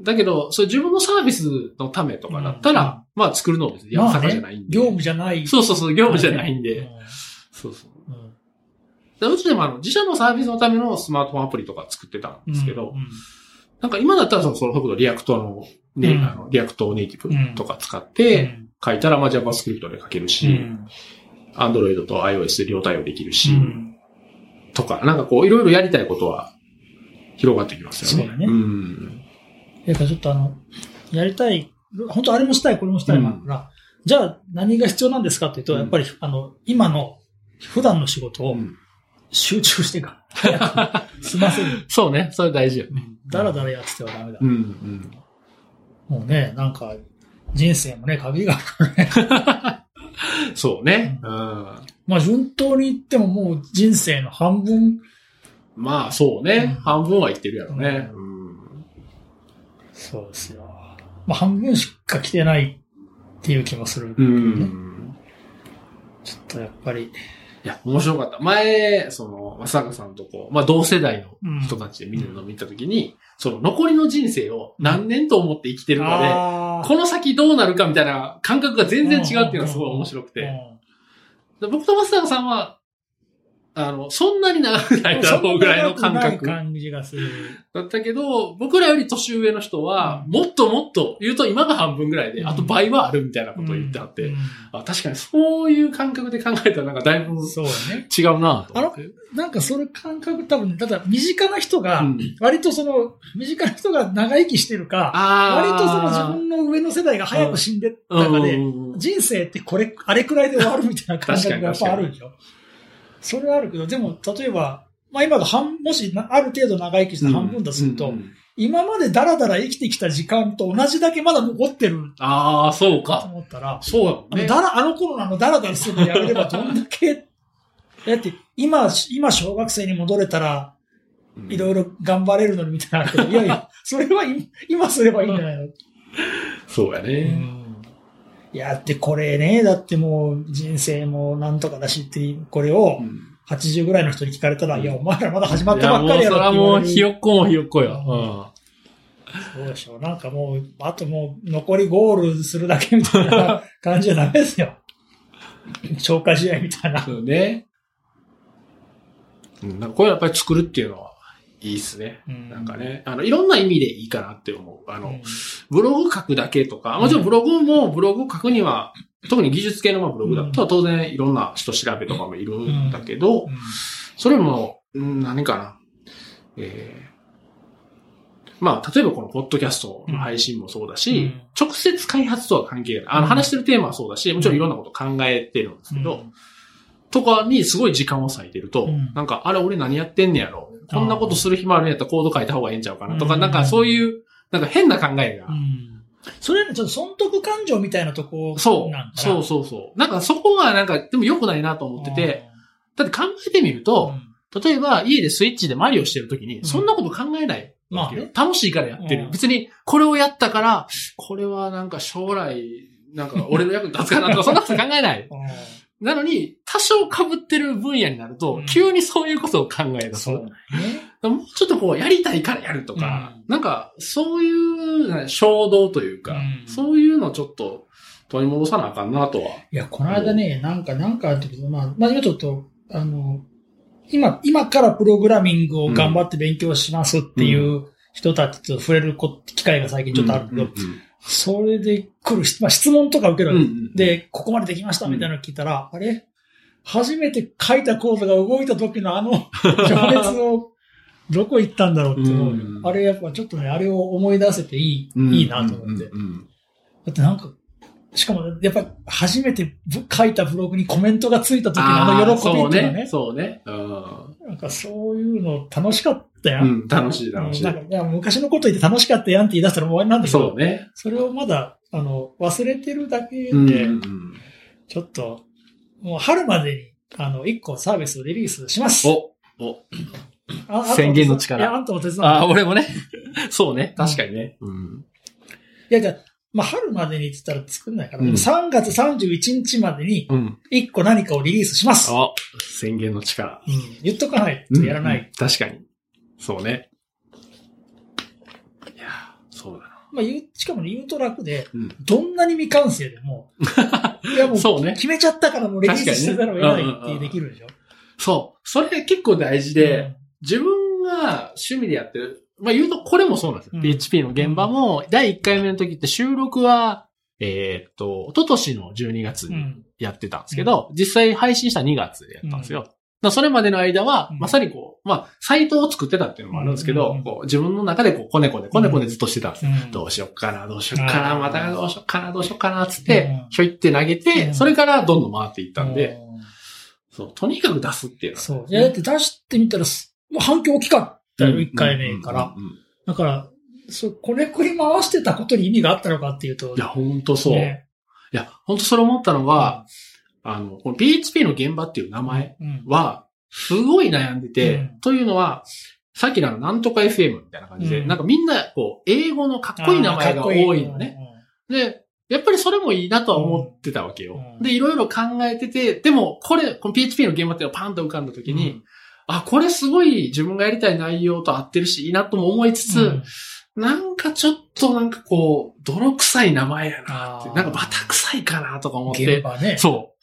だけど、それ自分のサービスのためとかだったら、うん、まあ作るのも別にやるさかじゃないんで、
まあね。業務じゃない。
そうそうそう、業務じゃないんで。うん、そうそう。うちでもあの、自社のサービスのためのスマートフォンアプリとか作ってたんですけど、うんうん、なんか今だったらその、その、リアクトの、ね、うん、あの、リアクトネイティブとか使って書いたら、まあ JavaScript で書けるし、うん、Android と iOS で両対応できるし、うん、とか、なんかこう、いろいろやりたいことは広がってきますよね。そうだね。うん。
だからちょっとあの、やりたい、本当あれもしたい、これもしたいから、うん、じゃあ何が必要なんですかっていうと、やっぱり、あの、今の普段の仕事を、うん集中してから。済ませる。
そうね。それ大事よね。
だらだらやっててはダメだ。うんうん、もうね、なんか、人生もね、限りがあるから
ね。そうね。
うん、まあ、順当に言ってももう人生の半分。
まあ、そうね。うん、半分は言ってるやろね、うん。
そうですよ。まあ、半分しか来てないっていう気もする、ね。うん、ちょっとやっぱり。
いや、面白かった。前、その、まさかさんとこう、まあ、同世代の人たちで見るのを見たときに、うん、その、残りの人生を何年と思って生きてるかで、うん、この先どうなるかみたいな感覚が全然違うっていうのがすごい面白くて。僕と松坂さんは、あの、そんなに長くないだろうぐらいの感覚。
感じがする。
だったけど、僕らより年上の人は、もっともっと、言うと今が半分ぐらいで、うん、あと倍はあるみたいなことを言ってあって、うんうん、あ、確かにそういう感覚で考えたらなんかだいぶそうね違うなと思って。
あの、なんかそれ感覚多分、ただ身近な人が、割とその、身近な人が長生きしてるか、割とその自分の上の世代が早く死んでったかで、人生ってこれ、あれくらいで終わるみたいな感覚がやっぱあるんでしょ。それはあるけど、でも、例えば、まあ今が半、もしある程度長生きして半分だとすると、うんうんうん、今までダラダラ生きてきた時間と同じだけまだ残ってる。
ああ、そうか。
と思ったら、
そう
ね。あの、だら、あの頃のあのダラダラするのやめればどんだけ、だって、今、今小学生に戻れたら、いろいろ頑張れるのにみたいなけど、うん、いやいや、それは今すればいいんじゃないの
そうやね。
うんいや、ってこれね、だってもう人生もなんとかだしって、これをはちじゅうぐらいの人に聞かれたら、うん、いや、お前らまだ始まったばっかりやろって言われる。いや、もうそれはもう
ひよっこもひよっこよ。
うん、そうでしょ。なんかもう、あともう残りゴールするだけみたいな感じじゃダメですよ。消化試合みたいな。
そうね。うん、なんかこれやっぱり作るっていうのは、いいっすね、うん。なんかね、あの、いろんな意味でいいかなって思う。あの、うん、ブログ書くだけとか、もちろんブログもブログ書くには特に技術系のまあブログだと当然いろんな人調べとかもいるんだけど、それも、何かな。えー、まあ、例えばこのポッドキャストの配信もそうだし、うん、直接開発とは関係ない。あの、話してるテーマはそうだし、もちろんいろんなこと考えてるんですけど、うん、とかにすごい時間を割いてると、うん、なんか、あれ俺何やってんねやろ。こんなことする暇あるんやったらコード書いた方がいいんちゃうかなとか、うん、なんかそういう、なんか変な考えが。うん、
それね、ちょっと損得感情みたいなとこ
そう
なんか
そうそうそう。なんかそこがなんか、でも良くないなと思ってて、だって考えてみると、うん、例えば家でスイッチでマリオしてるときに、そんなこと考えない。うん、まあね、楽しいからやってる。うん、別にこれをやったから、これはなんか将来、なんか俺の役に立つかなとか、そんなこと考えない。なのに、多少被ってる分野になると、うん、急にそういうことを考え出す。そうね。もうちょっとこう、やりたいからやるとか、うん、なんか、そういう衝動というか、うん、そういうのをちょっと取り戻さなあかんなとは。
いや、この間ね、なんか、なんかあったけど、まあ、まあ今ちょっと、あの、今、今からプログラミングを頑張って勉強しますっていう人たちと触れる機会が最近ちょっとあるけど、うんうんうん、それで来る、まあ、質問とか受ける、うんうん、で、ここまでできましたみたいなのを聞いたら、うん、あれ初めて書いたコードが動いた時のあの情熱をどこ行ったんだろうって思う、うん、あれやっぱちょっとね、あれを思い出せていい、うん、いいなと思って、うんうんうん。だってなんか、しかもやっぱ初めて書いたブログにコメントがついた時のあの喜びっていうのはね。
そうね。そうね。うん。
なんかそういうの楽しかったやん。
うん、楽しい楽しい。
なんかいや昔のこと言って楽しかったやんって言い出したらもう終わりなんだけど。
そうね。
それをまだ、あの、忘れてるだけで、
うんうん、
ちょっと、もう春までに、あの、一個サービスをリリースします。
おおあ宣言の力。
いや、あんたも手伝う。
あ、俺もね。そうね。確かにね。うん。
いや、じゃまあ、春までにって言ったら作んないから、うん、さんがつさんじゅういちにちまでに、一個何かをリリースします。
うん、あ、宣言の力。
うん。言っとかないとやらない。うんうん、
確かに。そうね。いや、そうだな。
まあ、言う、しかも、ね、言うと楽で、うん、どんなに未完成でも、いやもう、そうね、決めちゃったからもうリリースしてたら得ないってできるでしょ、ねうんうんうん。そう。それ結構大事で、うん、自分が趣味でやってる、まあ言うとこれもそうなんですよ。うん、ピーエイチピー の現場も、だいいっかいめの時って収録は、えー、っと、一昨年のじゅうにがつにやってたんですけど、うん、実際配信したにがつでやったんですよ。うん、だそれまでの間は、まさにこう、まあ、サイトを作ってたっていうのもあるんですけど、うん、こう自分の中でこう、コネコネ、コネコネずっとしてたんですよ。うん、どうしよっかな、どうしよっかな、またどうしよっかな、どうしよっかな、つって、ひょいって投げて、それからどんどん回っていったんで、そう、とにかく出すっていうのは、ね。そう。いや、だって出してみたら、もう反響大きかったよ、いっかいめから。だから、そう、これくり回してたことに意味があったのかっていうと。いや、ほんとそう。ね、いや、ほんとそれ思ったのが、うん、あの、この ピーエイチピー の現場っていう名前は、すごい悩んでて、うん、というのは、さっきのなんとか エフエム みたいな感じで、うん、なんかみんな、こう、英語のかっこいい名前が多いのね。いいで、やっぱりそれもいいなとは思ってたわけよ。うん、で、いろいろ考えてて、でも、これ、この ピーエイチピー の現場っていうのがパンと浮かんだ時に、うん、あ、これすごい自分がやりたい内容と合ってるし、いいなとも思いつつ、うんなんかちょっとなんかこう、泥臭い名前やなって、なんかバタ臭いかなとか思って。現場ね。そう。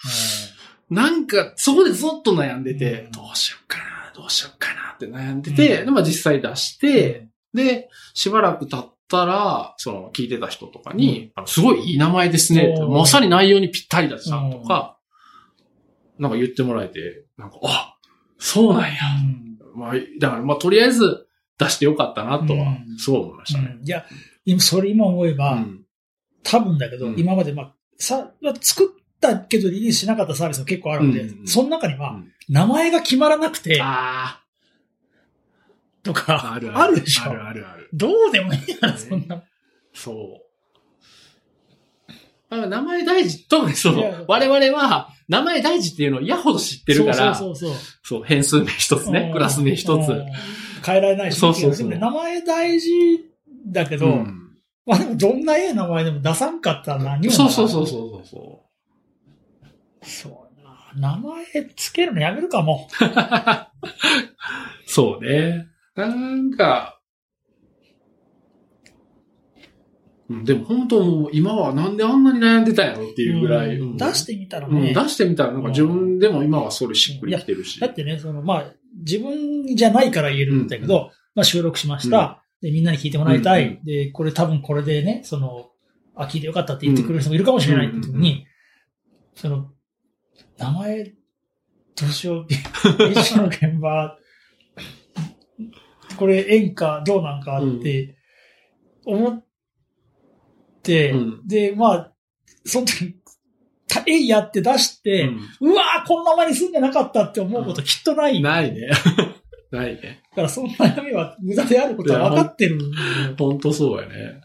なんか、そこでずっと悩んでて、うん、どうしよっかな、どうしよっかなって悩んでて、うん、で、まあ実際出して、うん、で、しばらく経ったら、その聞いてた人とかに、うん、あのすごいいい名前ですね、まさに内容にぴったりだったとか、なんか言ってもらえて、なんか、あ、そうなんや。まあ、だからまあとりあえず、出してよかったなとは、そう思いましたね。うんうん、いや、今、それ今思えば、うん、多分だけど、うん、今まで、まあ、さ、作ったけどリリースしなかったサービスも結構あるんで、うんうん、その中には、名前が決まらなくて、あとか、あるある、あるでしょ。あるあるある。どうでもいいやん、そんな。そう。名前大事、特にその、我々は、名前大事っていうのを嫌ほど知ってるから、そうそうそうそう。そう、変数名一つね、クラス名一つ。変えられないし、そうそうそう。でも名前大事だけど、うん、まあでもどんなええ名前でも出さんかったら何も。そうそうそうそうそう。そうな。名前つけるのやめるかも。そうね。なんか、でも本当もう今はなんであんなに悩んでたんやろっていうぐらい。うん、出してみたらね、うん。出してみたらなんか自分でも今はそれしっくりきてるし。だってね、そのまあ、自分じゃないから言えるんだけど、うん、まあ収録しました、うん。で、みんなに聞いてもらいたい。うん、で、これ多分これでね、その、あ、聞いてよかったって言ってくれる人もいるかもしれないって時に、 その、名前、どうしよう。一緒の現場、これ演歌どうなんかって思って、うん、で、まあ、その時、えいやって出して、うん、うわぁ、こんな間に住んでなかったって思うこときっとない。
うん、ないね。ないね。
だからそんな悩みは無駄であることは分かってる。
ほんとそうやね。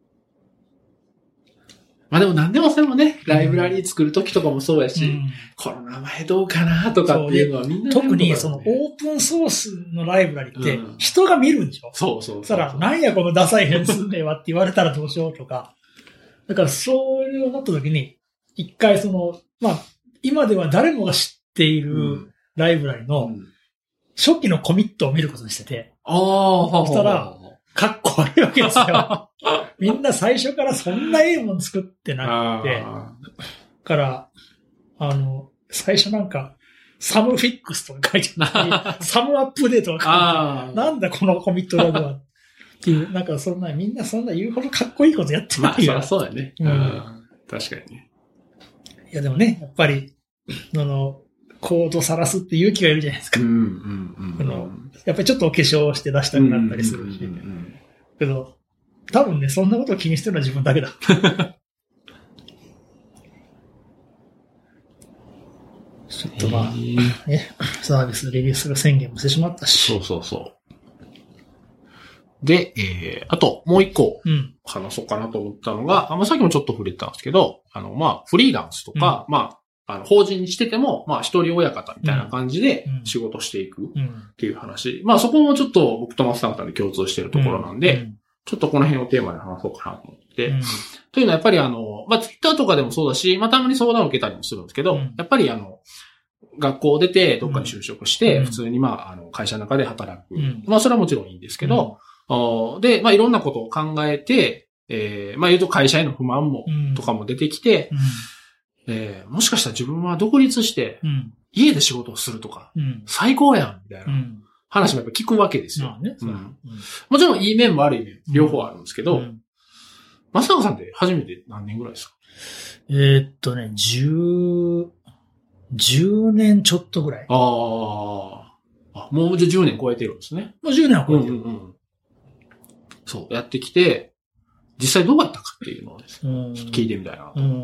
まあでも何でもそれもね、ライブラリー作るときとかもそうやし、うん、この名前どうかなとかっていうのはみんな、ね、
特にそのオープンソースのライブラリーって人が見るんでしょ、うん、
そうそうそう。
そしたら、なんやこのダサい変数名はって言われたらどうしようとか。だからそういうのになったときに、一回その、まあ、今では誰もが知っているライブラリの初期のコミットを見ることにしてて。
ああ、
そしたら、かっこ悪いわけですよ。みんな最初からそんないいもの作ってなくて。から、あの、最初なんか、サムフィックスとか書いてある。サムアップデートが書いてある。なんだこのコミットログは。っていう、なんかそんな、みんなそんな言うほどかっこいいことやってないよ。
まあ、そうだね。うん。確かにね。
いやでもね、やっぱり、あの、コードさらすって勇気がいるじゃないですか。うんうんうんうん、あのやっぱりちょっとお化粧して出したくなったりするし。うんうんうん、けど、多分ね、そんなことを気にしてるのは自分だけだ。ちょっとまあ、ね、サービスリリースが宣言もしてしまったし。
そうそうそう。で、えー、あと、もう一個、話そうかなと思ったのが、うん、まあ、さっきもちょっと触れたんですけど、あの、まあ、フリーランスとか、うん、まあ、あの、法人にしてても、まあ、一人親方みたいな感じで仕事していくっていう話。うん、まあ、そこもちょっと僕とマスター方で共通しているところなんで、うん、ちょっとこの辺をテーマで話そうかなと思って。うん、というのはやっぱりあの、まあ、ツイッターとかでもそうだし、まあ、たまに相談を受けたりもするんですけど、うん、やっぱりあの、学校出てどっかに就職して、普通にまあ、あの、会社の中で働く。うん、まあ、それはもちろんいいんですけど、うん、で、まあ、いろんなことを考えて、えー、まあ、言うと会社への不満も、うん、とかも出てきて、うん、えー、もしかしたら自分は独立して、家で仕事をするとか、うん、最高やんみたいな話もやっぱ聞くわけですよ。うんうん、もちろんいい面も悪い面、両方あるんですけど、うん、松永さんって初めて何年ぐらいですか？
えー、っとね、十、十年ちょっとぐらい。
ああ。もうじゅうねん超えてるんですね。
もうじゅうねんは超えてる。うんうんうん、そう、やってきて、実際どうやったかっていうのをですね、ちょっと聞いてみたいなと思って。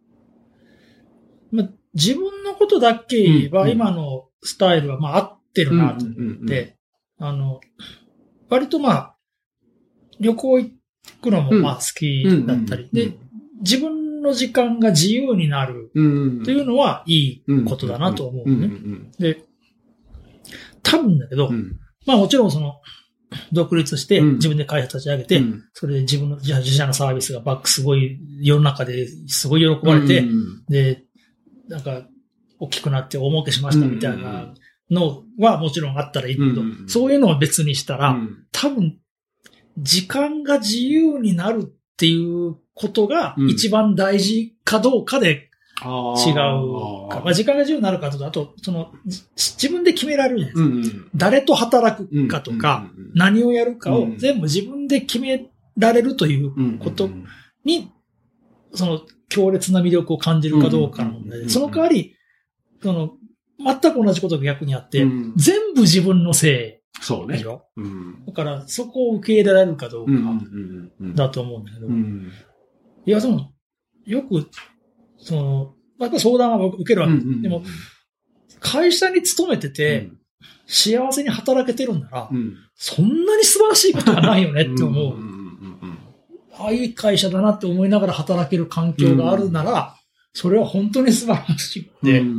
まあ、自分のことだけ言えば、うんうん、今のスタイルはまあ合ってるなと思って、うんうんうんうん、あの、割とまあ、旅行行くのもまあ好きだったり、うんうんうんうん、で、自分の時間が自由になるというのはいいことだなと思うね。で、多分だけど、うん、まあもちろんその、独立して自分で会社立ち上げて、うん、それで自分の自社のサービスがバックすごい世の中ですごい喜ばれて、うん、で、なんか大きくなって大儲けしましたみたいなのはもちろんあったらいいけど、うん、そういうのを別にしたら、うん、多分時間が自由になるっていうことが一番大事かどうかで違うか。まあ、時間が自由になるかとか、あと、その、自分で決められるじゃないですか。うんうん、誰と働くかとか、うんうんうん、何をやるかを全部自分で決められるということに、その、強烈な魅力を感じるかどうかの問題で、その代わり、その、全く同じことが逆にあって、うん、全部自分のせい。
そうね。
うん、だから、そこを受け入れられるかどうかだと思うんだけど、うん、いや、その、よく、その、やっぱ相談は受けるわけです。うんうんうん、でも、会社に勤めてて、うん、幸せに働けてるんなら、うん、そんなに素晴らしいことはないよねって思う。ああいう会社だなって思いながら働ける環境があるなら、うん、それは本当に素晴らしくて、うん、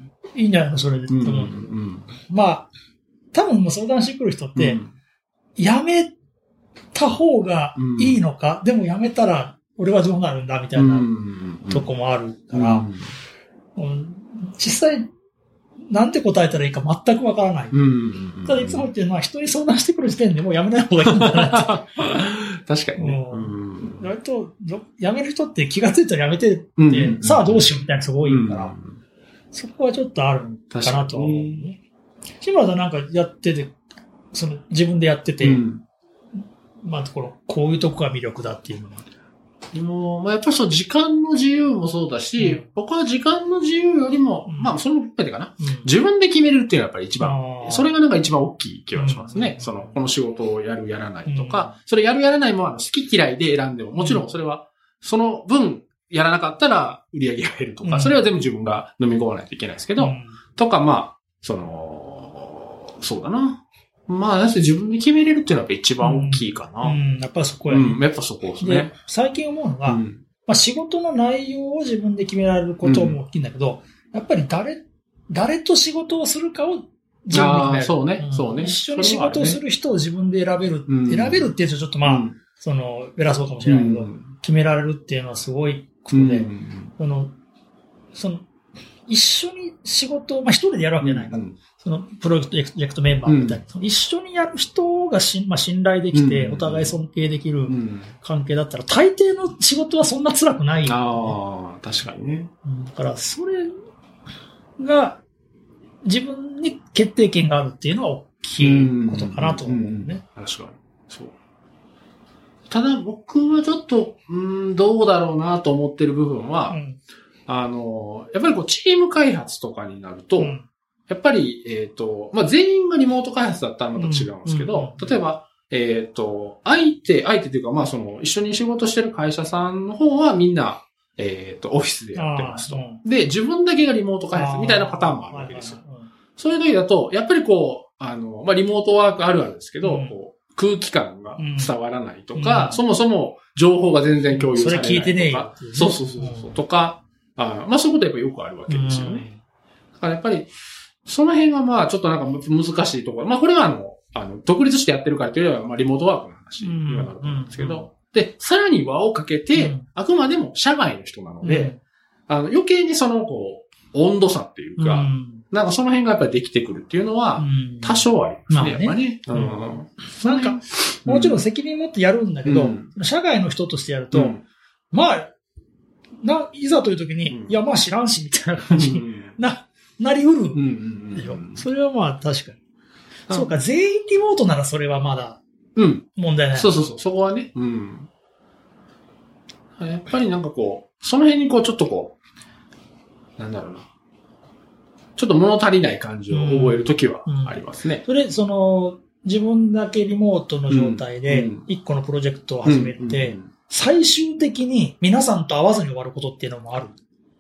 いいんじゃないのそれでって思う、うんうん。まあ、多分もう相談してくる人って、うん、辞めた方がいいのか、うん、でも辞めたら、俺はどうなるんだみたいなとこもあるから、うんうん、実際なんて答えたらいいか全くわからない。うんうんうん、ただいつも言ってるのは人に相談してくる時点でもうやめない方がいいんだな
確かにね。
割とやめる人って気がついたらやめてって、うんうんうん、さあどうしようみたいな人が多いから、うんうん、そこはちょっとあるかなと思う、ね。志村さんなんかやってて、その自分でやってて、うん、まあこのこういうとこが魅力だっていうのは。
でも、まあ、やっぱりその時間の自由もそうだし、うん、僕は時間の自由よりも、うん、まあ、その上でかな、うん。自分で決めれるっていうのはやっぱり一番、それがなんか一番大きい気がしますね。うん、その、この仕事をやる、やらないとか、うん、それやる、やらないも好き嫌いで選んでも、もちろんそれは、その分、やらなかったら売り上げが減るとか、うん、それは全部自分が飲み込まないといけないですけど、うん、とか、まあ、その、そうだな。まあ、だって自分で決めれるっていうのはやっぱ一番大きいかな。
うん、うん、やっぱりそこやね。
うん、やっぱそこですね。
で、最近思うのが、うん、まあ仕事の内容を自分で決められることも大きいんだけど、うん、やっぱり誰、誰と仕事をするかを自分で決める。
そうね、うん、そうね。
一緒に仕事をする人を自分で選べる。ね、選べるっていうとちょっとまあ、うん、その、偉そうかもしれないけど、うん、決められるっていうのはすごいことで、うん、その、その、一緒に仕事を、まあ一人でやるわけじゃないから、うん、そのプロジェクトメンバーみたいな、うん、一緒にやる人がし、まあ、信頼できて、お互い尊敬できる関係だったら、大抵の仕事はそんな辛くない、ね。
ああ、確かにね。
だから、それが自分に決定権があるっていうのは大きいことかなと思うね。うんうんうん、
確かに。そう。ただ僕はちょっと、うーん、どうだろうなと思ってる部分は、うん、あの、やっぱりこう、チーム開発とかになると、うんやっぱり、えっ、ー、と、まあ、全員がリモート開発だったらまた違うんですけど、うんうん、例えば、えっ、ー、と、相手、相手というか、まあ、その、一緒に仕事してる会社さんの方はみんな、えっ、ー、と、オフィスでやってますと、うん。で、自分だけがリモート開発みたいなパターンもあるわけですよ。そういう時だと、やっぱりこう、あの、まあ、リモートワークあるあるですけど、うん、こう空気感が伝わらないとか、うん、そもそも情報が全然共有されないとか。
それ聞いてねえ
よ。そうそうそうそう、うん、とか、あまあ、そういうことやっぱよくあるわけですよね。だからやっぱり、その辺はまあちょっとなんか難しいところ。まあこれはあの、あの、独立してやってるからというよりは、まあリモートワークの話にはなると思うんですけど、うんうん、で、さらに輪をかけて、うん、あくまでも社外の人なので、うん、あの余計にその、こう、温度差っていうか、うん、なんかその辺がやっぱりできてくるっていうのは、多少ありますね、やっぱね。うん、
なんか、もちろん責任持ってやるんだけど、うん、社外の人としてやると、うん、まあ、な、いざという時に、うん、いやまあ知らんし、みたいな感じにな、なりうるでしょ。それはまあ確かに。そうか、全員リモートならそれはまだ、うん。問題ない。
そうそうそう、そこはね。うん。やっぱりなんかこう、その辺にこう、ちょっとこう、なんだろうな。ちょっと物足りない感じを覚えるときはありますね。
うんうん、それ、その、自分だけリモートの状態で、一個のプロジェクトを始めて、最終的に皆さんと会わずに終わることっていうのもある。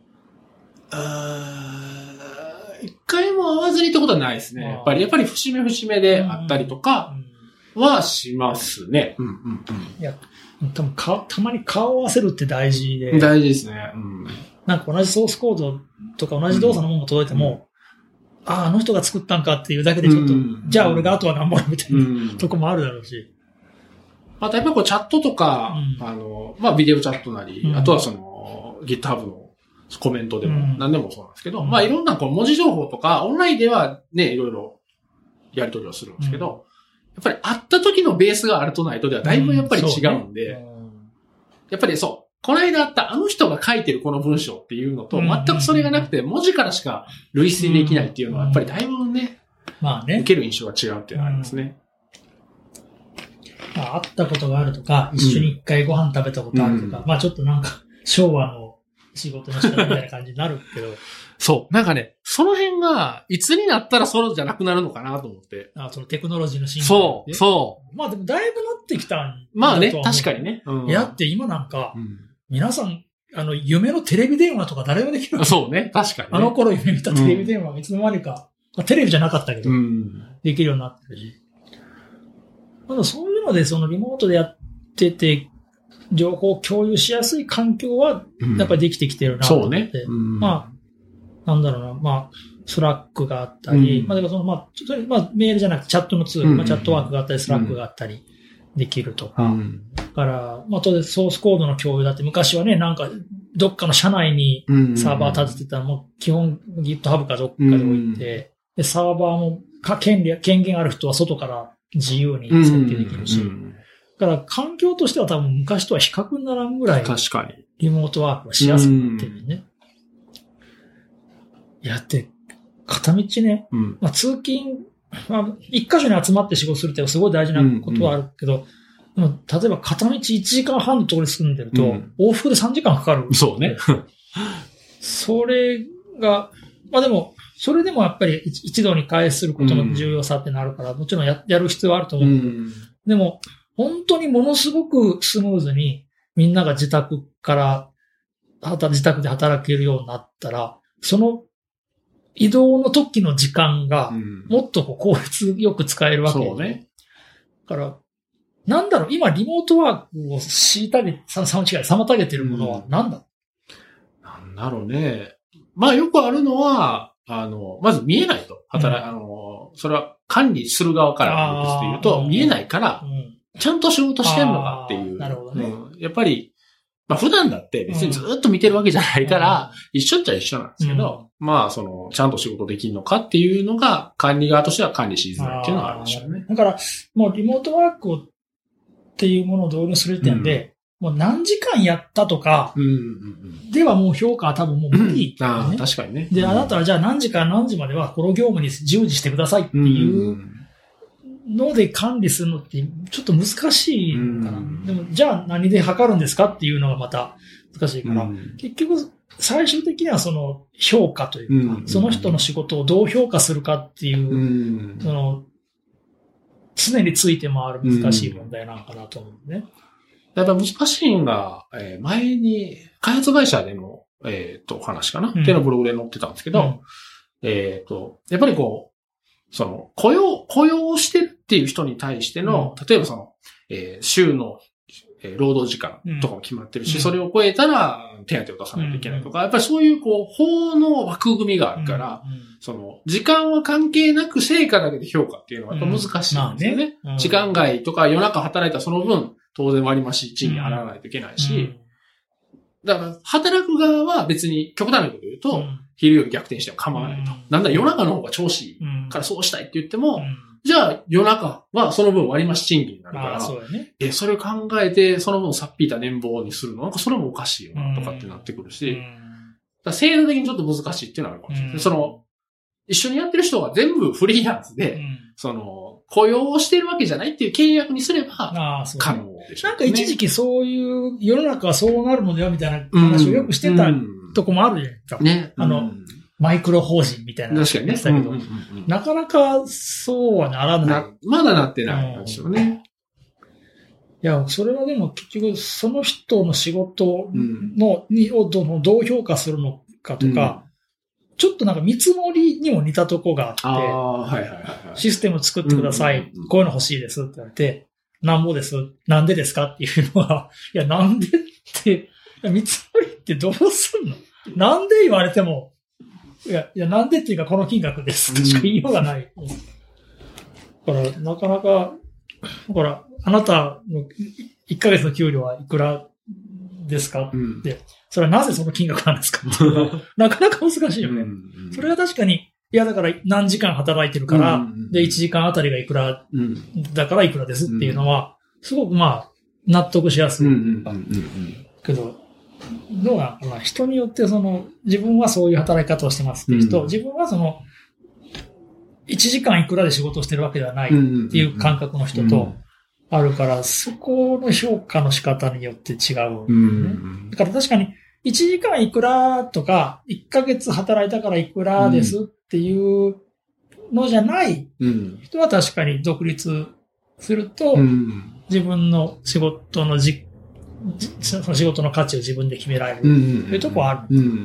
あ一回も会わずにってことはないですね。やっぱり、やっぱり節目節目であったりとかはしますね。うんうんうん。
いや、多分か、たまに顔を合わせるって大事で。
大事ですね。うん、
なんか同じソースコードとか同じ動作のものが届いても、うん、ああ、あの人が作ったんかっていうだけでちょっと、うん、じゃあ俺があとは頑張るみたいな、うん、とこもあるだろうし。
あとやっぱりこうチャットとか、うん、あの、まあビデオチャットなり、うん、あとはその GitHub のコメントでも何でもそうなんですけど、うん、まあいろんなこう文字情報とかオンラインではね、いろいろやり取りをするんですけど、うん、やっぱり会った時のベースがあるとないとではだいぶやっぱり違うんで、うんね、やっぱりそう、この間あったあの人が書いてるこの文章っていうのと全くそれがなくて文字からしか類推できないっていうのはやっぱりだいぶね、
まあね、
受ける印象が違うっていうのがありますね。
うん、まあ、会ったことがあるとか、一緒に一回ご飯食べたことあるとか、うん、まあちょっとなんか昭和の仕事の仕方みたいな感じになるけど。
そう。なんかね、その辺が、いつになったらそうじゃなくなるのかなと思って。
あ、そのテクノロジーの進化。
そう、そう。
まあでもだいぶなってきたんだと
まあね、確かにね。
うん、いやって今なんか、うん、皆さん、あの、夢のテレビ電話とか誰もできる。
そうね、確かに、ね。
あの頃夢見たテレビ電話がいつの間にか、まあ、テレビじゃなかったけど、うん、できるようになってるし。まだそういうので、そのリモートでやってて、情報を共有しやすい環境は、やっぱりできてきてるなと思って。うん、そうね。うん、まあ、なんだろうな、まあ、スラックがあったり、うん、まあ、だからその、まあ、ちょっと、まあ、メールじゃなくてチャットのツール、うん、まあ、チャットワークがあったり、スラックがあったり、できるとか。うん、だから、まあ、当然ソースコードの共有だって、昔はね、なんか、どっかの社内にサーバー立ててたら、もう基本 GitHub かどっかで置いて、で、サーバーも、か、権利、権限ある人は外から自由に設定できるし、うんうんだから環境としては多分昔とは比較にならんぐらい
確かに
リモートワークはしやすくなってるね。やって片道ね、うん、まあ、通勤、まあ、一箇所に集まって仕事するってすごい大事なことはあるけど、うんうん、 でも例えば片道いちじかんはんのところに住んでると、うん、往復でさんじかんかかる。
そうね。
それが、まあでも、それでもやっぱり一度に返することの重要さってなるから、うん、もちろん や, やる必要はあると思う、うん。でも、本当にものすごくスムーズにみんなが自宅から、自宅で働けるようになったら、その移動の時の時間がもっとこう効率よく使えるわけで、うん、そうね。だから、なんだろう、今リモートワークを虐げ、さ、さ、違う、妨げてるものは何だ、
うん、なんだろうね。まあよくあるのは、あの、まず見えないと。働い、うん、あの、それは管理する側からのことで言うと、見えないから、うん、ちゃんと仕事してんのかっていう。
なるほどね、
うん。やっぱり、まあ普段だって別にずっと見てるわけじゃないから、うん、一緒っちゃ一緒なんですけど、うん、まあその、ちゃんと仕事できるのかっていうのが、管理側としては管理しづらいっていうのがあるでしょうね。
だから、もうリモートワークっていうものを導入する時点で、うん、もう何時間やったとか、ではもう評価は多分もう無理、ね、
ああ、確かにね。
で、あなたはじゃあ何時から何時まではこの業務に従事してくださいっていうので管理するのってちょっと難しいのかな。でも、じゃあ何で測るんですかっていうのがまた難しいから、結局最終的にはその評価というか、その人の仕事をどう評価するかっていう、その常について回る難しい問題なのかなと思うね。
やっぱ難しいのが、えー、前に開発会社での、えっと、お話かな、うん、っていうのをブログで載ってたんですけど、うん、えっと、やっぱりこう、その、雇用、雇用をしてるっていう人に対しての、うん、例えばその、えー、週の、えー、労働時間とかも決まってるし、うん、それを超えたら手当を出さないといけないとか、うん、やっぱりそういうこう、法の枠組みがあるから、うんうん、その、時間は関係なく成果だけで評価っていうのはやっぱ難しいんですよね。うんまあねうん、時間外とか夜中働いたその分、当然割増賃金払わないといけないし、うん、だから働く側は別に極端なこと言うと、うん、昼より逆転しても構わないと。うん、なんだ夜中の方が調子いいからそうしたいって言っても、うん、じゃあ夜中はその分割増賃金になるから、
そうだね、
え、それを考えてその分さっぴいた年俸にするのなんかそれもおかしいよなとかってなってくるし、うん、だから制度的にちょっと難しいっていうのはあるかもしれない。うん、その、一緒にやってる人が全部フリーランスで、うん、その、雇用をしてるわけじゃないっていう契約にすれば、可能でしょうね。
なんか一時期そういう世の中はそうなるのではみたいな話をよくしてたとこもあるじゃないですか。ね。あの、うん、マイクロ法人みたいな。
確かにね。
だけど、うんうんうん、なかなかそうはならない。な
まだなってないんですよね。
いや、それはでも結局その人の仕事の、にをどのどう評価するのかとか、うんちょっとなんか見積もりにも似たとこがあって、あ
はいはいはいはい、
システム作ってください、うんうんうん。こういうの欲しいですって言われて、なんぼですなんでですかっていうのは、いや、なんでって、見積もりってどうすんのなんで言われても、いや、いや、なんでっていうかこの金額ですとしか言いようがない。うん、だから、なかなか、ほら、あなたのいっかげつの給料はいくらですかって、うんそれはなぜその金額なんですかっていうのはなかなか難しいよね。うんうん、それは確かに、いやだから何時間働いてるから、うんうん、でいちじかんあたりがいくら、うん、だからいくらですっていうのは、すごくまあ、納得しやすい。けど、どうなのかな人によってその、自分はそういう働き方をしてますっていう人、うん、自分はその、いちじかんいくらで仕事をしてるわけではないっていう感覚の人と、あるから、そこの評価の仕方によって違う、ねうん。だから確かに、いちじかんいくらとか、いっかげつ働いたからいくらですっていうのじゃない人は確かに独立すると、自分の仕事のじ、その仕事の価値を自分で決められるというところはある、うん。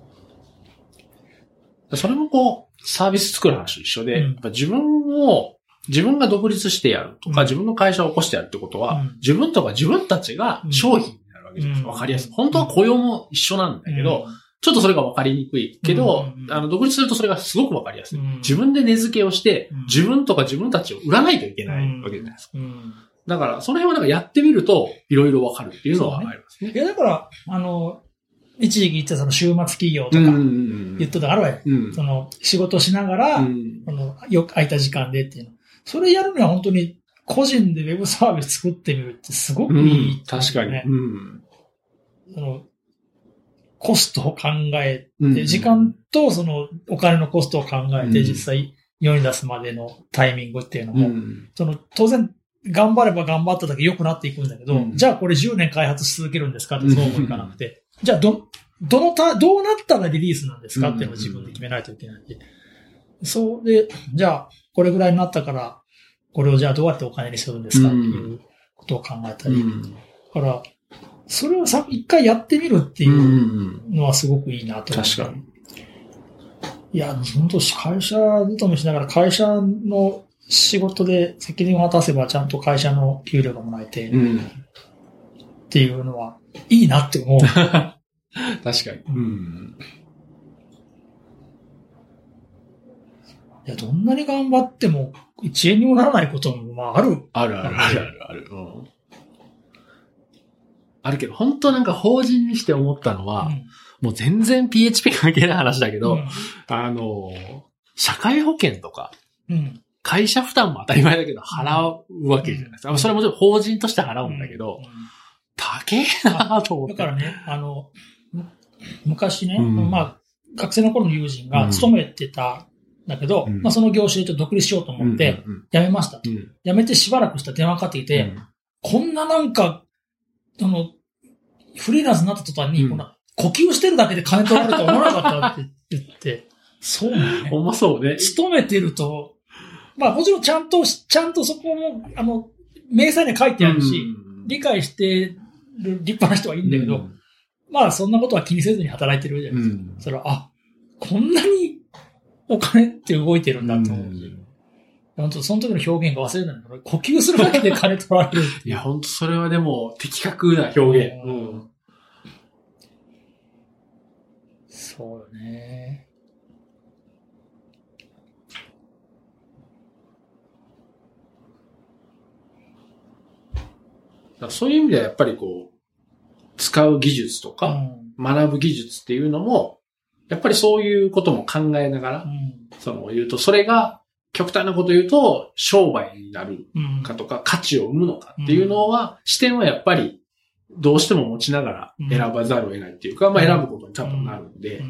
それもこう、サービス作る話と一緒で、うん、やっぱ自分を、自分が独立してやるとか、うん、自分の会社を起こしてやるってことは、うん、自分とか自分たちが商品になるわけです。わ、うん、かりやすい。本当は雇用も一緒なんだけど、うん、ちょっとそれがわかりにくいけど、うん、あの、独立するとそれがすごくわかりやすい、うん。自分で値付けをして、うん、自分とか自分たちを売らないといけないわけじゃないですか。うん、だから、その辺はなんかやってみると、いろいろわかるっていうのはありますね。
いや、だから、あの、一時期言ってたその週末企業とか言ってたあるわよ、うん。その仕事しながら、うん、このよく空いた時間でっていうの。それやるには本当に個人でウェブサービス作ってみるってすごくいい、ね
うん。確かに、うん。
そのコストを考えて、うん、時間とそのお金のコストを考えて、うん、実際世に出すまでのタイミングっていうのも、うん、その当然頑張れば頑張っただけ良くなっていくんだけど、うん、じゃあこれじゅうねん開発し続けるんですかってそうもいかなくて、じゃあど、どのた、どうなったらリリースなんですかっていうのを自分で決めないといけないんで。そうで、じゃあこれぐらいになったから、これをじゃあどうやってお金にするんですかっていうことを考えたり。うん、だから、それをさ、一回やってみるっていうのはすごくいいなと思って。
確かに。
いや、本当会社勤めしながら会社の仕事で責任を果たせばちゃんと会社の給料がもらえて、うん、っていうのはいいなって思う。
確かに、うん。
いや、どんなに頑張っても一円にもならないこともまあある。
あるあるあるあるある。うん、あるけど、本当なんか法人にして思ったのは、うん、もう全然 ピーエイチピー 関係ない話だけど、うん、あの、社会保険とか、うん会社負担も当たり前だけど払うわけじゃないですか。うん、それはもちろん法人として払うんだけど、うん、高えなと思って。
だからね、あの、昔ね、うん、まあ、学生の頃の友人が勤めてたんだけど、うん、まあその業種でちょっと独立しようと思って、辞めました、うんうん。辞めてしばらくしたら電話かかってきて、うん、こんななんか、あの、フリーランスになった途端に、うん、こんな呼吸してるだけで金取られると思わなかったって言って、そうね。
ほんまそうね。
勤めてると、まあもちろんちゃんと、ちゃんとそこも、あの、明細に書いてあるし、うん、理解してる立派な人はいいんだけど、うん、まあそんなことは気にせずに働いてるじゃないですか。うん、それは、あ、こんなにお金って動いてるんだと思う。うん、本当その時の表現が忘れないから、呼吸するだけで金取られる。
いや、本当それはでも的確な表現。うん、
そうよね。
そういう意味ではやっぱりこう、使う技術とか、学ぶ技術っていうのも、やっぱりそういうことも考えながら、うん、その言うと、それが極端なこと言うと、商売になるかとか、うん、価値を生むのかっていうのは、うん、視点はやっぱりどうしても持ちながら選ばざるを得ないっていうか、うん、まあ選ぶことに多分なるんで。うんうん、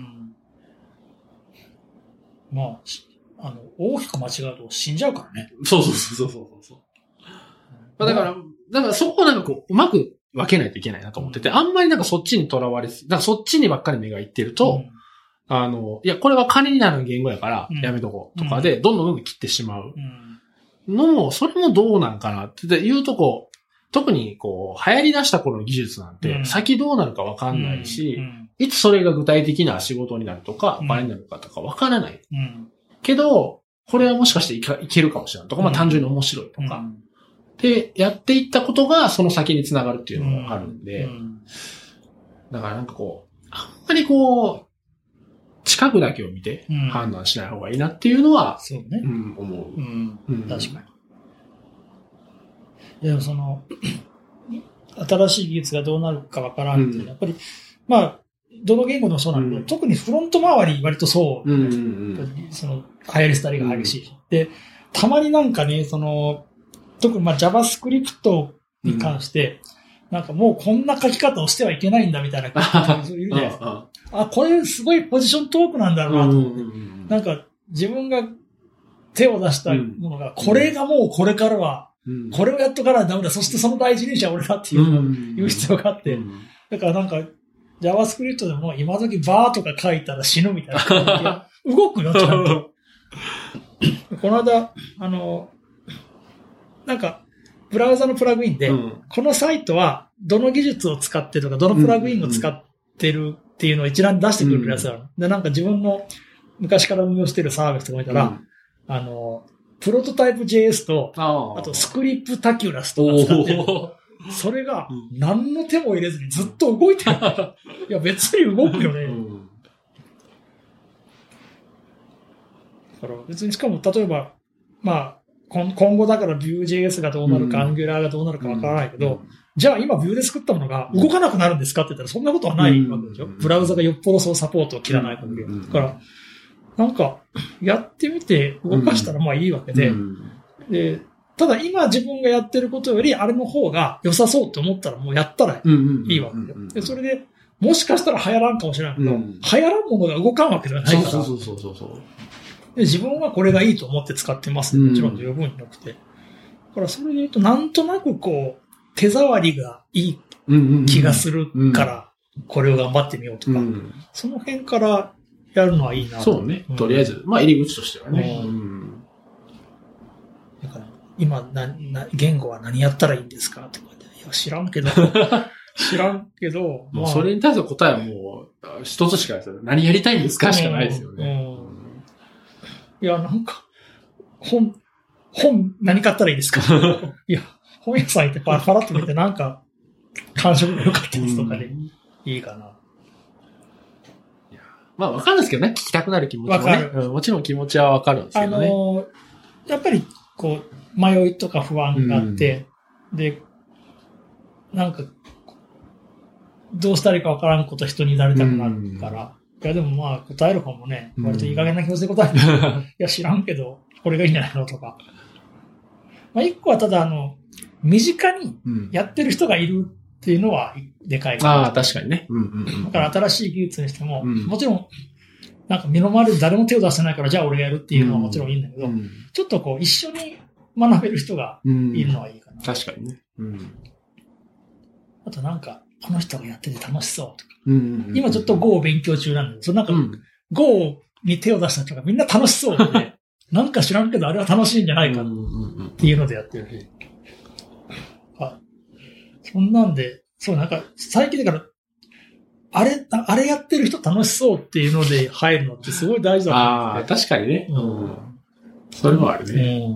まあ、あの、大きく間違うと死んじゃうからね。
そうそうそうそうそう。まあ、だから、だからそこをなんかこう、うまく分けないといけないなと思ってて、あんまりなんかそっちにとらわれず、なんかそっちにばっかり目がいってると、うん、あの、いや、これは金になる言語やからやめとこうとかで、どんどんどんどん切ってしまうのも、それもどうなんかなっていうとこう、特にこう、流行り出した頃の技術なんて、先どうなるか分かんないし、うんうん、いつそれが具体的な仕事になるとか、お金になるかとか分からない。うん、けど、これはもしかしていけ、いけるかもしれないとか、まあ単純に面白いとか、うんで、やっていったことがその先につながるっていうのもあるんで、うんうん、だからなんかこう、あんまりこう、近くだけを見て判断しない方がいいなっていうのは、
そうね、
うん、思う、うん
うん。確かに。でもその、新しい技術がどうなるかわからんって、うん、やっぱり、まあ、どの言語でもそうなんだけど、うん、特にフロント周り割とそう、うんうんうん、その、流行り廃りが激しい、うん。で、たまになんかね、その、特にまあ JavaScript に関して、うん、なんかもうこんな書き方をしてはいけないんだみたいな人いるじゃないですか。あ、これすごいポジショントークなんだろうなと思って、うんうんうん。なんか自分が手を出したものが、これがもうこれからは、うん、これをやっとからダメだ。そしてその第一人者は俺だっていうのを言う必要があって。うんうん、だからなんか JavaScript でも今時バーとか書いたら死ぬみたいな感じで動くよ、ちゃんと。この間、あの、なんか、ブラウザのプラグインで、うん、このサイトはどの技術を使ってるとか、どのプラグインを使ってるっていうのを一覧出してくれるやつがある、うん。で、なんか自分の昔から運用してるサービスとか見たら、うん、あの、プロトタイプ ジェイエス と、あ, あとスクリプタキュラスとか使ってる。それが何の手も入れずにずっと動いてる。いや、別に動くよね。うん、だから別にしかも例えば、まあ、今後だから Vue.js がどうなるか、うん、Angular がどうなるかわからないけど、うん、じゃあ今 Vue で作ったものが動かなくなるんですかって言ったらそんなことはないわけでしょ、うん、ブラウザがよっぽどそうサポートを切らない限りは。だから、なんか、やってみて動かしたらまあいいわけで、うん、で、ただ今自分がやってることよりあれの方が良さそうって思ったらもうやったらいいわけで。で、それで、もしかしたら流行らんかもしれないけど、うん、流行らんものが動かんわけじゃないから。
そうそうそうそうそう。
で自分はこれがいいと思って使ってます。もちろん十分に良くて。 からそれで言うと、なんとなくこう、手触りがいい気がするから、これを頑張ってみようとか、うん、その辺からやるのはいいなと。
そうね。とりあえず、まあ入り口としてはね。うん、
だから今なな、言語は何やったらいいんですかとか、いや知らんけど、知らんけど、
まあ、もうそれに対する答えはもう、一つしかないですよ。何やりたいんですかしかないですよね。
うんうん、いや、なんか、本、本何買ったらいいですかいや、本屋さん行ってパラパラって見てなんか、感触が良かったですとかでいいかな。
いやまあわかるんですけどね、聞きたくなる気持ちもね。わかる、うん。もちろん気持ちはわかるんですけどね。あの
ー、やっぱりこう、迷いとか不安があって、うん、で、なんか、どうしたらいいかわからんこと人になりたくなるから、うん、いやでもまあ答える方もね、割といい加減な気持ちで答える。うん、いや知らんけど、これがいいんじゃないのとか。まあ一個はただあの、身近にやってる人がいるっていうのはでかい。
ああ、確かにね。
うんうんうん、だから新しい技術にしても、うん、もちろん、なんか身の回りで誰も手を出せないからじゃあ俺がやるっていうのはもちろんいいんだけど、うん、ちょっとこう一緒に学べる人がいるのはいいかな。
うん、確かにね。うん、
あとなんか、この人がやってて楽しそうとか。
うんうんうん、
今ちょっと Go を勉強中なんだけど、そのなんか、うん、Go に手を出した人がみんな楽しそうで、なんか知らんけどあれは楽しいんじゃないかっていうのでやってるし。あ、そんなんで、そうなんか最近だから、あれ、あれやってる人楽しそうっていうので入るのってすごい大事だと思
って。ああ、確かにね。うん。それもあるね。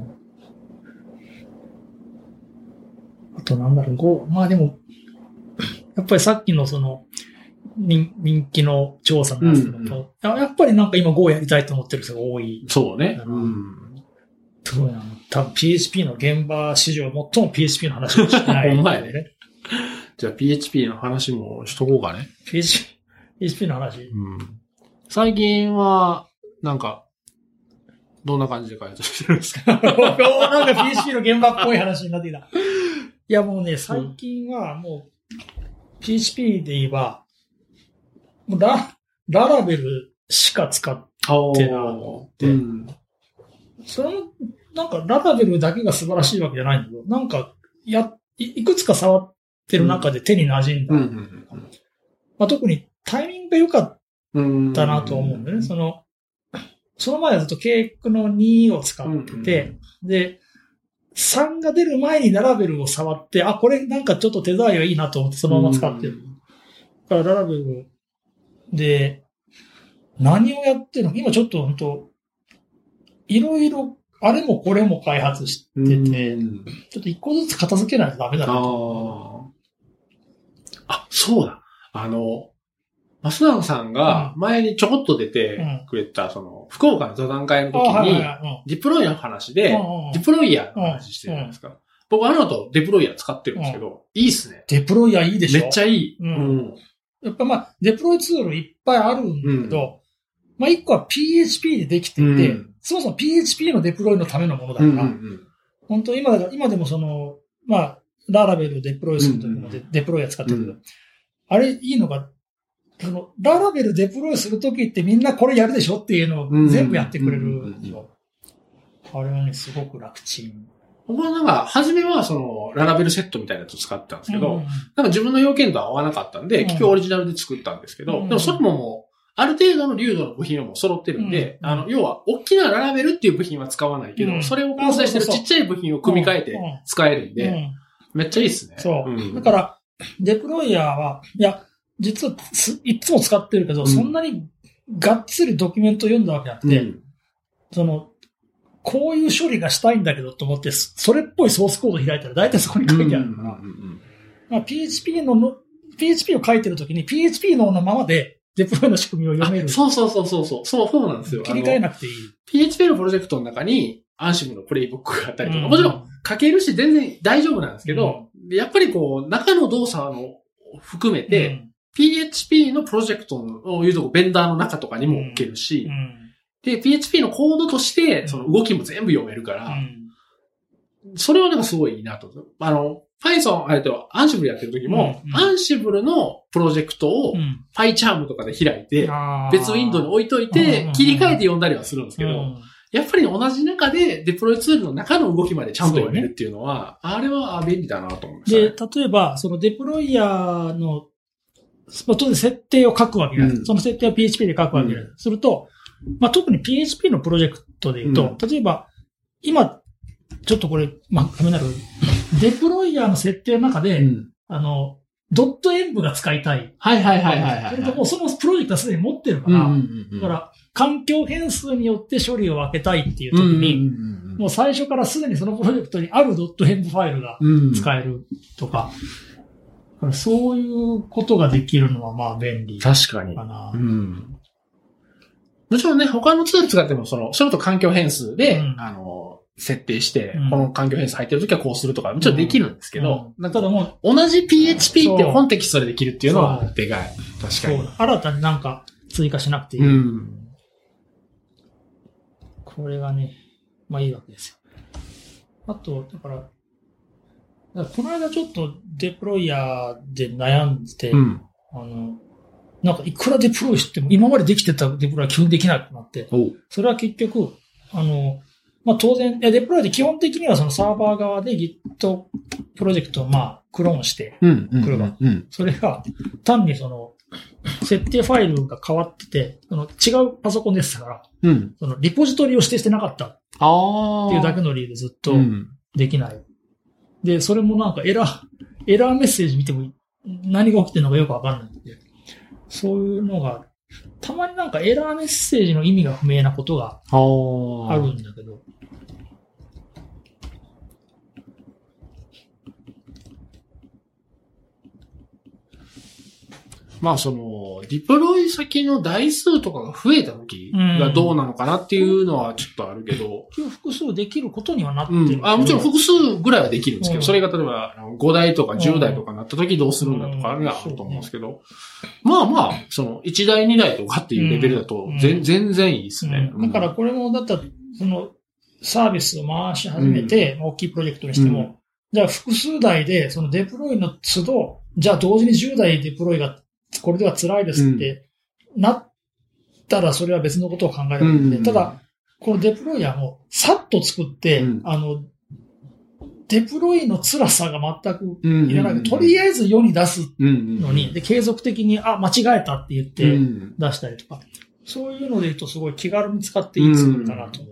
うん、あとなんだろう、Go、まあでも、やっぱりさっきのその、人, 人気の調査のやつだと、うんうん、やっぱりなんか今 Go やりたいと思ってる人が多い。
そうね。
うん。すごいな。多分 ピーエイチピー の現場史上最も ピーエイチピー の話をしてない、ね。
ほんまやね。じゃあ ピーエイチピー の話もしとこうかね。
ピーエイチピー の話、
うん、最近は、なんか、どんな感じで開発してるんですかなんか
ピーエイチピー の現場っぽい話になってきた。いやもうね、最近はもう、ピーエイチピー で言えば、もうラ、ララベルしか使ってなくて、うん、それも、なんかララベルだけが素晴らしいわけじゃないんだけど、なんか、や、い, いくつか触ってる中で手に馴染んだ。うんうんうん、まあ、特にタイミングが良かったなと思うんだよね。その、その前はずっとケークのにを使ってて、うんうん、で、さんが出る前にララベルを触って、あ、これなんかちょっと手触りはいいなと思ってそのまま使ってる。だからララベルで、何をやってるの？今ちょっと本当いろいろ、あれもこれも開発してて、ちょっと一個ずつ片付けないとダメだなと。
ああ、そうだ。あの、増永さんが前にちょこっと出てくれた、その、福岡の座談会の時に、ディプロイヤーの話で、ディプロイヤーの話してるじゃないですか。僕あの後デプロイヤー使ってるんですけど、いいっすね。
デプロイヤーいいでしょ？
めっちゃいい。
うん。やっぱまあ、デプロイツールいっぱいあるんだけど、まあ一個は ピーエイチピー でできていて、そもそも ピーエイチピー のデプロイのためのものだから、本当今だから、今でもその、まあ、ララベルをデプロイするときもデプロイヤー使ってるけど、あれいいのが、その、ララベルデプロイするときってみんなこれやるでしょっていうのを全部やってくれるでしょ。あれはね、すごく楽ちん。
僕はなんか、初めはその、ララベルセットみたいなやつを使ってたんですけど、うん、なんか自分の要件と合わなかったんで、結局オリジナルで作ったんですけど、うん、でもそれももう、ある程度の流度の部品はもう揃ってるんで、うん、あの、要は、大きなララベルっていう部品は使わないけど、うん、それを構成してるちっちゃい部品を組み替えて使えるんで、うんうん、めっちゃいいっすね。
そう。うん、だから、デプロイヤーは、いや、実はいつも使ってるけど、うん、そんなにがっつりドキュメント読んだわけじゃなくて、うん、その、こういう処理がしたいんだけどと思って、それっぽいソースコード開いたら大体そこに書いてあるから、うんうんうん、まあ、ピーエイチピー のの、ピーエイチピー を書いてるときに ピーエイチピー のままでデプロイの仕組みを読める。
そうそうそうそうそう。そう、そうなんですよ。
切り替えなくていい。
ピーエイチピー のプロジェクトの中に、アンシブのプレイブックがあったりとか、うん、もちろん書けるし全然大丈夫なんですけど、うん、やっぱりこう、中の動作を含めて、うん、ピーエイチピー のプロジェクトをいうとこ、ベンダーの中とかにも置けるし、うんうん、で、ピーエイチピー のコードとして、その動きも全部読めるから、うん、それはなんかすごいいいなと。あの、Python、えっと、アンシブルやってる時も、うんうん、アンシブルのプロジェクトを PyCharm とかで開いて、うん、別ウィンドウに置いといて、切り替えて読んだりはするんですけど、うん、 やっぱり同じ中でデプロイツールの中の動きまでちゃんと読めるっていうのは、ね、あれは便利だなと思いました、ね。
で、例えば、そのデプロイヤーの、当然設定を書くわけです。うん、その設定を ピーエイチピー で書くわけです。うん、すると、まあ、特に ピーエイチピー のプロジェクトで言うと、うん、例えば、今、ちょっとこれ、まあ、カメラデプロイヤーの設定の中で、うん、あの、ドット演舞が使いたい。
はいはいはいはい、はい。
それともうそのプロジェクトはすでに持ってるから、うんうんうん、だから、環境変数によって処理を分けたいっていう時に、うんうんうん、もう最初からすでにそのプロジェクトにあるドット演舞ファイルが使えるとか、うん、そういうことができるのはまあ便利かな。
確かに。うん。もちろんね、他のツール使っても、その、それと環境変数で、うん、あの、設定して、うん、この環境変数入ってるときはこうするとか、もちろんできるんですけど、
うんうん、ただも
う、同じ ピーエイチピー って本テキストでできるっていうのは、でかい。確かに。そう。
新たになんか追加しなくていい。うん、これがね、まあいいわけですよ。あと、だから、からこの間ちょっとデプロイヤーで悩んで、うん、あの、なんかいくらデプロイしても今までできてたデプロイは急にできなくなって、それは結局、あの、まあ、当然、デプロイって基本的にはそのサーバー側で Git プロジェクトをまあ、クローンしてくるわ。それが単にその、設定ファイルが変わってて、その違うパソコンでしたから、うん、そのリポジトリを指定してなかったっていうだけの理由でずっとできない。うん、で、それもなんかエラー、エラーメッセージ見ても何が起きてるのかよくわかんないんで、そういうのが、たまになんかエラーメッセージの意味が不明なことがあるんだけど、
まあその、ディプロイ先の台数とかが増えた時がどうなのかなっていうのはちょっとあるけど。
うん、複数できることにはなってる、う
ん。あ、もちろん複数ぐらいはできるんですけど、うん、それが例えばごだいとかじゅうだいとかになった時どうするんだとかあると思うんですけど、うんうん、まあまあ、そのいちだいにだいとかっていうレベルだと全、うん、全然いいですね、
うん。だからこれもだったら、そのサービスを回し始めて、うん、大きいプロジェクトにしても、うん、じゃあ複数台でそのデプロイの都度、じゃあ同時にじゅうだいデプロイがこれでは辛いですってなったらそれは別のことを考えるので、うん、ただ、このデプロイヤーもさっと作って、うん、あの、デプロイの辛さが全くいらない、うん。とりあえず世に出すのに、で、継続的に、あ、間違えたって言って出したりとか、そういうので言うとすごい気軽に使っていいツールだなと思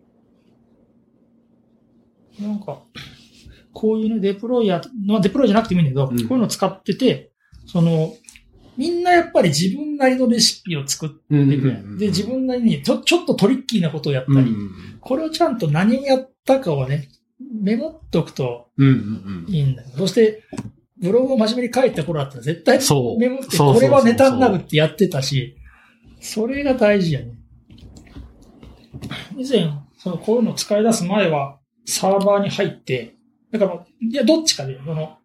う。なんか、こういうね、デプロイヤー、まあ、デプロイじゃなくてもいいんだけど、うん、こういうのを使ってて、その、みんなやっぱり自分なりのレシピを作ってくる。で、自分なりにちょ、ちょっとトリッキーなことをやったり、うん、これをちゃんと何をやったかをね、メモっとくといいんだよ。そして、ブログを真面目に書いた頃だったら絶対メモって、これはネタになるってやってたし、それが大事やね。以前、そのこういうのを使い出す前は、サーバーに入って、だから、いや、どっちかで、その、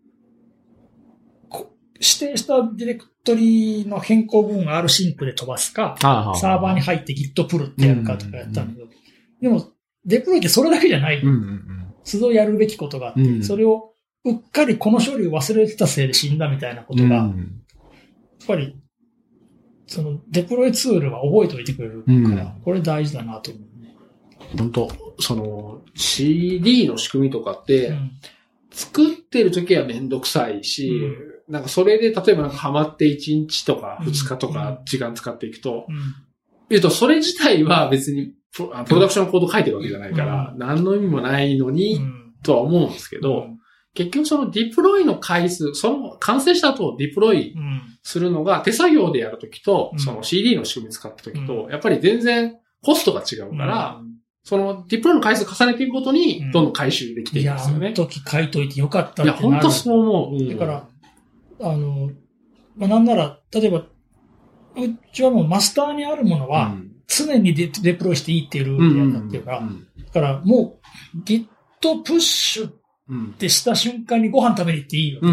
指定したディレクトリの変更文が R シンクで飛ばすか、サーバーに入って Git プルってやるかとかやったんだけど、でも、デプロイってそれだけじゃない。都度やるべきことがあって、それをうっかりこの処理を忘れてたせいで死んだみたいなことが、やっぱり、そのデプロイツールは覚えておいてくれるから、これ大事だなと思うね。
本当その シーディー の仕組みとかって、作ってる時はめんどくさいし、うん、なんかそれで例えばなんかハマっていちにちとかふつかとか時間使っていくと、うんうん、言うとそれ自体は別にプロダクションコード書いてるわけじゃないから、うん、何の意味もないのに、うん、とは思うんですけど、うん、結局そのディプロイの回数、その完成した後ディプロイするのが手作業でやるときと、うん、その シーディー の仕組み使ったときと、やっぱり全然コストが違うから、うんその、ディプロイの回数重ねていくごとに、どんどん回収できていくんですよね。うん、いや、
あの時書いといてよかったってなる。
いや、本当そう思う。うん、
だから、あの、まあ、なんなら、例えば、うちはもうマスターにあるものは、常にデ、デプロイしていいっていうルールになってるから、だからもう、Git プッシュってした瞬間にご飯食べに行っていいよ、うん。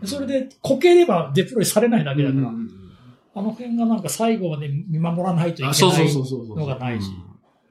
それで、こければデプロイされないだけだから、うん、あの辺がなんか最後まで見守らないといけないのがないし。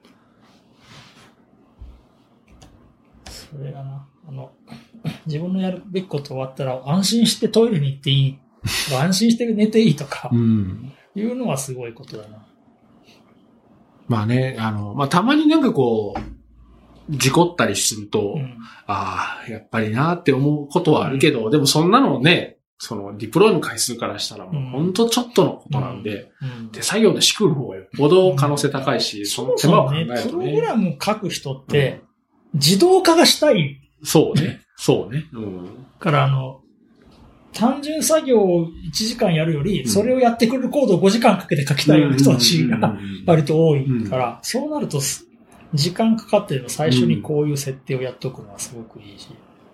それがな、あの、自分のやるべきこと終わったら安心してトイレに行っていい、安心して寝ていいとか、うん、いうのはすごいことだな。
まあね、あの、まあたまになんかこう、事故ったりすると、うん、ああ、やっぱりなって思うことはあるけど、うん、でもそんなのね、そのディプロイの回数からしたらもうほんとちょっとのことなんで、うんうん、で、作業でしくる方がよっぽど可能性高いし、うん、その手間を考えるとね。
プログラム書く人って、自動化がしたい。
そうね。そうね。うん。
からあの、単純作業をいちじかんやるより、それをやってくれるコードをごじかんかけて書きたいような人たちが割と多いから、そうなると時間かかってるの最初にこういう設定をやっとくのはすごくいいし。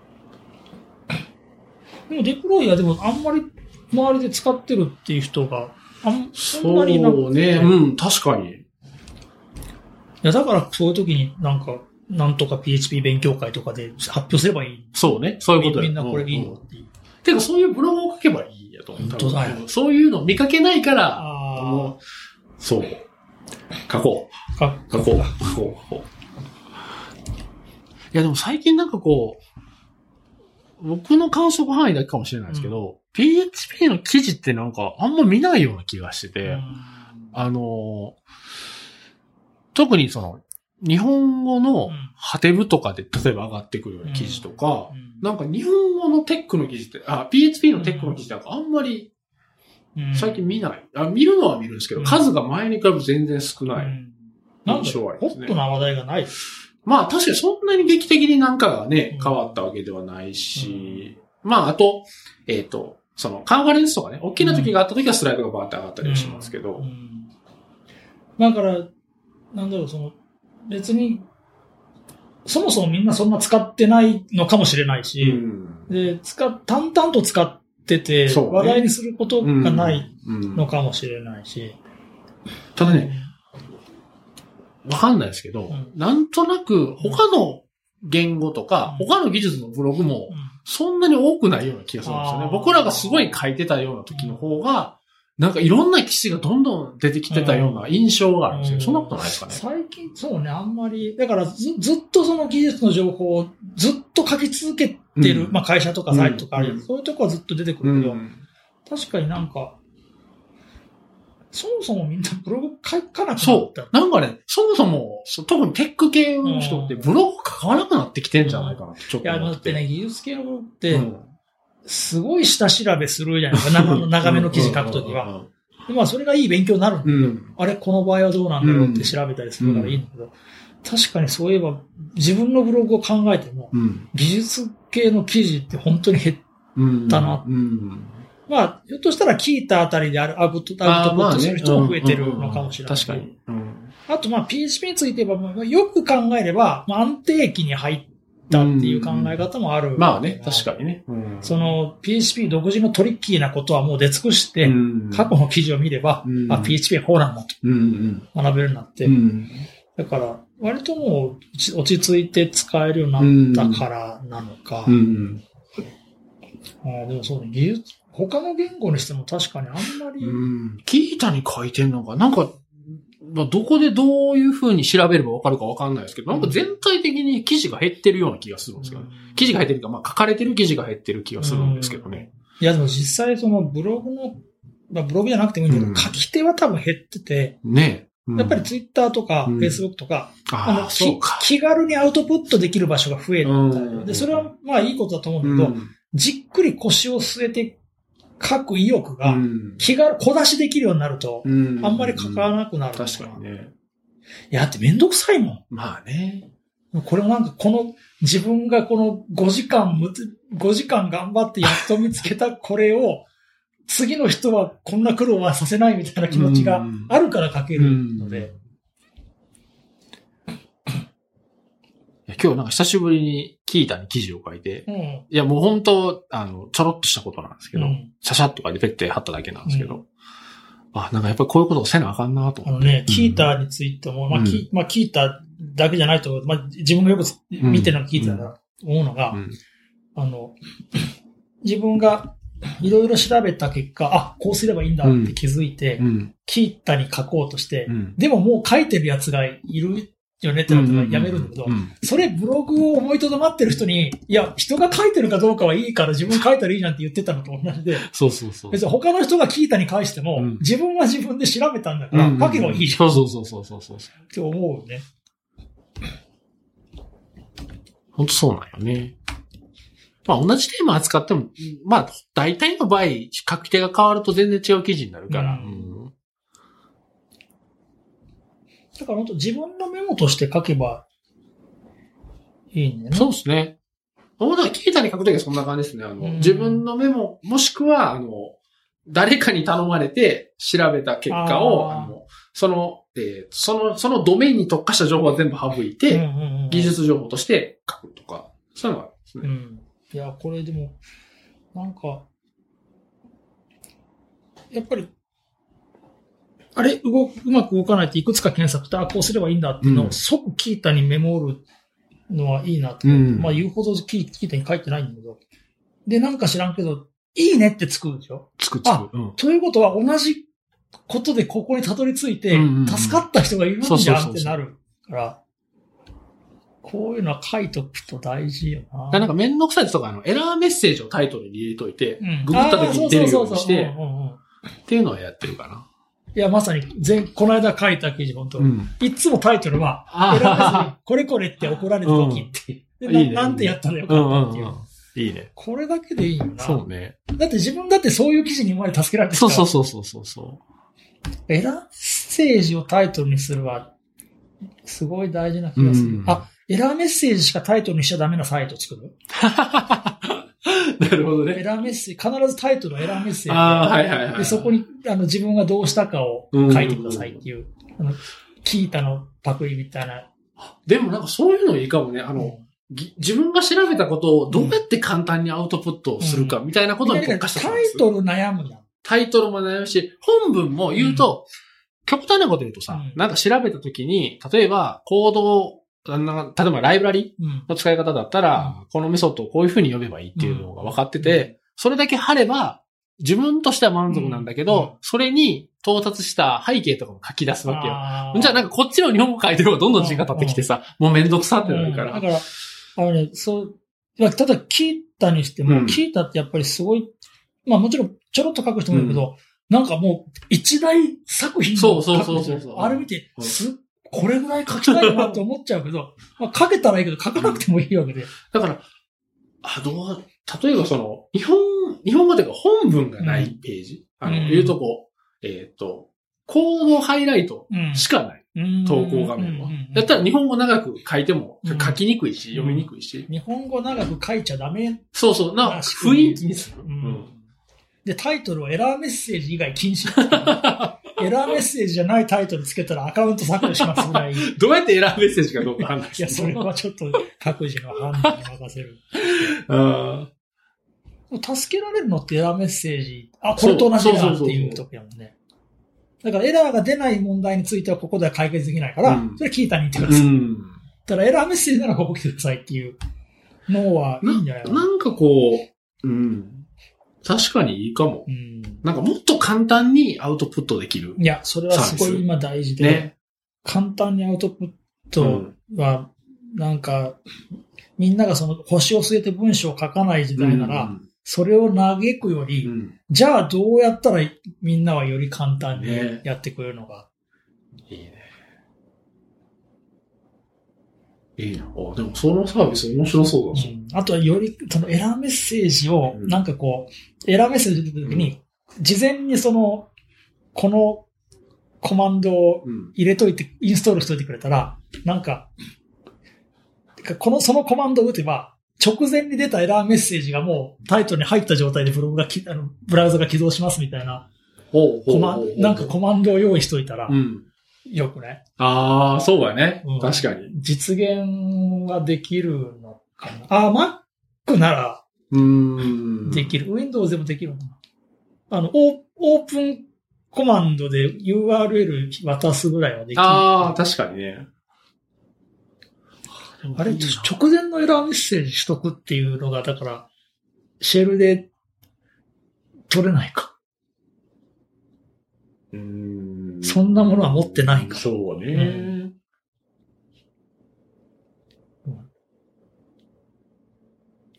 でもデプロイはでもあんまり周りで使ってるっていう人があんそんなになくて。
そうね。うん、確かに。い
や、だからそういう時になんか、なんとか ピーエイチピー 勉強会とかで発表すればいい。
そうね。そういうこと
みんなこれいいのっていう。うんうん、
てかそういうブログを書けばいいやと思う。
本当だよ。
そういうの見かけないから、
あ
そう。書こう。
か
書こう。書こう。書こう。いやでも最近なんかこう、僕の観測範囲だけかもしれないですけど、うん、ピーエイチピー の記事ってなんかあんま見ないような気がしてて、あの、特にその、日本語のハテブとかで例えば上がってくるような記事とか、うんうん、なんか日本語のテックの記事って、あ、ピーエイチピー のテックの記事ってなんかあんまり最近見ない。あ、見るのは見るんですけど、うん、数が前に比べて全然少ない印象はありますね。
ホットな話題がない。
まあ確かにそんなに劇的になんかがね、変わったわけではないし、うん、まああと、えっと、そのカンファレンスとかね、大きな時があった時はスライドがバーって上がったりはしますけど。
うんうん、だから、なんだろう、その、別に、そもそもみんなそんな使ってないのかもしれないし、うん、で、使、淡々と使ってて、ね、話題にすることがないのかもしれないし。
うん、ただね、わかんないですけど、うん、なんとなく他の言語とか、うん、他の技術のブログもそんなに多くないような気がするんですよね。僕らがすごい書いてたような時の方が、なんかいろんな記事がどんどん出てきてたような印象があるんですよ。うん、そんなことないですかね。
最近、そうね、あんまり、だからずずっとその技術の情報をずっと書き続けてる、うん、まあ会社とかサイトとかある、うん、そういうとこはずっと出てくるけど、うん、確かになんか、そもそもみんなブログ書かなくなった。
そう。なんかね、そもそも、特にテック系の人ってブログ書かなくなってきてんじゃないかなってちょっと思って。いや、だ
ってね、技術系のブログって、すごい下調べするじゃないですか。長, 長めの記事書くときは。でまあ、それがいい勉強になるんだけど、うん、あれ、この場合はどうなんだろうって調べたりするからいいんだけど、うん、確かにそういえば、自分のブログを考えても、うん、技術系の記事って本当に減ったな。うんうん、まあ、ひょっとしたら聞いたあたりであるアウトプットする人が増えてるのかもしれない。
確かに。うん、
あと、まあ、ピーエイチピー について言えば、よく考えれば、まあ、安定期に入ったっていう考え方もある。
うん、まあね、確かにね。うん、
その ピーエイチピー 独自のトリッキーなことはもう出尽くして、うん、過去の記事を見れば、うん、あ、ピーエイチピー はこうなんだと、うん、学べるようになって、うん、だから、割ともう落ち着いて使えるようになったからなのか。うんうん、あでもそうね、技術、他の言語にしても確かにあんまり。
うん。キータに書いてんのか、なんか、まあ、どこでどういう風に調べればわかるかわかんないですけど、なんか全体的に記事が減ってるような気がするんですけど、ね、うん、記事が減ってるか、まあ書かれてる記事が減ってる気がするんですけどね。
うん、いやでも実際そのブログの、まあ、ブログじゃなくてもいいんだけど、うん、書き手は多分減ってて、
ね、
うん、やっぱりツイッターとか、フェイスブックとか、うん、あのそうか気軽にアウトプットできる場所が増えた、うん、で、それはまあいいことだと思うんだけど、うん、じっくり腰を据えて書く意欲が気軽、小出しできるようになると、うん、あんまり書かなくなる、うん。
確かにね。
いや、だってめんどくさいもん。
まあね。
これもなんかこの自分がこのごじかん、ごじかん頑張ってやっと見つけたこれを、次の人はこんな苦労はさせないみたいな気持ちがあるから書けるので。
うん、いや今日なんか久しぶりにキータに記事を書いて、うん、いやもう本当、あの、ちょろっとしたことなんですけど、うん、シャシャッとかでペッて貼っただけなんですけど、うん、あ、なんかやっぱりこういうことをせなあかんなと思って。
あのね、キータについても、まあ、うん、キまあ、キータだけじゃないと思う。まあ、自分がよく見てるのを聞いてたら思うのが、うんうん、あの、自分がいろいろ調べた結果、あ、こうすればいいんだって気づいて、うん、キータに書こうとして、うん、でももう書いてるやつがいるよねってなったらやめるんだけど、うんうんうん、それブログを思いとどまってる人に、いや、人が書いてるかどうかはいいから自分書いたらいいじゃんって言ってたのと同じで。
そうそうそう。
別に他の人が聞いたに返しても、うん、自分は自分で調べたんだから、書けばいいじゃん。
そうそうそうそうそう。
って思うね。
本当そうなんよね。まあ同じテーマ扱っても、まあ大体の場合、書き手が変わると全然違う記事になるから。うんうん、
だから本当自分のメモとして書けばいいんだよね。
そうですね。主なキータに書くときはそんな感じですね。あの、うん、自分のメモ、もしくは、あの、誰かに頼まれて調べた結果を、あの、その、えー、その、そのドメインに特化した情報は全部省いて、うんうんうん、技術情報として書くとか、そういうのがあるんですね。
うんいや、これでも、なんか、やっぱり、あれ、動、うまく動かないといくつか検索して、あ、こうすればいいんだっていうのを、即キータにメモるのはいいなと思って、うん、まあ言うほどキー、キータに書いてないんだけど、で、なんか知らんけど、いいねってつくでしょ
つくつく。あ、
うん、ということは同じことでここにたどり着いて、助かった人がいるんじゃんってなるから、こういうのは書いとくと大事よな。
なんかめんどくさいとか、あの、エラーメッセージをタイトルに入れといて、うん、ググった時に出るようにして、っていうのはやってるかな。
いや、まさに、前、この間書いた記事、本当、うん、いつもタイトルは、エラーメッセージ、これこれって怒られた時って、うん、でいいね、なんてやったらよかったっていう。うんうんうん、
いいね。
これだけでいいよな。
そうね。
だって自分だってそういう記事に今まで助けられてるから。
そうそうそうそうそう。
エラーメッセージをタイトルにするは、すごい大事な気がする。うん、あ、エラーメッセージしかタイトルにしちゃダメなサイトを作る
なるほどね。
エラーメッセージ、必ずタイトルはエラーメッセージで。
あはいはいはい。
で、そこに、あの、自分がどうしたかを書いてくださいっていう、あの、キータのパクリみたいな。
でもなんかそういうのいいかもね。あの、うん、自分が調べたことをどうやって簡単にアウトプットをするかみたいなことに特化した、
うん、タイトル悩むじゃん。
タイトルも悩むし、本文も言うと、うん、極端なこと言うとさ、うん、なんか調べたときに、例えば、コード例えばライブラリの使い方だったら、うん、このメソッドをこういう風に読めばいいっていうのが分かってて、うん、それだけ貼れば、自分としては満足なんだけど、うん、それに到達した背景とかも書き出すわけよ。じゃあなんかこっちの日本語書いてる方がどんどん時間経ってきてさ、もうめんどくさってなるから。
だから、あのね、そう、ただキータにしても、うん、キータってやっぱりすごい、まあもちろんちょろっと書く人もいるけど、うん、なんかもう一大作品を書くんですよ。そうそうそうそう。あれ見て、すっこれぐらい書きたいなって思っちゃうけど、まあ書けたらいいけど書かなくてもいいわけで。
だから、あ、どう、例えばその、日本、日本語でいうか本文がないページ。うん、あの、いうとこ、えっと、コードハイライトしかない。うん、投稿画面は。だったら日本語長く書いても書きにくいし、うん、読みにくいし。
日本語長く書いちゃダメ。
そうそう、な、雰囲気にする。うん、
で、タイトルはエラーメッセージ以外禁止。エラーメッセージじゃないタイトルつけたらアカウント削除しますぐらい。
どうやってエラーメッセージかどうか判断して。
いや、それはちょっと各自の判断に任せる。
あ
助けられるのってエラーメッセージ。あ、これと同じだっていう時やもんね。だからエラーが出ない問題についてはここでは解決できないから、うん、それ聞いたに言ってください。うん、ただエラーメッセージならここ来てくださいっていうのはいいんじゃないかな。
なんかこう、うん。確かにいいかも。うん、なんかもっと簡単にアウトプットできる。
いや、それはすごい今大事で、ね、簡単にアウトプットは、なんか、みんながその星を据えて文章を書かない時代なら、うん、それを嘆くより、うん、じゃあどうやったらみんなはより簡単にやってくれるのが。
ね、いいね。いいな。あ、でもそのサービス面白そうだし、
うん。あとはより、そのエラーメッセージを、なんかこう、うん、エラーメッセージ出た時に、事前にその、このコマンドを入れといて、インストールしといてくれたら、なんか、この、そのコマンドを打てば、直前に出たエラーメッセージがもうタイトルに入った状態でブログがき、あの、ブラウザが起動しますみたいな、コマンド、なんかコマンドを用意しといたら、うんよくね。
ああ、そうだね、うん。確かに。
実現はできるのかな。ああ、Mac なら、うーん。できる。Windows でもできるのかな。あの、オープンコマンドで ユーアールエル 渡すぐらいはできる。
ああ、確かにね。
あれ、直前のエラーメッセージしとくっていうのが、だから、シェルで取れないか。
うーん。
そんなものは持ってないか。
そうね、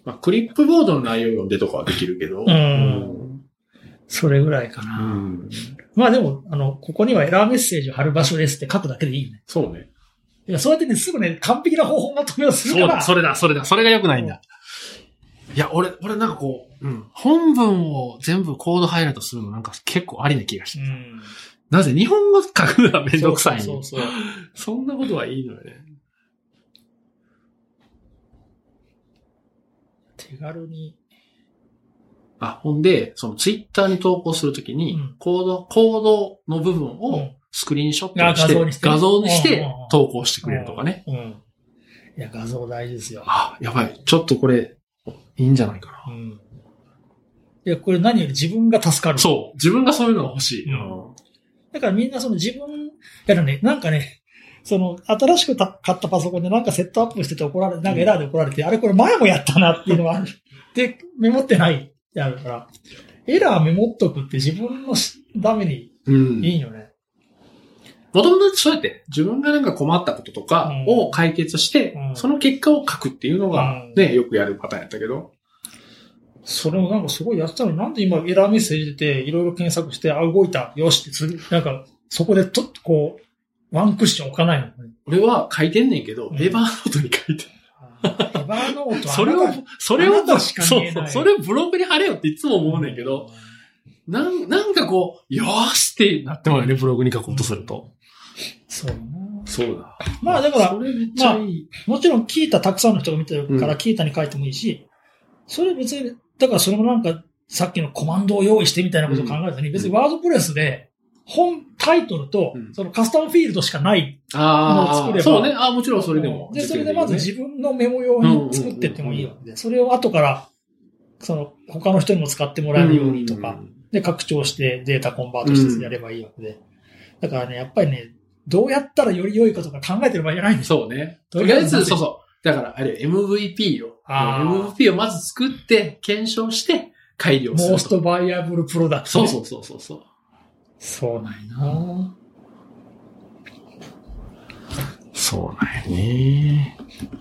まあ、クリップボードの内容読んでとかはできるけど。
うん。うんそれぐらいかな。うん、まあでも、あの、ここにはエラーメッセージを貼る場所ですって書くだけでいいよね。
そうね。
いや、そうやってね、すぐね、完璧な方法まとめをするから。
そう、それだ、それだ、それが良くないんだ。いや、俺、俺なんかこう、うん、本文を全部コードハイライトするのなんか結構ありな気がして。うん、なぜ日本語書くのはめんどくさい。そうそうそう。そんなことはいいのよね。
手軽に。
あ、ほんで、そのツイッターに投稿するときに、うん、コード、コードの部分をスクリーンショットして、うん、画像にして、画像にして投稿してくれるとかね。うんうん、
いや、画像大事ですよ。
あ、やばい。ちょっとこれ、いいんじゃないかな。うん、
いや、これ何より自分が助かる。
そう。自分がそういうのが欲しい。うん、
だからみんなその自分、やらね、なんかね、その、新しく買ったパソコンでなんかセットアップしてて怒られて、なんかエラーで怒られて、うん、あれこれ前もやったなっていうのはある。で、メモってない。やるから、エラーメモっとくって自分のためにいいよね。
もともとそうやって自分がなんか困ったこととかを解決して、うん、その結果を書くっていうのがね、うん、よくやるパターンやったけど。
それをなんかすごいやってたのになんで今エラーメッセージ出ていろいろ検索して、あ、動いた、よしって次、なんかそこでとっとこう、ワンクッション置かないの、ね。
俺は書いてんねんけど、うん、エヴァーノートに書いてる。
エヴァーノート
それを、それを、そうそう、それをブログに貼れよっていつも思うねんけど、うん、なん、なんかこう、よーしってなってもよね、ブログに書こうとすると。
そうな。
そうだ。
まあだから、
それめっちゃいい。
まあ、もちろんキータたくさんの人が見てるから、キータに書いてもいいし、それ別に、だからそれもなんか、さっきのコマンドを用意してみたいなことを考えずに、うん、別にワードプレスで、本、タイトルと、そのカスタムフィールドしかないのを作れば。
そうね。あもちろんそれでも。
で、それでまず自分のメモ用に作ってってもいいわけで、それを後から、その、他の人にも使ってもらえるようにとか、で、拡張してデータコンバートしてやればいいわけで。だからね、やっぱりね、どうやったらより良いかとか考えてる場合じゃないんですよ。
そうね。とりあえず、そうそう。だから、あれ、エムブイピー を。エムブイピー をまず作って、検証して、改良する。
モーストバイアブルプロダクト、
ね。そうそうそうそう。
そうなんやな。
そうなんやね。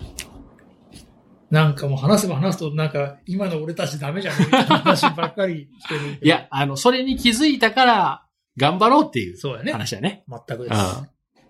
なんかもう話せば話すと、なんか、今の俺たちダメじゃんみたいな話ばっかりしてる。
いや、あの、それに気づいたから、頑張ろうっていう話だね。
全くです。ああ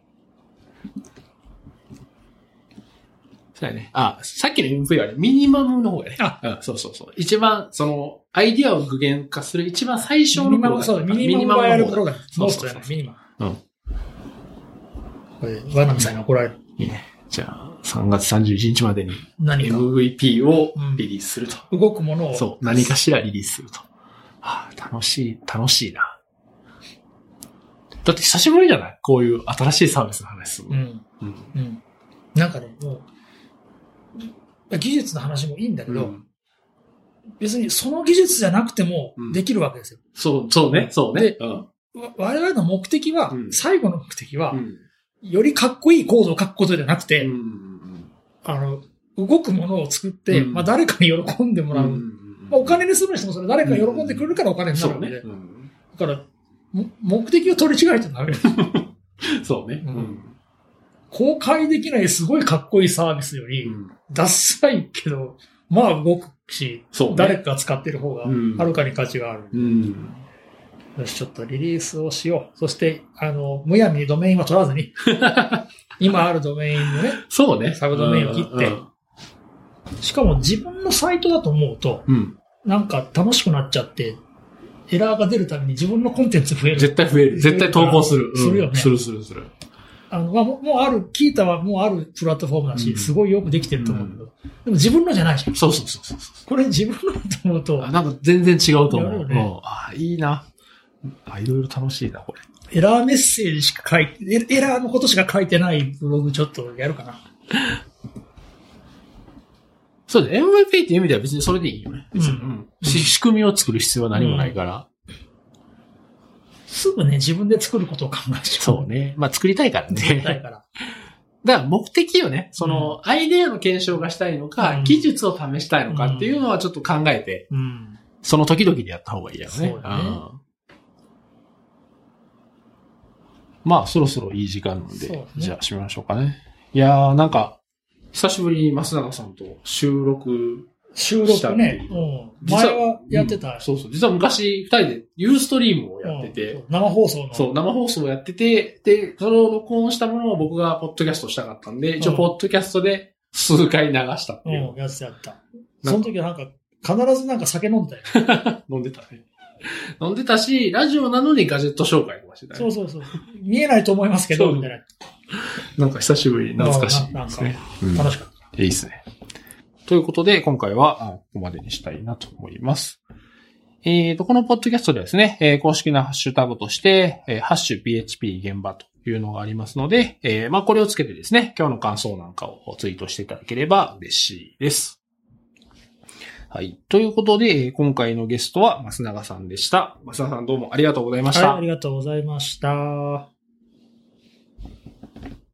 そうやね。あ、さっきの エムブイ はね、ミニマムの方やね。あ、うん、そうそうそう。一番、その、アイディアを具現化する一番最小のプロダクト。
そう、ミニマムやるプロダクト。そうそうそう。ミニマム。うん。これ、ワナミさんに怒られる。
いいね。じゃあ、さんがつさんじゅういちにちまでに、エムブイピー をリリースすると、
うん。動くものを。
そう、何かしらリリースすると。はあ、楽しい、楽しいな。だって久しぶりじゃないこういう新しいサービスの話するの。うん。うん。
うん。なんかね、もう、技術の話もいいんだけど、うん、別にその技術じゃなくてもできるわけですよ。
うん、そう、そうね、そうね。で、うん、
我々の目的は、うん、最後の目的は、うん、よりかっこいいコードを書くことじゃなくて、うん、あの、動くものを作って、うん、まあ誰かに喜んでもらう。うん、まあ、お金にするにしてもそれ誰か喜んでくれるからお金になるわけで。うん、だから、目的を取り違えちゃダメ。
そうね。
うん公開できないすごいかっこいいサービスより、うん、ダッサいけど、まあ動くし、ね、誰かが使ってる方が、はるかに価値がある、うん。よし、ちょっとリリースをしよう。そして、あの、むやみにドメインは取らずに、今あるドメインのね、
そうね。
サブドメインを切って、しかも自分のサイトだと思うと、うん、なんか楽しくなっちゃって、エラーが出るために自分のコンテンツ増える。
絶対増える。絶対投稿する。
するよね。
するするする。
あの、まあ、もうある、キータはもうあるプラットフォームだし、うん、すごいよくできてると思うけど、うん、でも自分のじゃないじゃん。
そうそうそうそう。
これ自分のと思うと。
あ、なんか全然違うと思う。ね、あ、いいな。あ、いろいろ楽しいな、これ。
エラーメッセージしか書いて、エラーのことしか書いてないブログちょっとやるかな。
そうだ、エムブイピー っていう意味では別にそれでいいよね。別に。うんうん、仕組みを作る必要は何もないから。うん
すぐね、自分で作ることを考えちゃう。
そうね。まあ作りたいからね。
作りたいから。
だから目的よね。その、うん、アイデアの検証がしたいのか、うん、技術を試したいのかっていうのはちょっと考えて、うん、その時々でやった方がいいよね。そうだね。まあそろそろいい時間なんで、ね、じゃあ締めましょうかね。いやーなんか、久しぶりに増永さんと収録
収録ね。うん。前はやってた、
うん。そうそう。実は昔二人でユーストリームをやってて、うん、
生放送の。
そう、生放送をやってて、で、その録音したものを僕がポッドキャストしたかったんで、一応ポッドキャストで数回流したっていう。
うん、やってたやった。その時はなんか、必ずなんか酒飲んでたよ。
飲んでたね。飲んでたし、ラジオなのにガジェット紹介とかしてたね。
そうそうそう。見えないと思いますけど、みたいな。
なんか久しぶりに懐かしいですね。
なんか、楽しかった。
うん、いいですね。ということで、今回はここまでにしたいなと思います。えーと、このポッドキャストではですね、えー、公式なハッシュタグとして、えー、ハッシュ ピーエイチピー 現場というのがありますので、えー、まあ、これをつけてですね、今日の感想なんかをツイートしていただければ嬉しいです。はい。ということで、今回のゲストは増永さんでした。増永さんどうもありがとうございました。
はい、ありがとうございました。